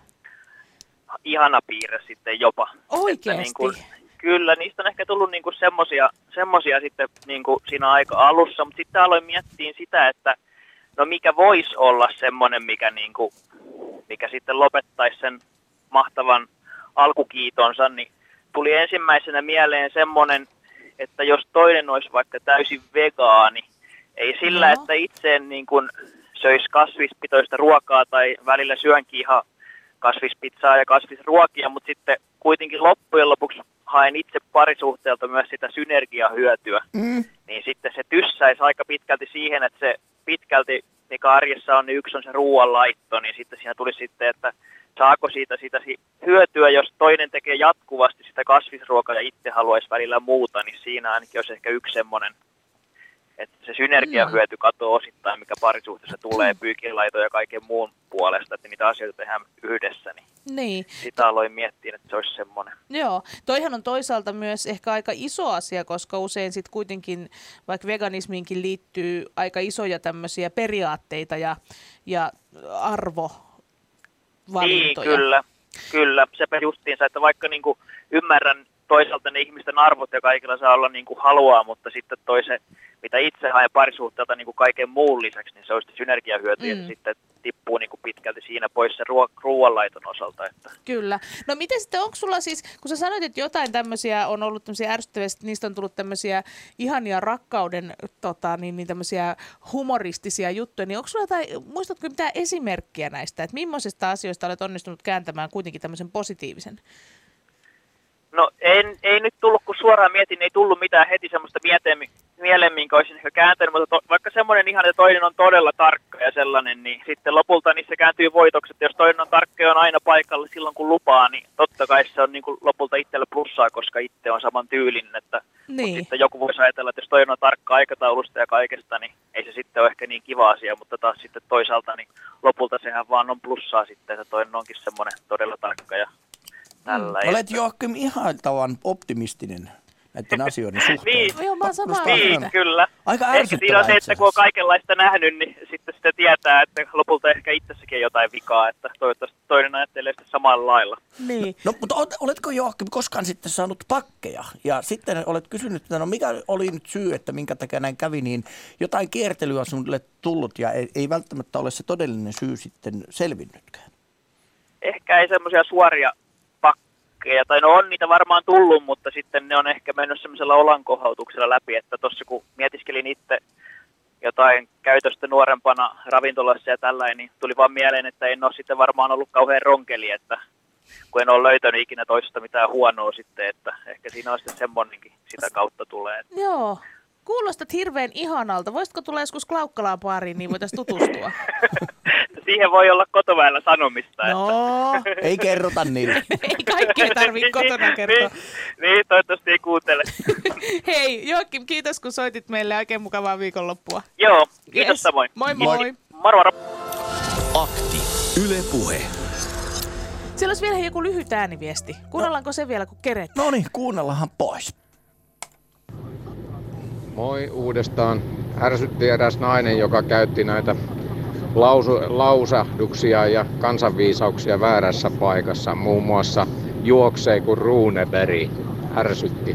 ihana piirre sitten jopa. Oikeesti? Niin kuin, kyllä, niistä on ehkä tullut niin kuin semmosia sitten niin kuin siinä aika alussa, mutta sitten aloin miettiä sitä, että no mikä voisi olla semmoinen, mikä sitten lopettaisi sen mahtavan alkukiitonsa, niin tuli ensimmäisenä mieleen semmoinen, että jos toinen olisi vaikka täysin vegaani, ei sillä, että itse niin kuin söisi kasvispitoista ruokaa tai välillä syönkin ihan kasvispizzaa ja kasvisruokia, mutta sitten kuitenkin loppujen lopuksi haen itse parisuhteelta myös sitä synergiahyötyä, niin sitten se tyssäisi aika pitkälti siihen, että se pitkälti, mikä arjessa on, niin yksi on se ruoanlaitto, niin sitten siinä tuli sitten, että saako siitä hyötyä, jos toinen tekee jatkuvasti sitä kasvisruokaa ja itse haluaisi välillä muuta, niin siinä ainakin olisi ehkä yksi semmoinen, että se synergiahyöty katoaa osittain, mikä parisuhteessa tulee pyykinlaiton ja kaiken muun puolesta, että niitä asioita tehdään yhdessä, niin sitä aloin miettiä, että se olisi semmoinen. Joo, toihan on toisaalta myös ehkä aika iso asia, koska usein sitten kuitenkin, vaikka veganismiinkin liittyy aika isoja tämmöisiä periaatteita ja arvovalintoja. Niin, kyllä. Sepä justiinsa, että vaikka niinku ymmärrän toisaalta ne ihmisten arvot ja kaikilla saa olla niin kuin haluaa, mutta sitten toisen, mitä itse haen parisuhteelta niin kuin kaiken muun lisäksi, niin se on sitten synergiahyöty ja sitten tippuu niin kuin pitkälti siinä pois sen ruoanlaiton osalta. Että. Kyllä. No miten sitten, onko sulla siis, kun sä sanoit, että jotain tämmöisiä on ollut tämmöisiä ärsyttäviä, niistä on tullut tämmöisiä ihania rakkauden niin tämmöisiä humoristisia juttuja, niin onko sulla muistatko mitään esimerkkiä näistä, että millaisista asioista olet onnistunut kääntämään kuitenkin tämmöisen positiivisen? No ei nyt tullut, kun suoraan mietin, ei tullut mitään heti semmoista mieleen, minkä olisin ehkä kääntänyt, mutta vaikka semmoinen ihan, että toinen on todella tarkka ja sellainen, niin sitten lopulta niissä kääntyy voitoksi, että jos toinen on tarkka ja on aina paikalla silloin kun lupaa, niin totta kai se on niin kuin lopulta itsellä plussaa, koska itse on saman tyylinen, että mutta sitten joku voisi ajatella, että jos toinen on tarkka aikataulusta ja kaikesta, niin ei se sitten ole ehkä niin kiva asia, mutta taas sitten toisaalta niin lopulta sehän vaan on plussaa sitten, että toinen onkin semmoinen todella tarkka ja tällä. Olet Joakim ihan tavan optimistinen näiden asioiden suhteen. Niin, kyllä. Aika ehkä siinä on se, että kun on kaikenlaista nähnyt, niin sitten sitä tietää, että lopulta ehkä itsessäkin on jotain vikaa, että toivottavasti toinen ajattelee sitä samalla lailla. Niin. No, mutta oletko Joakim koskaan sitten saanut pakkeja? Ja sitten olet kysynyt, että no mikä oli nyt syy, että minkä takia näin kävi, niin jotain kiertelyä on sinulle tullut ja ei välttämättä ole se todellinen syy sitten selvinnytkään. Ehkä ei semmoisia suoria pakkeja, tai no on niitä varmaan tullut, mutta sitten ne on ehkä mennyt semmoisella olankohautuksella läpi, että tuossa kun mietiskelin itse jotain käytöstä nuorempana ravintolassa ja tällainen, niin tuli vaan mieleen, että en ole sitten varmaan ollut kauhean ronkeli, että kun en ole löytänyt ikinä toisesta mitään huonoa sitten, että ehkä siinä on sitten semmoinenkin sitä kautta tulee. Joo. Kuulostat hirveän ihanalta. Voisitko tulla joskus Klaukkalaan baariin, niin voitaisiin tutustua? Siihen voi olla kotoväellä sanomista. No. Että... Ei kerrota niille. Ei kaikkea tarvitse kotona kertoa. Niin, toivottavasti ei kuuntele. Hei, Joakim, kiitos kun soitit meille. Oikein mukavaa viikonloppua. Joo, kiitos samoin. Moi moi. Moro. Akti. Yle Puhe. Siellä olisi vielä joku lyhyt ääniviesti. Kuunnellaanko se vielä, kun keret? No niin, kuunnellaanhan pois. Moi uudestaan. Ärsytti eräs nainen, joka käytti näitä lausahduksia ja kansanviisauksia väärässä paikassa. Muun muassa juoksee kuin Runeberg. Ärsytti.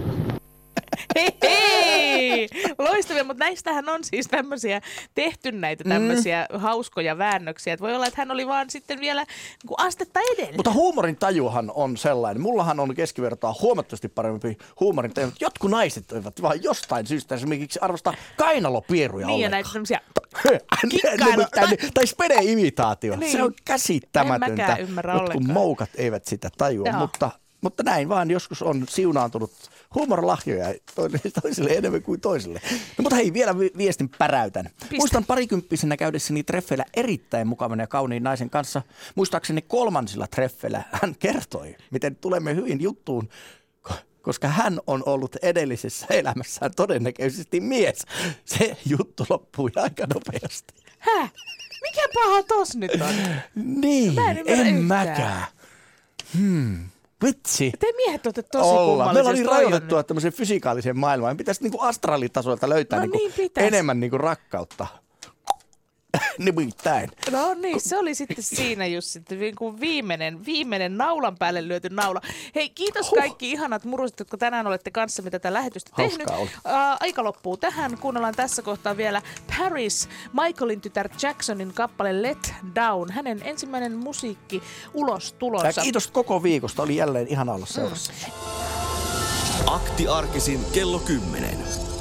Hei! Loistavia, mutta näistähän on siis tehty näitä tämmöisiä hauskoja väännöksiä. Että voi olla, että hän oli vaan sitten vielä niin kuin astetta edellä. Mutta huumorin tajuhan on sellainen. Mullahan on keskivertaa huomattavasti parempi huumorin taju. Jotkut naiset eivät vaan jostain syystä esimerkiksi arvostaa kainalopieruja niin, ollenkaan. ja näitä tämmöisiä tai spede-imitaatio. Niin. Se on käsittämätöntä. En mäkään ymmärrä ollenkaan. Jotkut moukat eivät sitä tajua, mutta näin vaan joskus on siunaantunut huumorlahjoja toisille enemmän kuin toisille. No, mutta hei, vielä viestin päräytän. Muistan parikymppisenä käydessäni treffeillä erittäin mukavan ja kauniin naisen kanssa. Muistaakseni 3. treffeillä hän kertoi, miten tulemme hyvin juttuun, koska hän on ollut edellisessä elämässään todennäköisesti mies. Se juttu loppui aika nopeasti. Häh? Mikä paha tos nyt on? Niin, en mäkään. Vitsi. Te miehet olette tosi kummallisesti. Meillä oli rajoitettua tämmöiseen fysikaaliseen maailmaan. Pitäisi niinku astraalitasoilta löytää enemmän niinku rakkautta. Nimittäin. No niin, se oli sitten siinä just sitten viimeinen naulan päälle lyöty naula. Hei, kiitos kaikki ihanat muruset, jotka tänään olette kanssamme tätä lähetystä tehnyt. Aika loppuu tähän. Kuunnellaan tässä kohtaa vielä Paris, Michaelin tytär Jacksonin kappale Let Down. Hänen ensimmäinen musiikki ulostulonsa. Ja kiitos koko viikosta. Oli jälleen ihana olla seurassa. Akti arkisin kello 10.